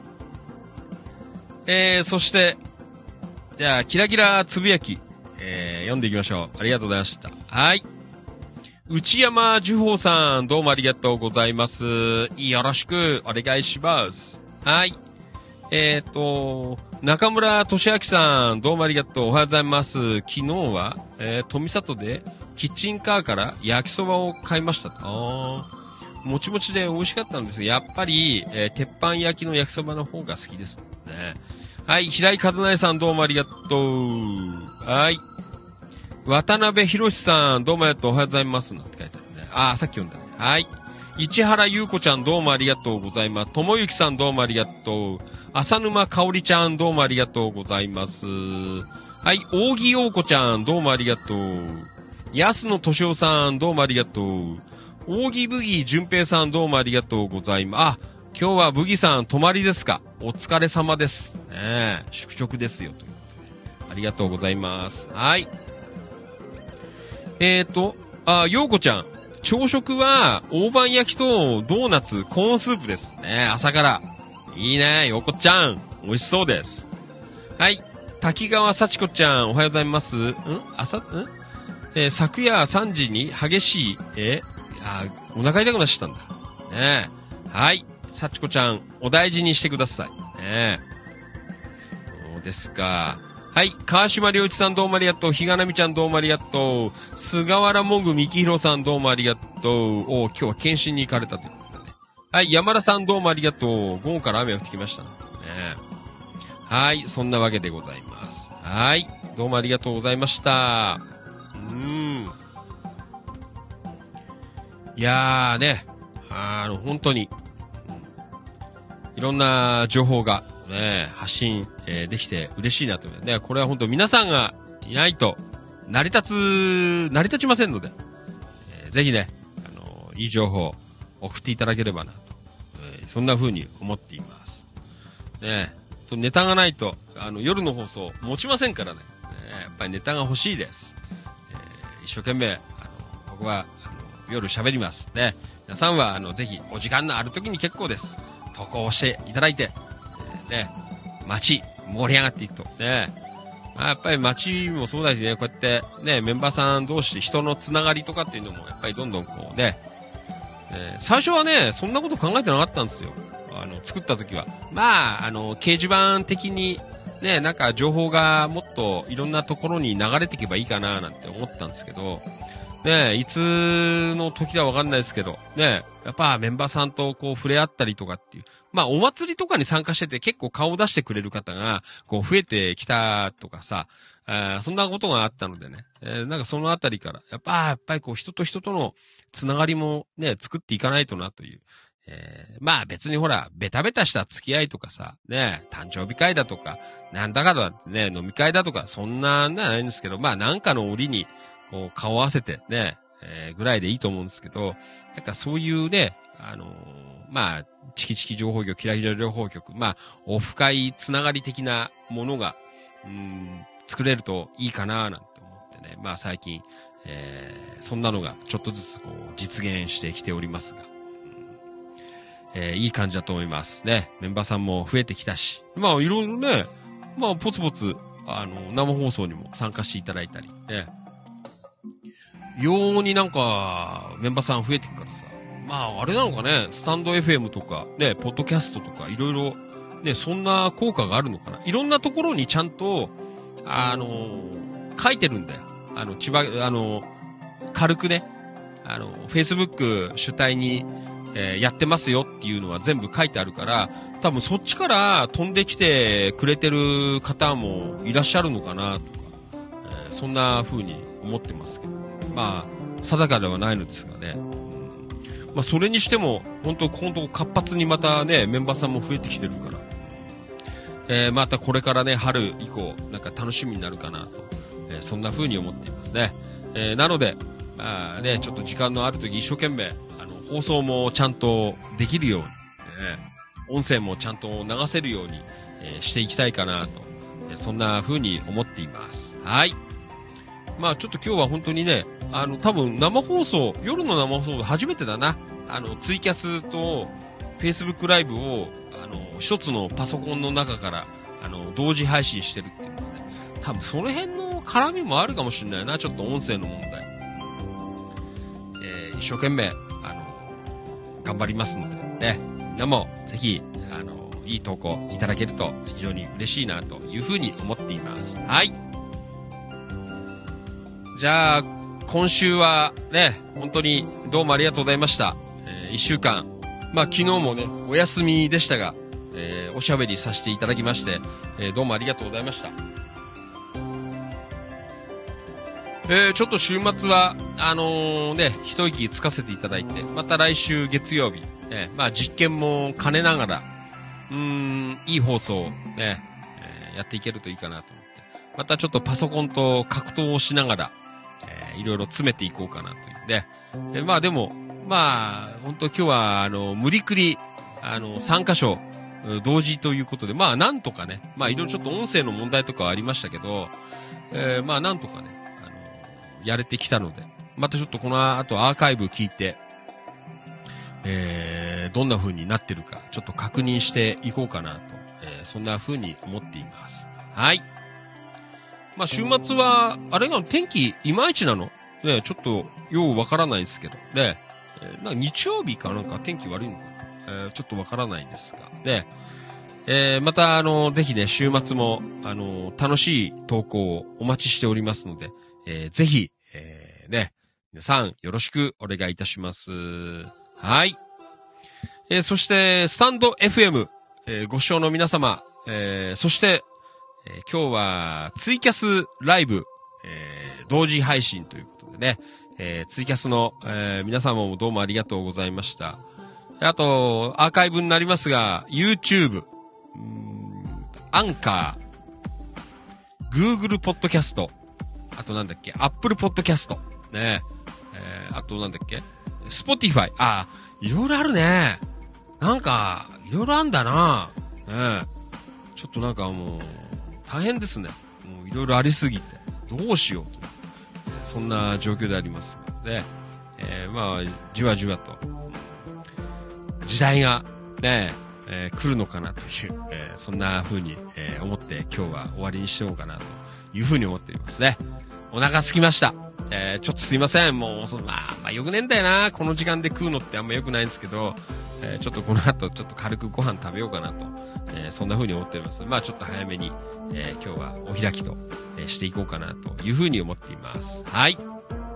えー、そして、じゃあ、キラキラつぶやき、えー、読んでいきましょう。ありがとうございました。はい。内山樹宝さん、どうもありがとうございます。よろしくお願いします。はい。えっと、中村俊明さん、どうもありがとう。おはようございます。昨日は、えー、富里でキッチンカーから焼きそばを買いました。あー、もちもちで美味しかったんですが、やっぱり、えー、鉄板焼きの焼きそばの方が好きですね。はい、平井和成さんどうもありがとう。はい。渡辺博さんどうもありがとう。おはようございます。なんて書いてあるね。あー、さっき読んだね。はい。市原優子ちゃんどうもありがとうございます。友幸さんどうもありがとう。浅沼香織ちゃんどうもありがとうございます。はい。扇陽子ちゃんどうもありがとう。安野敏夫さんどうもありがとう。扇ブギ淳平さんどうもありがとうございます。あ、今日はブギさん泊まりですか。お疲れ様です。ねえ、宿直ですよ。ということで。ありがとうございます。はい。えーと、あ、ようこちゃん。朝食は大判焼きとドーナツ、コーンスープですね。朝から。 いいね、よこちゃん。美味しそうです。はい。滝川幸子ちゃん、おはようございます。ん朝、んえー、昨夜さんじに激しい、えあ、お腹痛くなっちゃったんだ。ねえ。はい。幸子ちゃん、お大事にしてください。ねえ。そうですか。はい。川島良一さんどうもありがとう。比嘉奈美ちゃんどうもありがとう。菅原もぐみきひろさんどうもありがとう。お今日は検診に行かれたということでね。はい。山田さんどうもありがとう。午後から雨が降ってきましたね。はい。そんなわけでございます。はい。どうもありがとうございました。うーん。いやーね。あの、本当に、いろんな情報が、ね、発信、えー、できて嬉しいなと思いますね。これは本当皆さんがいないと成り立つ、成り立ちませんので、えー、ぜひね、あのー、いい情報を送っていただければなと、えー、そんな風に思っています。ね、ネタがないと、あの、夜の放送持ちませんからね。ね、やっぱりネタが欲しいです。えー、一生懸命、あの、僕は、あの、夜喋ります。ね。皆さんは、あの、ぜひ、お時間のある時に結構です。投稿をしていただいて、ね、街、盛り上がっていくと。ね。まあ、やっぱり街もそうだしね、こうやって、ね、メンバーさん同士、人のつながりとかっていうのも、やっぱりどんどんこうね、えー、最初はね、そんなこと考えてなかったんですよ。あの、作った時は。まあ、あの、掲示板的に、ね、なんか情報がもっといろんなところに流れていけばいいかな、なんて思ったんですけど、ね、いつの時だわかんないですけど、ね、やっぱメンバーさんとこう触れ合ったりとかっていう、まあお祭りとかに参加してて結構顔を出してくれる方がこう増えてきたとかさ、あそんなことがあったのでね、えー、なんかそのあたりから、やっぱ、やっぱりこう人と人とのつながりもね、作っていかないとなという。えー、まあ別にほら、ベタベタした付き合いとかさ、ね、誕生日会だとか、なんだかだってね、飲み会だとか、そんなんじゃないんですけど、まあなんかの折に、こう顔合わせてね、えー、ぐらいでいいと思うんですけど、なんかそういうね、あのー、まあ、チキチキ情報局、キラキラ情報局、まあ、オフ会つながり的なものが、うん、作れるといいかななんて思ってね、まあ最近、えー、そんなのがちょっとずつこう実現してきておりますが、えー、いい感じだと思いますね。メンバーさんも増えてきたし、まあいろいろね、まあポツポツ、あの、生放送にも参加していただいたり、ね。ようになんか、メンバーさん増えてくからさ。まあ、あれなのかね、スタンド エフエム とか、ね、ポッドキャストとか、いろいろ、ね、そんな効果があるのかな。いろんなところにちゃんと、あのー、書いてるんだよ。あの、千葉、あのー、軽くね、あの、Facebook 主体に、えー、やってますよっていうのは全部書いてあるから、多分そっちから飛んできてくれてる方もいらっしゃるのかなとか、えー、そんな風に思ってますけど。まあ、定かではないのですがね。うん、まあ、それにしても、本当、本当活発にまたね、メンバーさんも増えてきてるから。えー、またこれからね、春以降、なんか楽しみになるかなと、えー、そんな風に思っていますね。えー、なので、まあね、ちょっと時間のあるとき一生懸命、あの、放送もちゃんとできるように、えー、音声もちゃんと流せるように、えー、していきたいかなと、えー、そんな風に思っています。はい。まあちょっと今日は本当にね、あの、多分生放送、夜の生放送初めてだな。あの、ツイキャスと Facebook ライブを、あの、一つのパソコンの中から、あの、同時配信してるっていうのはね、多分その辺の絡みもあるかもしれないな、ちょっと音声の問題。えー、一生懸命、あの、頑張りますので、ね、みんなもぜひ、あの、いい投稿いただけると非常に嬉しいなというふうに思っています。はい。じゃあ、今週はね、本当にどうもありがとうございました。えー、一週間、まあ昨日もね、お休みでしたが、えー、おしゃべりさせていただきまして、えー、どうもありがとうございました。えー、ちょっと週末は、あのー、ね、一息つかせていただいて、また来週月曜日、ね、まあ実験も兼ねながら、うーん、いい放送をね、えー、やっていけるといいかなと思って、またちょっとパソコンと格闘をしながら、いろいろ詰めていこうかなというね。で、まあでも、まあ、本当今日は、あの、無理くり、あの、さん箇所、同時ということで、まあなんとかね、まあいろいろちょっと音声の問題とかはありましたけど、えー、まあなんとかね、あの、やれてきたので、またちょっとこの後アーカイブ聞いて、 えー、どんな風になってるか、ちょっと確認していこうかなと、えー、そんな風に思っています。はい。まあ、週末は、あれが天気いまいちなのね、ちょっと、ようわからないですけど。で、えー、なんか日曜日かなんか天気悪いのかな、えー、ちょっとわからないんですが。で、えー、また、あの、ぜひね、週末も、あの、楽しい投稿をお待ちしておりますので、えー、ぜひ、えー、ね、皆さんよろしくお願いいたします。はい。えー、そして、スタンド エフエム、えー、ご視聴の皆様、えー、そして、えー、今日はツイキャスライブ、えー、同時配信ということでね、えー、ツイキャスの、えー、皆様もどうもありがとうございました。あと、アーカイブになりますが、YouTube、うーんアンカー、Google ポッドキャスト、あとなんだっけ、Apple ポッドキャスト、ね、えー、あとなんだっけ、Spotify、あ、いろいろあるね。なんか、いろいろあんだな。ね、ちょっとなんかもう、大変ですね。もういろいろありすぎて、どうしようと。そんな状況でありますので、えー、まあ、じわじわと、時代がね、えー、来るのかなという、えー、そんな風に、えー、思って今日は終わりにしようかなという風に思っていますね。お腹空きました。えー、ちょっとすいません。もう、その、まあ、まあ、よくねえんだよな。この時間で食うのってあんま良くないんですけど、えー、ちょっとこの後、ちょっと軽くご飯食べようかなと、えー、そんな風に思っております。まあ、ちょっと早めに、えー、今日はお開きと、えー、していこうかなという風に思っています。はい。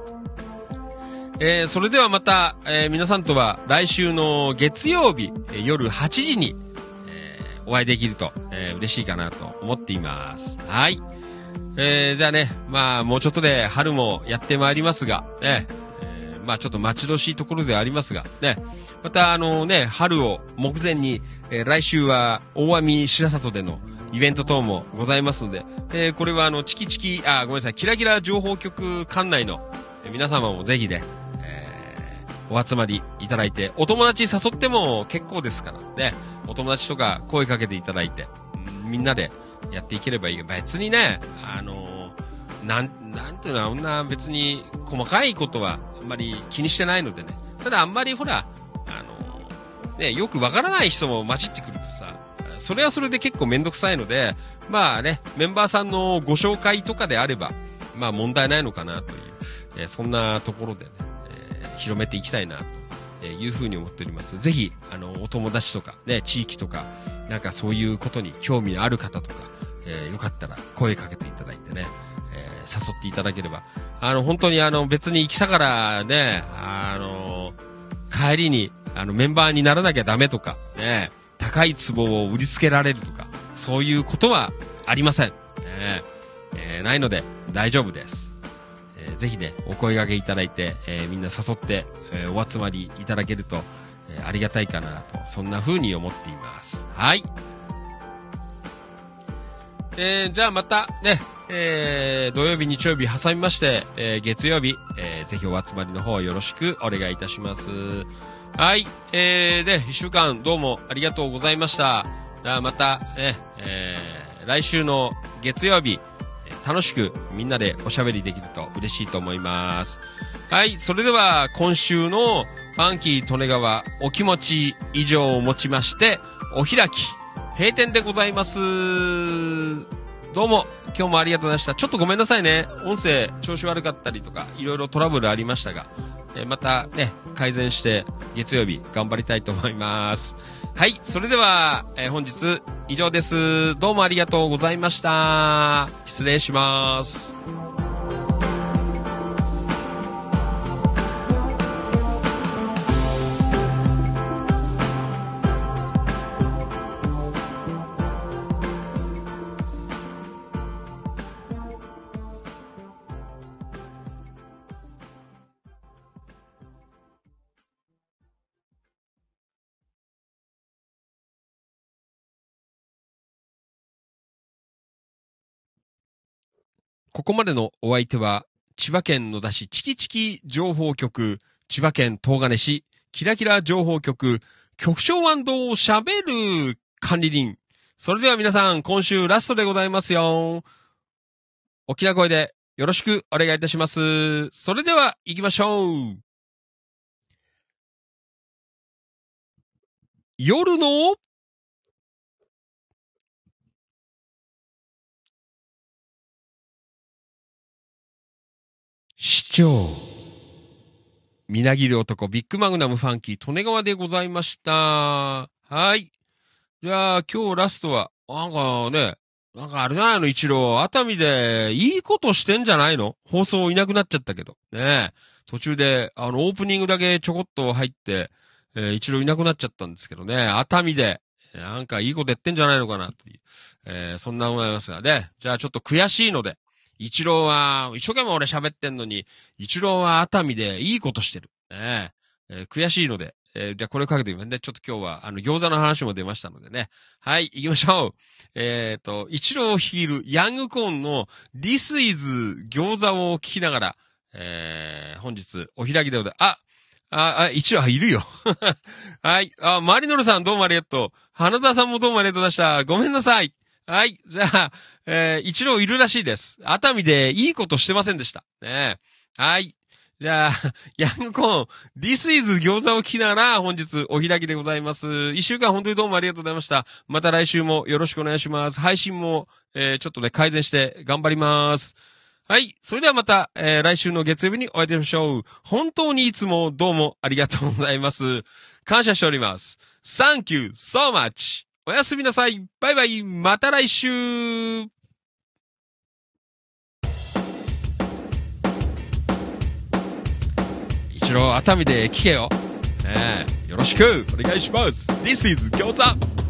えー、それではまた、えー、皆さんとは来週の月曜日、えー、夜はちじに、えー、お会いできると、えー、嬉しいかなと思っています。はい。えー、じゃあね、まあ、もうちょっとで春もやってまいりますが、ね、えー、まあ、ちょっと待ち遠しいところではありますが、ね、またあのね、春を目前に、えー、来週は大網白里でのイベント等もございますので、えー、これはあの、チキチキ、あ、ごめんなさい、キラキラ情報局管内の、えー、皆様もぜひね、えー、お集まりいただいて、お友達誘っても結構ですからね、お友達とか声かけていただいて、うん、みんなで、やっていければいい。別にね、あのー、なん、なんていうのは、そんな別に細かいことはあんまり気にしてないのでね。ただあんまりほら、あのー、ね、よくわからない人も混じってくるとさ、それはそれで結構めんどくさいので、まあね、メンバーさんのご紹介とかであれば、まあ問題ないのかなという、えー、そんなところでね、えー、広めていきたいなというふうに思っております。ぜひ、あの、お友達とか、ね、地域とか、なんかそういうことに興味のある方とか、えー、よかったら声かけていただいてね、えー、誘っていただければ、あの、本当にあの、別に行きさからね、あの、帰りに、あの、メンバーにならなきゃダメとか、ね、高い壺を売りつけられるとか、そういうことはありません。ねえー、ないので大丈夫です。えー、ぜひね、お声掛けいただいて、えー、みんな誘って、えー、お集まりいただけると、えー、ありがたいかなと、そんな風に思っています。はい。えー、じゃあまたね、えー、土曜日、日曜日挟みまして、えー、月曜日、えー、ぜひお集まりの方よろしくお願いいたします。はい。えー、で、一週間どうもありがとうございました。じゃあまたね、えー、来週の月曜日、楽しくみんなでおしゃべりできると嬉しいと思います。はい。それでは今週のファンキー利根川お気持ち以上をもちまして、お開き、閉店でございます。どうも、今日もありがとうございました。ちょっとごめんなさいね。音声調子悪かったりとか、いろいろトラブルありましたが、えまたね、改善して月曜日頑張りたいと思います。はい。それでは、えー、本日以上です。どうもありがとうございました。失礼します。ここまでのお相手は、千葉県野田市チキチキ情報局、千葉県東金市キラキラ情報局、局長&しゃべる管理人。それでは皆さん、今週ラストでございますよ。大きな声でよろしくお願いいたします。それでは行きましょう。 夜の市長。みなぎる男、ビッグマグナムファンキー、利根川でございました。はい。じゃあ、今日ラストは、なんかね、なんかあれじゃないの、一郎、熱海でいいことしてんじゃないの？放送いなくなっちゃったけど。ねえ。途中で、あの、オープニングだけちょこっと入って、えー、一郎いなくなっちゃったんですけどね、熱海で、なんかいいことやってんじゃないのかな、という、えー、そんな思いますがね。じゃあちょっと悔しいので、一郎は、一生懸命俺喋ってんのに、一郎は熱海でいいことしてる。ねえー、悔しいので、えー、じゃあこれをかけてみますね。ちょっと今日は、あの、餃子の話も出ましたのでね。はい、行きましょう。えっ、ー、と、一郎を率いるヤングコーンの This is 餃子を聞きながら、えー、本日お開きでございます。あ、あ、あ、一郎いるよ。はい。あ、マリノルさんどうもありがとう。花田さんもどうもありがとうございました。ごめんなさい。はい。じゃあ、えー、一郎いるらしいです。熱海でいいことしてませんでした。ねえ。はい。じゃあ、ヤングコーン、This is 餃子を聞きながら本日お開きでございます。一週間本当にどうもありがとうございました。また来週もよろしくお願いします。配信も、えー、ちょっとね、改善して頑張ります。はい。それではまた、えー、来週の月曜日にお会いしましょう。本当にいつもどうもありがとうございます。感謝しております。Thank you so much. おやすみなさい。バイバイ。また来週。一郎、熱海で聞けよ。ねえ、よろしくお願いします。This is 餃子。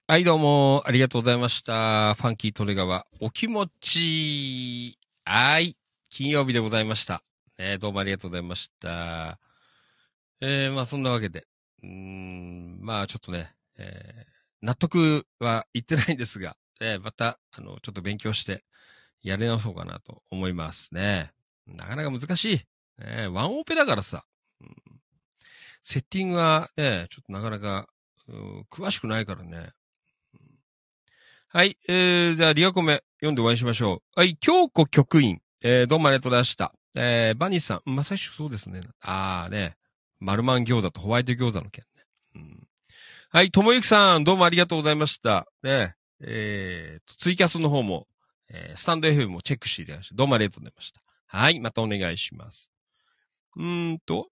はい、どうも、ありがとうございました。ファンキー利根川、お気持ち、はい、金曜日でございました。ね、どうもありがとうございました。えー、まあそんなわけで、うーん、まあちょっとね、えー、納得はいってないんですが、えー、また、あの、ちょっと勉強して、やり直そうかなと思いますね。なかなか難しい。ね、ワンオペだからさ、うん、セッティングはね、ちょっとなかなか、詳しくないからね。はい、えー、じゃあ、リアコメ読んで終わりにしましょう。はい、京子局員。えー、どうもありがとうございました。えー、バニーさん、まさしくそうですね。あーね、マルマン餃子とホワイト餃子の件ね。うん、はい、ともゆきさん、どうもありがとうございました。ね、えー、ツイキャスの方も、えー、スタンド エフエム もチェックしていただきました。どうもありがとうございました。はい、またお願いします。うーんと、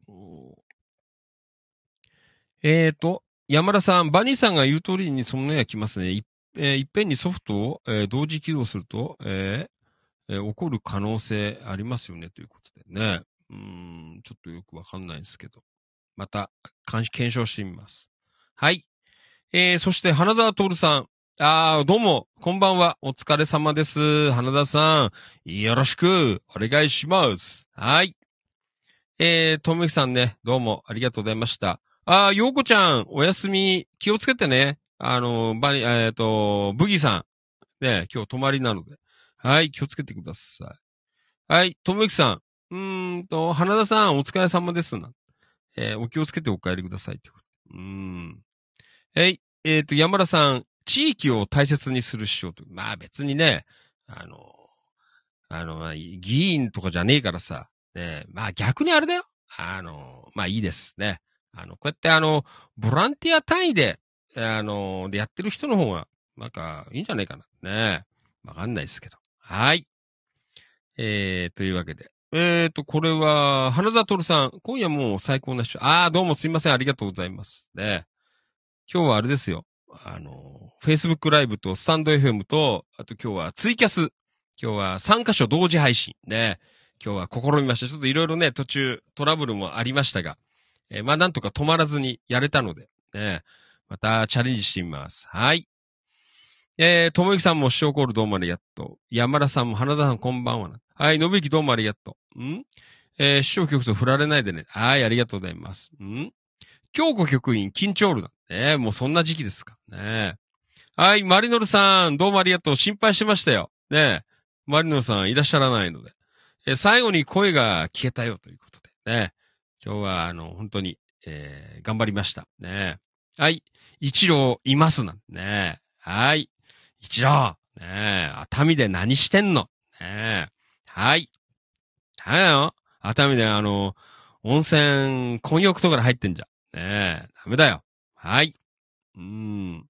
えーと、山田さん、バニーさんが言う通りにその絵が来ますね。いえー、いっぺんにソフトを、えー、同時起動すると、えーえー、起こる可能性ありますよね、ということでね。うーん、ちょっとよくわかんないですけど。また、検証してみます。はい。えー、そして、花沢徹さん。あー、どうも、こんばんは。お疲れ様です。花田さん。よろしく、お願いします。はい。えー、ともゆきさんね、どうも、ありがとうございました。あー、ようこちゃん、お休み、気をつけてね。あの、ばに、えっと、ブギーさん。ね、今日泊まりなので。はい、気をつけてください。はい、ともゆきさん。うーんと、花田さん、お疲れ様ですな。えー、お気をつけてお帰りください。ということで。うーん。えい、えっと、山田さん、地域を大切にする師匠と。まあ別にね、あの、あの、議員とかじゃねえからさ。ね、まあ逆にあれだよ。あの、まあいいですね。あの、こうやってあの、ボランティア単位で、あの、でやってる人の方が、なんか、いいんじゃないかな。ねわかんないですけど。はい。えー、というわけで。えーと、これは、花田徹さん。今夜もう最高な人。あー、どうもすいません。ありがとうございます。ね。今日はあれですよ。あの、Facebook ライブとスタンド エフエム と、あと今日はツイキャス。今日はさん箇所同時配信。ね。今日は試みました。ちょっといろいろね、途中トラブルもありましたが、えー、まあなんとか止まらずにやれたので、ね。またチャレンジしてみます。はい。えー、ともゆきさんも視聴コールどうもありがとう。山田さんも花田さんこんばんは。はい、のぶゆきどうもありがとう。んえー、視聴局と振られないでね。はい、ありがとうございます。ん京子局員、緊張るだ。ねもうそんな時期ですか。ねはい、マリノルさん、どうもありがとう。心配してましたよ。ねマリノルさんいらっしゃらないので。えー、最後に声が消えたよということで。ね今日は、あの、本当に、えー、頑張りました。ねはい、一郎いますなんねはい。一郎、ねえ、熱海で何してんのねえ、はい。はいよ。熱海であの、温泉、混浴とかで入ってんじゃん。ねえ、ダメだよ。はい。うーん。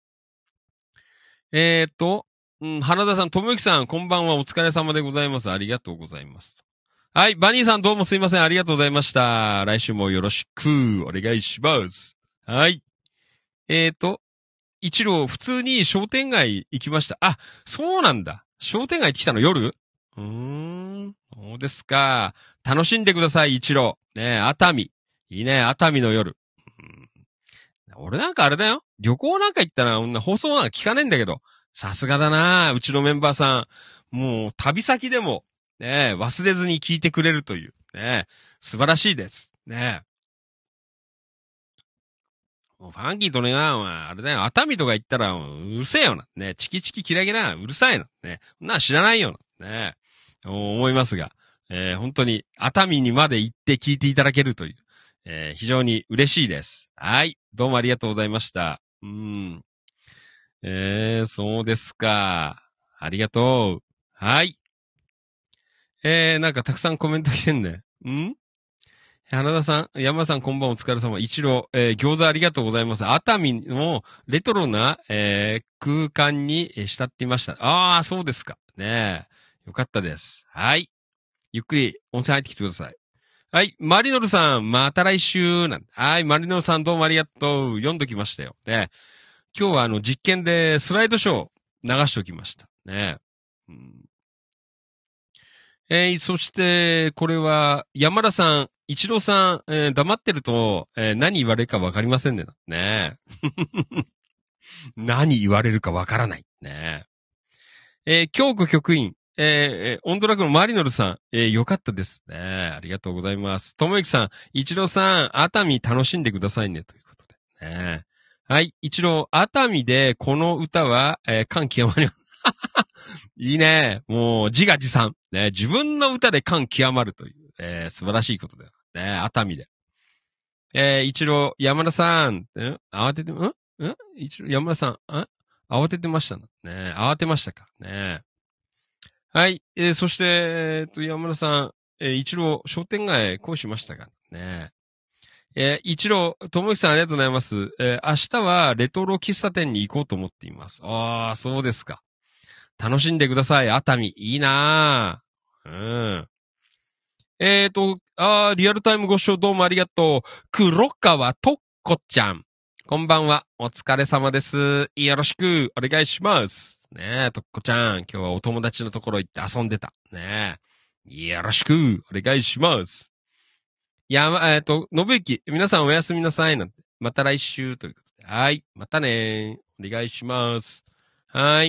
えーっと、うん、花田さん、ともゆきさん、こんばんは。お疲れ様でございます。ありがとうございます。はい。バニーさん、どうもすいません。ありがとうございました。来週もよろしく、お願いします。はい。えーっと、一郎、普通に商店街行きました。あ、そうなんだ。商店街行ってきたの夜うーん。そうですか。楽しんでください、一郎。ねえ、熱海。いいね、熱海の夜。うん俺なんかあれだよ。旅行なんか行ったら、放送なんか聞かねえんだけど。さすがだな、うちのメンバーさん。もう、旅先でも、ねえ、忘れずに聞いてくれるという。ねえ、素晴らしいです。ねえ。もうファンキーとねが、あれだよ、熱海とか行ったら、うるせえよな。ね、チキチキキラキラ、うるさいな。ね、な、知らないよな。ね、思いますが、えー、本当に、熱海にまで行って聞いていただけるという、えー、非常に嬉しいです。はい。どうもありがとうございました。うん。えー、そうですか。ありがとう。はい。えー、なんかたくさんコメント来てんね。ん花田さん、山田さんこんばんお疲れ様。一郎、えー、餃子ありがとうございます。熱海のレトロな、えー、空間に浸っていました。ああ、そうですか。ねえ。よかったです。はい。ゆっくり温泉入ってきてください。はい。マリノルさん、また来週なんはい。マリノルさんどうもありがとう。読んどきましたよ。ね今日はあの実験でスライドショー流しておきました。ねうんえー、そして、これは、山田さん、一郎さん、えー、黙ってると、えー、何言われるかわかりませんね。ね何言われるかわからない。ねえ。えー、京子局員、えー、オンドラクのマリノルさん、えー、よかったですね。ありがとうございます。ともゆきさん、一郎さん、熱海楽しんでくださいね。ということで。ねはい、一郎、熱海でこの歌は、えー、感極まります。いいね。もう、自画自賛。ね、自分の歌で感極まるという、えー、素晴らしいことだよ。ね、熱海で。えー、一郎、山田さん、ん慌てて、んん一郎、山田さん、ん慌ててましたね。慌てましたか。ねはい。えー、そして、えっと、山田さん、えー、一郎、商店街、こうしましたかね。えー、一郎、ともゆきさんありがとうございます。えー、明日はレトロ喫茶店に行こうと思っています。ああ、そうですか。楽しんでください。熱海。いいなぁ。うん。えっと、あー、リアルタイムご視聴どうもありがとう。黒川とっこちゃん。こんばんは。お疲れ様です。よろしくお願いします。ねえ、とっこちゃん。今日はお友達のところ行って遊んでた。ねえ。よろしくお願いします。いや、えっと、のぶゆき、皆さんおやすみなさい。なんて。また来週ということで。はい。またねー。お願いします。はい。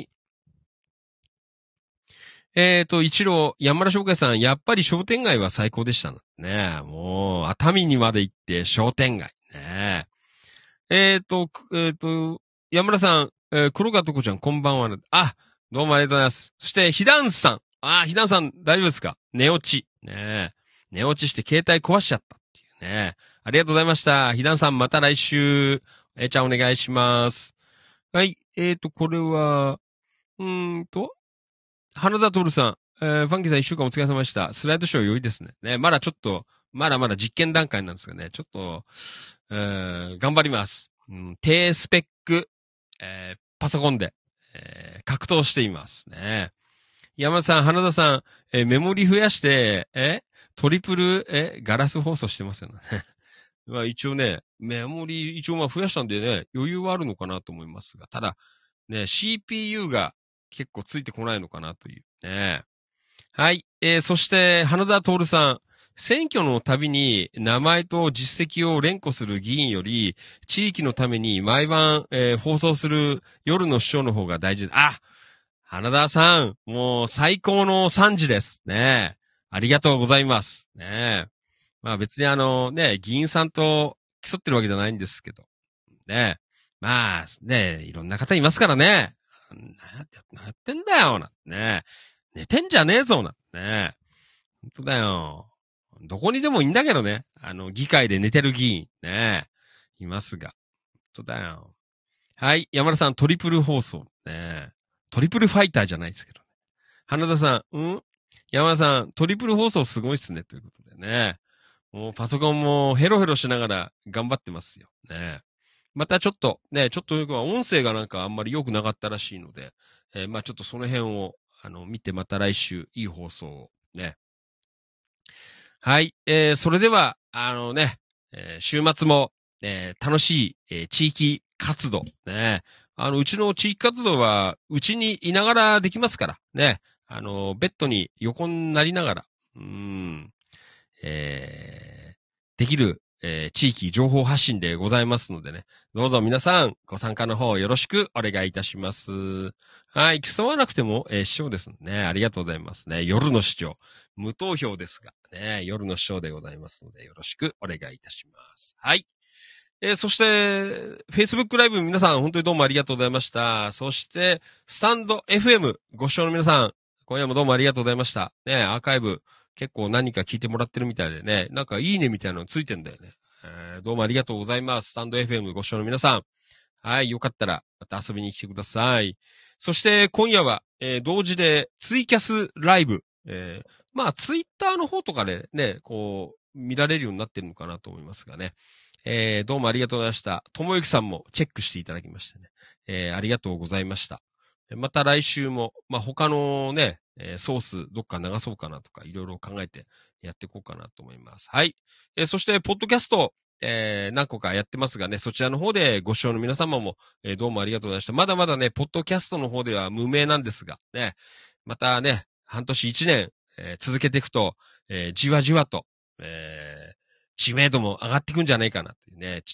えっと、一郎、山田商会さん、やっぱり商店街は最高でしたね。ねえ、もう、熱海にまで行って商店街。ねえ。えっと、えっと、山田さん、えー、黒川とこちゃん、こんばんは。あ、どうもありがとうございます。そして、ひだんさん。あ、ひだんさん、大丈夫ですか？寝落ち。ねえ。寝落ちして携帯壊しちゃったっていうね。ありがとうございました。ひだんさん、また来週。えー、ちゃんお願いします。はい。えっと、これは、うーんと、花田徹さん、えー、ファンキーさん一週間お疲れ様でした。スライドショー良いですね。ね、まだちょっと、まだまだ実験段階なんですがね、ちょっと、えー、頑張ります。うん、低スペック、えー、パソコンで、えー、格闘していますね。山田さん、花田さん、えー、メモリ増やして、えトリプル、えガラス放送してますよね。まあ一応ね、メモリ一応まあ増やしたんでね、余裕はあるのかなと思いますが、ただ、ね、シーピーユー が結構ついてこないのかなというね。はい。えー、そして、花田徹さん。選挙のたびに名前と実績を連呼する議員より、地域のために毎晩、えー、放送する夜の視聴の方が大事です。あ、花田さん、もう最高のさんじです。ねありがとうございます。ねまあ別にあのね、議員さんと競ってるわけじゃないんですけど。ねまあね、いろんな方いますからね。何やってんだよ、なんてね。寝てんじゃねえぞ、なんてね。本当だよ。どこにでもいいんだけどね。あの、議会で寝てる議員、ね。いますが。本当だよ。はい。山田さん、トリプル放送。ね。トリプルファイターじゃないですけど。花田さん、ん山田さん、トリプル放送すごいっすね。ということでね。もうパソコンもヘロヘロしながら頑張ってますよ。ね。またちょっと、ね、ちょっと音声がなんかあんまり良くなかったらしいので、えー、まあちょっとその辺を、あの、見てまた来週いい放送をね。はい。えー、それでは、あのね、えー、週末も、えー、楽しい、えー、地域活動、ね。あの、うちの地域活動は、うちにいながらできますから、ね。あの、ベッドに横になりながら、うーん、えー、できる、えー、地域情報発信でございますのでね。どうぞ皆さん、ご参加の方よろしくお願いいたします。はい、競わなくても、えー、視聴ですね。ありがとうございますね。夜の視聴。無投票ですが、ね、夜の視聴でございますので、よろしくお願いいたします。はい。えー、そして、Facebook ライブ皆さん、本当にどうもありがとうございました。そして、スタンド エフエム ご視聴の皆さん、今夜もどうもありがとうございました。ね、アーカイブ、結構何か聞いてもらってるみたいでね、なんかいいねみたいなのついてんだよね。えー、どうもありがとうございます。スタンド エフエム ご視聴の皆さん。はい、よかったらまた遊びに来てください。そして今夜は、えー、同時でツイキャスライブ、えー、まあツイッターの方とかでね、こう、見られるようになってるのかなと思いますがね。えー、どうもありがとうございました。ともゆきさんもチェックしていただきましてね。えー、ありがとうございました。また来週も、まあ、他のね、えー、ソースどっか流そうかなとか、いろいろ考えてやっていこうかなと思います。はい。えー、そして、ポッドキャスト、えー、何個かやってますがね、そちらの方でご視聴の皆様も、えー、どうもありがとうございました。まだまだね、ポッドキャストの方では無名なんですが、ね、またね、半年一年、えー、続けていくと、えー、じわじわと、えー、知名度も上がっていくんじゃないかなというね、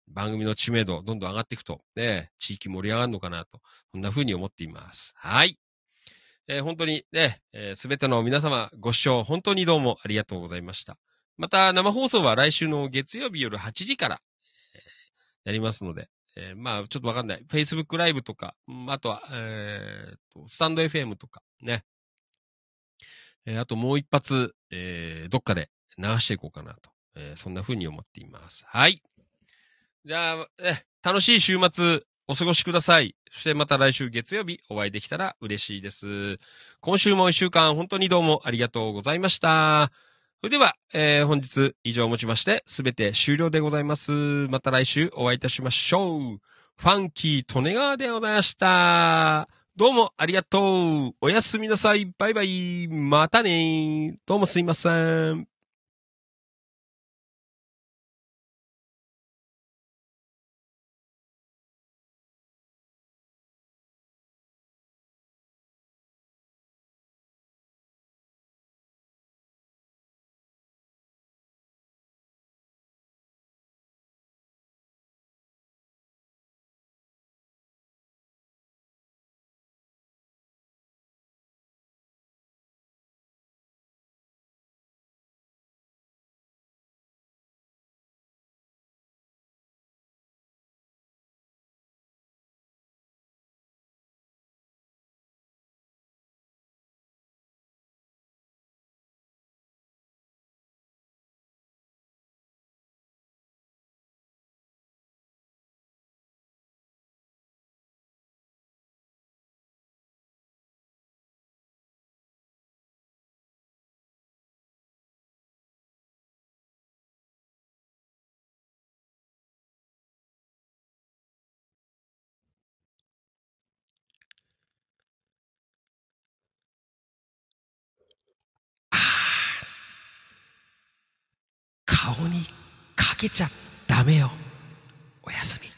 番組の知名度どんどん上がっていくと、ね、地域盛り上がるのかなと、そんな風に思っています。はい。えー、本当にね、す、えー、べ、ての皆様ご視聴本当にどうもありがとうございました。また生放送は来週の月曜日夜はちじから、えー、やりますので、えー、まあちょっとわかんない。Facebook ライブとか、あとは、えー、とスタンド エフエム とかね。えー、あともう一発、えー、どっかで流していこうかなと、えー、そんな風に思っています。はい。じゃあ、え、楽しい週末お過ごしください。そしてまた来週月曜日お会いできたら嬉しいです。今週も一週間本当にどうもありがとうございました。それでは、えー、本日以上をもちましてすべて終了でございます。また来週お会いいたしましょう。ファンキー利根川でございました。どうもありがとう。おやすみなさい。バイバイ。またね。どうもすいません。顔にかけちゃダメよ。おやすみ。